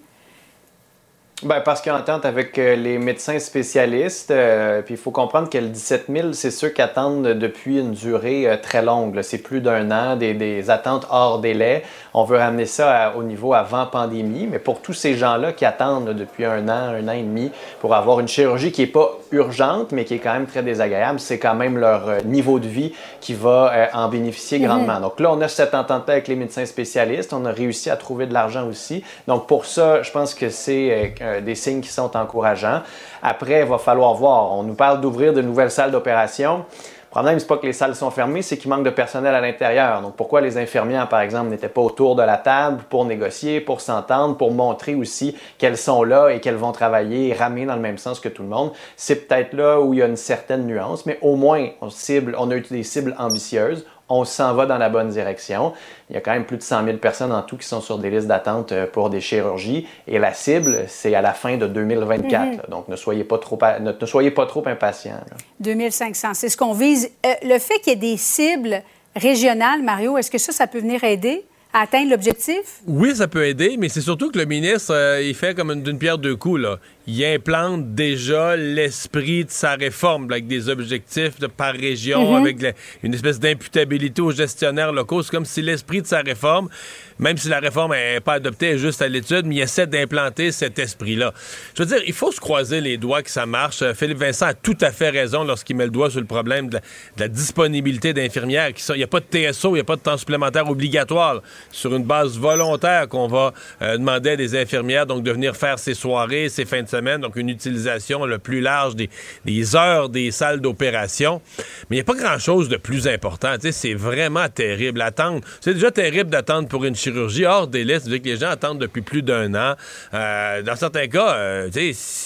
Bien, parce qu'en entente avec euh, les médecins spécialistes, euh, puis il faut comprendre que le dix-sept mille, c'est ceux qui attendent depuis une durée euh, très longue. Là. C'est plus d'un an, des, des attentes hors délai. On veut ramener ça à, au niveau avant pandémie, mais pour tous ces gens-là qui attendent là, depuis un an, un an et demi, pour avoir une chirurgie qui n'est pas urgente, mais qui est quand même très désagréable, c'est quand même leur euh, niveau de vie qui va euh, en bénéficier grandement. Mm-hmm. Donc là, on a cette entente avec les médecins spécialistes. On a réussi à trouver de l'argent aussi. Donc pour ça, je pense que c'est... Euh, des signes qui sont encourageants. Après, il va falloir voir. On nous parle d'ouvrir de nouvelles salles d'opération. Le problème, c'est pas que les salles sont fermées, c'est qu'il manque de personnel à l'intérieur. Donc, pourquoi les infirmières, par exemple, n'étaient pas autour de la table pour négocier, pour s'entendre, pour montrer aussi qu'elles sont là et qu'elles vont travailler et ramer dans le même sens que tout le monde? C'est peut-être là où il y a une certaine nuance, mais au moins, on cible, on a eu des cibles ambitieuses. On s'en va dans la bonne direction. Il y a quand même plus de cent mille personnes en tout qui sont sur des listes d'attente pour des chirurgies. Et la cible, c'est à la fin de deux mille vingt-quatre. Mm-hmm. Donc, ne soyez pas trop, ne, ne soyez pas trop impatients. Là. deux mille cinq cents, c'est ce qu'on vise. Euh, le fait qu'il y ait des cibles régionales, Mario, est-ce que ça, ça peut venir aider à atteindre l'objectif? Oui, ça peut aider, mais c'est surtout que le ministre, euh, il fait comme une, d'une pierre deux coups, là. Il implante déjà l'esprit de sa réforme, là, avec des objectifs de par région, mm-hmm. avec la, une espèce d'imputabilité aux gestionnaires locaux. C'est comme si l'esprit de sa réforme, même si la réforme n'est pas adoptée, est juste à l'étude, mais il essaie d'implanter cet esprit-là. Je veux dire, il faut se croiser les doigts que ça marche. Philippe Vincent a tout à fait raison lorsqu'il met le doigt sur le problème de la, de la disponibilité d'infirmières. Il n'y a pas de T S O, il n'y a pas de temps supplémentaire obligatoire, là, sur une base volontaire qu'on va euh, demander à des infirmières donc de venir faire ses soirées, ses fins de semaine. Donc, une utilisation le plus large des, des heures des salles d'opération. Mais il n'y a pas grand-chose de plus important. Tu sais, c'est vraiment terrible. Attendre, c'est déjà terrible d'attendre pour une chirurgie hors délai. C'est-à-dire que les gens attendent depuis plus d'un an. Euh, dans certains cas, euh, tu sais...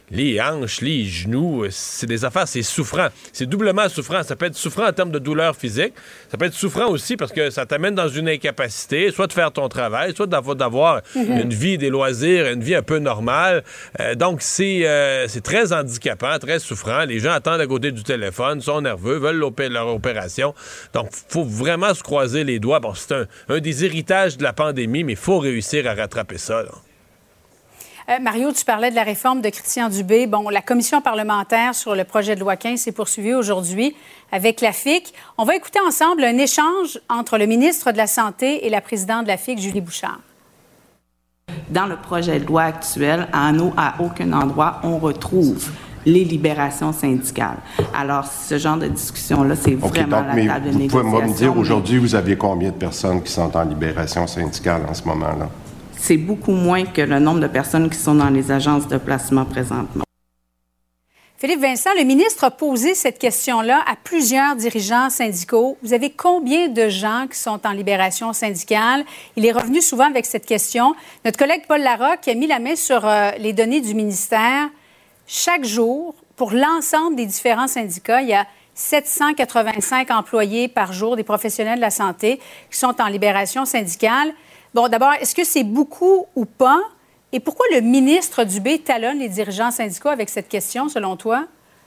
les hanches, les genoux, c'est des affaires, c'est souffrant. C'est doublement souffrant. Ça peut être souffrant en termes de douleur physique. Ça peut être souffrant aussi parce que ça t'amène dans une incapacité, soit de faire ton travail, soit d'avoir, d'avoir mm-hmm. une vie, des loisirs, une vie un peu normale. Euh, donc, c'est, euh, c'est très handicapant, très souffrant. Les gens attendent à côté du téléphone, sont nerveux, veulent l'opé- leur opération. Donc, il faut vraiment se croiser les doigts. Bon, c'est un, un des héritages de la pandémie, mais il faut réussir à rattraper ça, là. Euh, Mario, tu parlais de la réforme de Christian Dubé. Bon, la commission parlementaire sur le projet de loi quinze s'est poursuivie aujourd'hui avec la F I C. On va écouter ensemble un échange entre le ministre de la Santé et la présidente de la F I C, Julie Bouchard. Dans le projet de loi actuel, à, nous, à aucun endroit, on retrouve les libérations syndicales. Alors, ce genre de discussion-là, c'est okay, vraiment donc, la table de négociation. Vous pouvez me dire, aujourd'hui, vous aviez combien de personnes qui sont en libération syndicale en ce moment-là? C'est beaucoup moins que le nombre de personnes qui sont dans les agences de placement présentement. Philippe Vincent, le ministre a posé cette question-là à plusieurs dirigeants syndicaux. Vous avez combien de gens qui sont en libération syndicale? Il est revenu souvent avec cette question. Notre collègue Paul Larocque a mis la main sur euh, les données du ministère. Chaque jour, pour l'ensemble des différents syndicats, il y a sept cent quatre-vingt-cinq employés par jour, des professionnels de la santé, qui sont en libération syndicale. Bon, d'abord, est-ce que c'est beaucoup ou pas? Et pourquoi le ministre Dubé talonne les dirigeants syndicaux avec cette question, selon toi?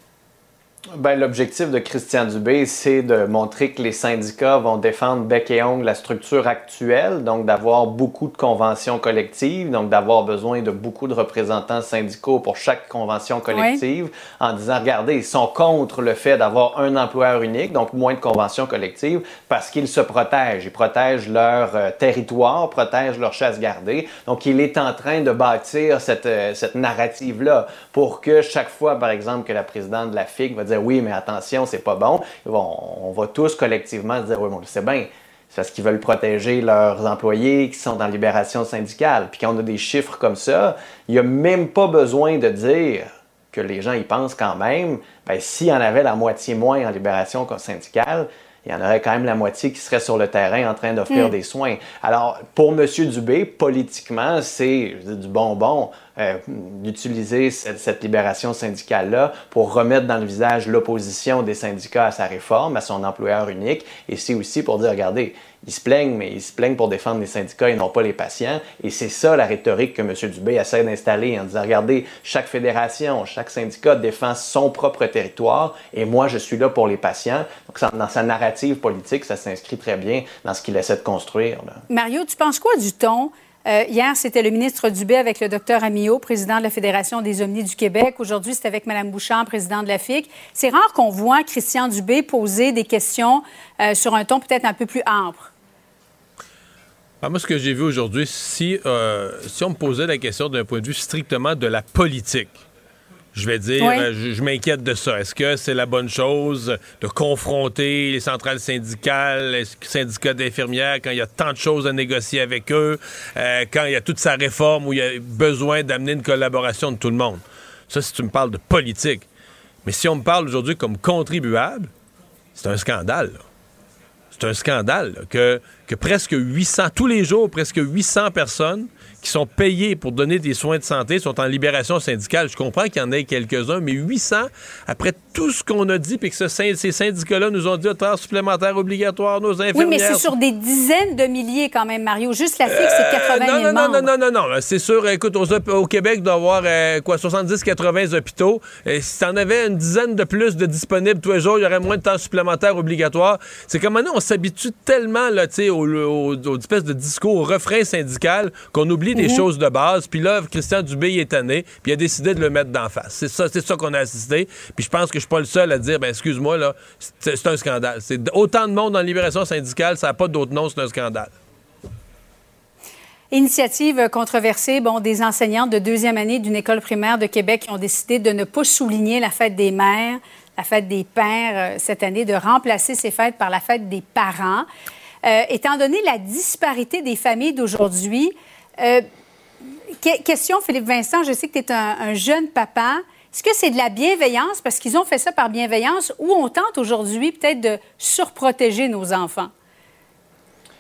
Bien, l'objectif de Christian Dubé, c'est de montrer que les syndicats vont défendre bec et ongle la structure actuelle, donc d'avoir beaucoup de conventions collectives, donc d'avoir besoin de beaucoup de représentants syndicaux pour chaque convention collective, oui. En disant, regardez, ils sont contre le fait d'avoir un employeur unique, donc moins de conventions collectives, parce qu'ils se protègent. Ils protègent leur euh, territoire, protègent leur chasse gardée. Donc, il est en train de bâtir cette, euh, cette narrative-là pour que chaque fois, par exemple, que la présidente de la F I C va dire oui, mais attention, c'est pas bon. Vont, on va tous collectivement se dire oui, bon, c'est bien. C'est parce qu'ils veulent protéger leurs employés qui sont en libération syndicale. Puis quand on a des chiffres comme ça, il n'y a même pas besoin de dire que les gens y pensent quand même. Bien, s'il y en avait la moitié moins en libération syndicale, il y en aurait quand même la moitié qui serait sur le terrain en train d'offrir mmh. des soins. Alors, pour M. Dubé, politiquement, c'est je dis, du bonbon euh, d'utiliser cette, cette libération syndicale-là pour remettre dans le visage l'opposition des syndicats à sa réforme, à son employeur unique. Et c'est aussi pour dire, regardez, ils se plaignent, mais ils se plaignent pour défendre les syndicats et non pas les patients. Et c'est ça la rhétorique que M. Dubé essaie d'installer en disant, regardez, chaque fédération, chaque syndicat défend son propre territoire et moi, je suis là pour les patients. Donc, dans sa narrative politique, ça s'inscrit très bien dans ce qu'il essaie de construire, là. Mario, tu penses quoi du ton? Euh, hier, c'était le ministre Dubé avec le docteur Amillot, président de la Fédération des Omnis du Québec. Aujourd'hui, c'est avec Mme Bouchard, présidente de la F I C. C'est rare qu'on voit Christian Dubé poser des questions euh, sur un ton peut-être un peu plus ample. Ah, moi, ce que j'ai vu aujourd'hui, si, euh, si on me posait la question d'un point de vue strictement de la politique, je vais dire, oui. euh, je, je m'inquiète de ça. Est-ce que c'est la bonne chose de confronter les centrales syndicales, les syndicats d'infirmières, quand il y a tant de choses à négocier avec eux, euh, quand il y a toute sa réforme où il y a besoin d'amener une collaboration de tout le monde? Ça, si tu me parles de politique. Mais si on me parle aujourd'hui comme contribuable, c'est un scandale, là. C'est un scandale là, que, que presque huit cents, tous les jours, presque huit cents personnes qui sont payées pour donner des soins de santé sont en libération syndicale. Je comprends qu'il y en ait quelques-uns, mais huit cents, après tout ce qu'on a dit, puis que ce, ces syndicats-là nous ont dit « heures supplémentaires obligatoires, nos infirmières... » Oui, mais c'est sur des dizaines de milliers quand même, Mario. Juste la F I C, c'est quatre-vingt mille non, non, membres. Non, non, non, non, c'est sûr. Écoute, au, au Québec, il doit y avoir euh, quoi, soixante-dix quatre-vingts hôpitaux. Et si t'en avais une dizaine de plus de disponibles tous les jours, il y aurait moins de temps supplémentaire obligatoire. C'est comme maintenant, on s'habitue tellement là, au, au, au espèce de discours, au refrain syndical, qu'on oublie des mm-hmm. choses de base. Puis là, Christian Dubé il est tanné, puis il a décidé de le mettre d'en face. C'est ça, c'est ça qu'on a assisté. Puis je pense que je suis pas le seul à dire, ben excuse-moi, là, c'est, c'est un scandale. C'est autant de monde en libération syndicale, ça n'a pas d'autre nom, c'est un scandale. Initiative controversée, bon, des enseignantes de deuxième année d'une école primaire de Québec qui ont décidé de ne pas souligner la fête des mères, la fête des pères euh, cette année, de remplacer ces fêtes par la fête des parents. Euh, étant donné la disparité des familles d'aujourd'hui, euh, que- question, Philippe Vincent, je sais que tu es un, un jeune papa. Est-ce que c'est de la bienveillance, parce qu'ils ont fait ça par bienveillance, ou on tente aujourd'hui peut-être de surprotéger nos enfants?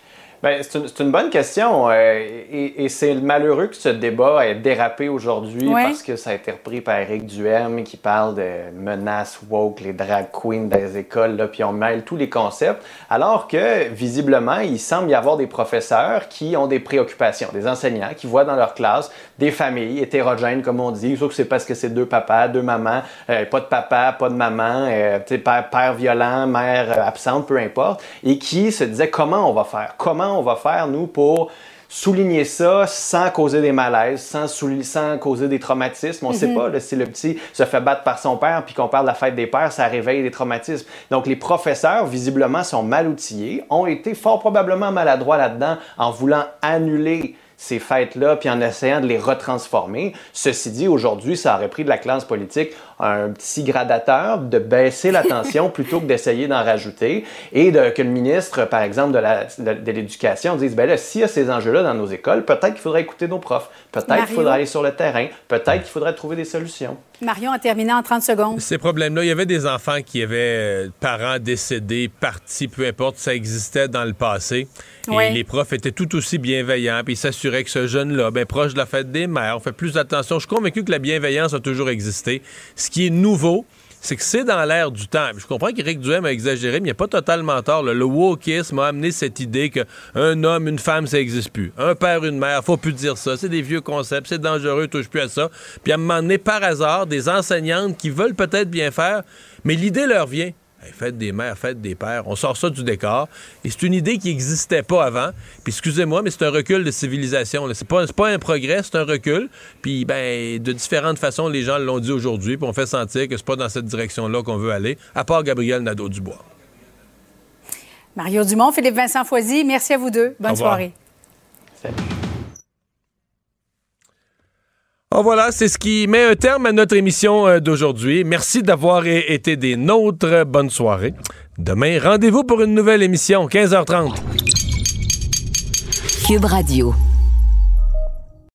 Bien, c'est une, c'est une bonne question euh, et, et c'est malheureux que ce débat ait dérapé aujourd'hui oui. parce que ça a été repris par Éric Duhem qui parle de menaces woke, les drag queens dans les écoles, là, puis on mêle tous les concepts, alors que visiblement, il semble y avoir des professeurs qui ont des préoccupations, des enseignants qui voient dans leur classe des familles hétérogènes, comme on dit, sauf que c'est parce que c'est deux papas, deux mamans, euh, pas de papa, pas de maman, euh, père, père violent, mère euh, absente, peu importe, et qui se disaient comment on va faire, comment on va faire, nous, pour souligner ça sans causer des malaises, sans, sou- sans causer des traumatismes. On ne mm-hmm. sait pas là, si le petit se fait battre par son père puis qu'on parle de la fête des pères, ça réveille des traumatismes. Donc, les professeurs, visiblement, sont mal outillés, ont été fort probablement maladroits là-dedans en voulant annuler ces fêtes-là, puis en essayant de les retransformer. Ceci dit, aujourd'hui, ça aurait pris de la classe politique un petit gradateur de baisser la tension plutôt que d'essayer d'en rajouter et de, que le ministre, par exemple, de, la, de, de l'Éducation dise, ben là, s'il y a ces enjeux-là dans nos écoles, peut-être qu'il faudrait écouter nos profs, peut-être Mario. qu'il faudrait aller sur le terrain, peut-être qu'il faudrait trouver des solutions. Marion a terminé en trente secondes. Ces problèmes-là, il y avait des enfants qui avaient euh, parents décédés, partis, peu importe, ça existait dans le passé. Oui. Et les profs étaient tout aussi bienveillants, puis ils s'assuraient que ce jeune-là, ben, proche de la fête des mères, on fait plus attention. Je suis convaincu que la bienveillance a toujours existé. Ce qui est nouveau, c'est que c'est dans l'air du temps. Je comprends qu'Éric Duhem a exagéré, mais il n'y a pas totalement tort. Là. Le wokisme a amené cette idée qu'un homme, une femme, ça n'existe plus. Un père, une mère, faut plus dire ça. C'est des vieux concepts, c'est dangereux, touche plus à ça. Puis à un moment donné, par hasard, des enseignantes qui veulent peut-être bien faire, mais l'idée leur vient. Hey, fête des mères, fête des pères, on sort ça du décor. Et c'est une idée qui n'existait pas avant. Puis excusez-moi, mais c'est un recul de civilisation. Là. C'est pas, c'est pas un progrès, c'est un recul. Puis ben, de différentes façons, les gens l'ont dit aujourd'hui. Puis on fait sentir que c'est pas dans cette direction-là qu'on veut aller, à part Gabriel Nadeau-Dubois. Mario Dumont, Philippe Vincent Foisy, merci à vous deux. Bonne soirée. Salut. Oh, voilà, c'est ce qui met un terme à notre émission d'aujourd'hui. Merci d'avoir été des nôtres. Bonne soirée. Demain, rendez-vous pour une nouvelle émission, quinze heures trente. Cube Radio.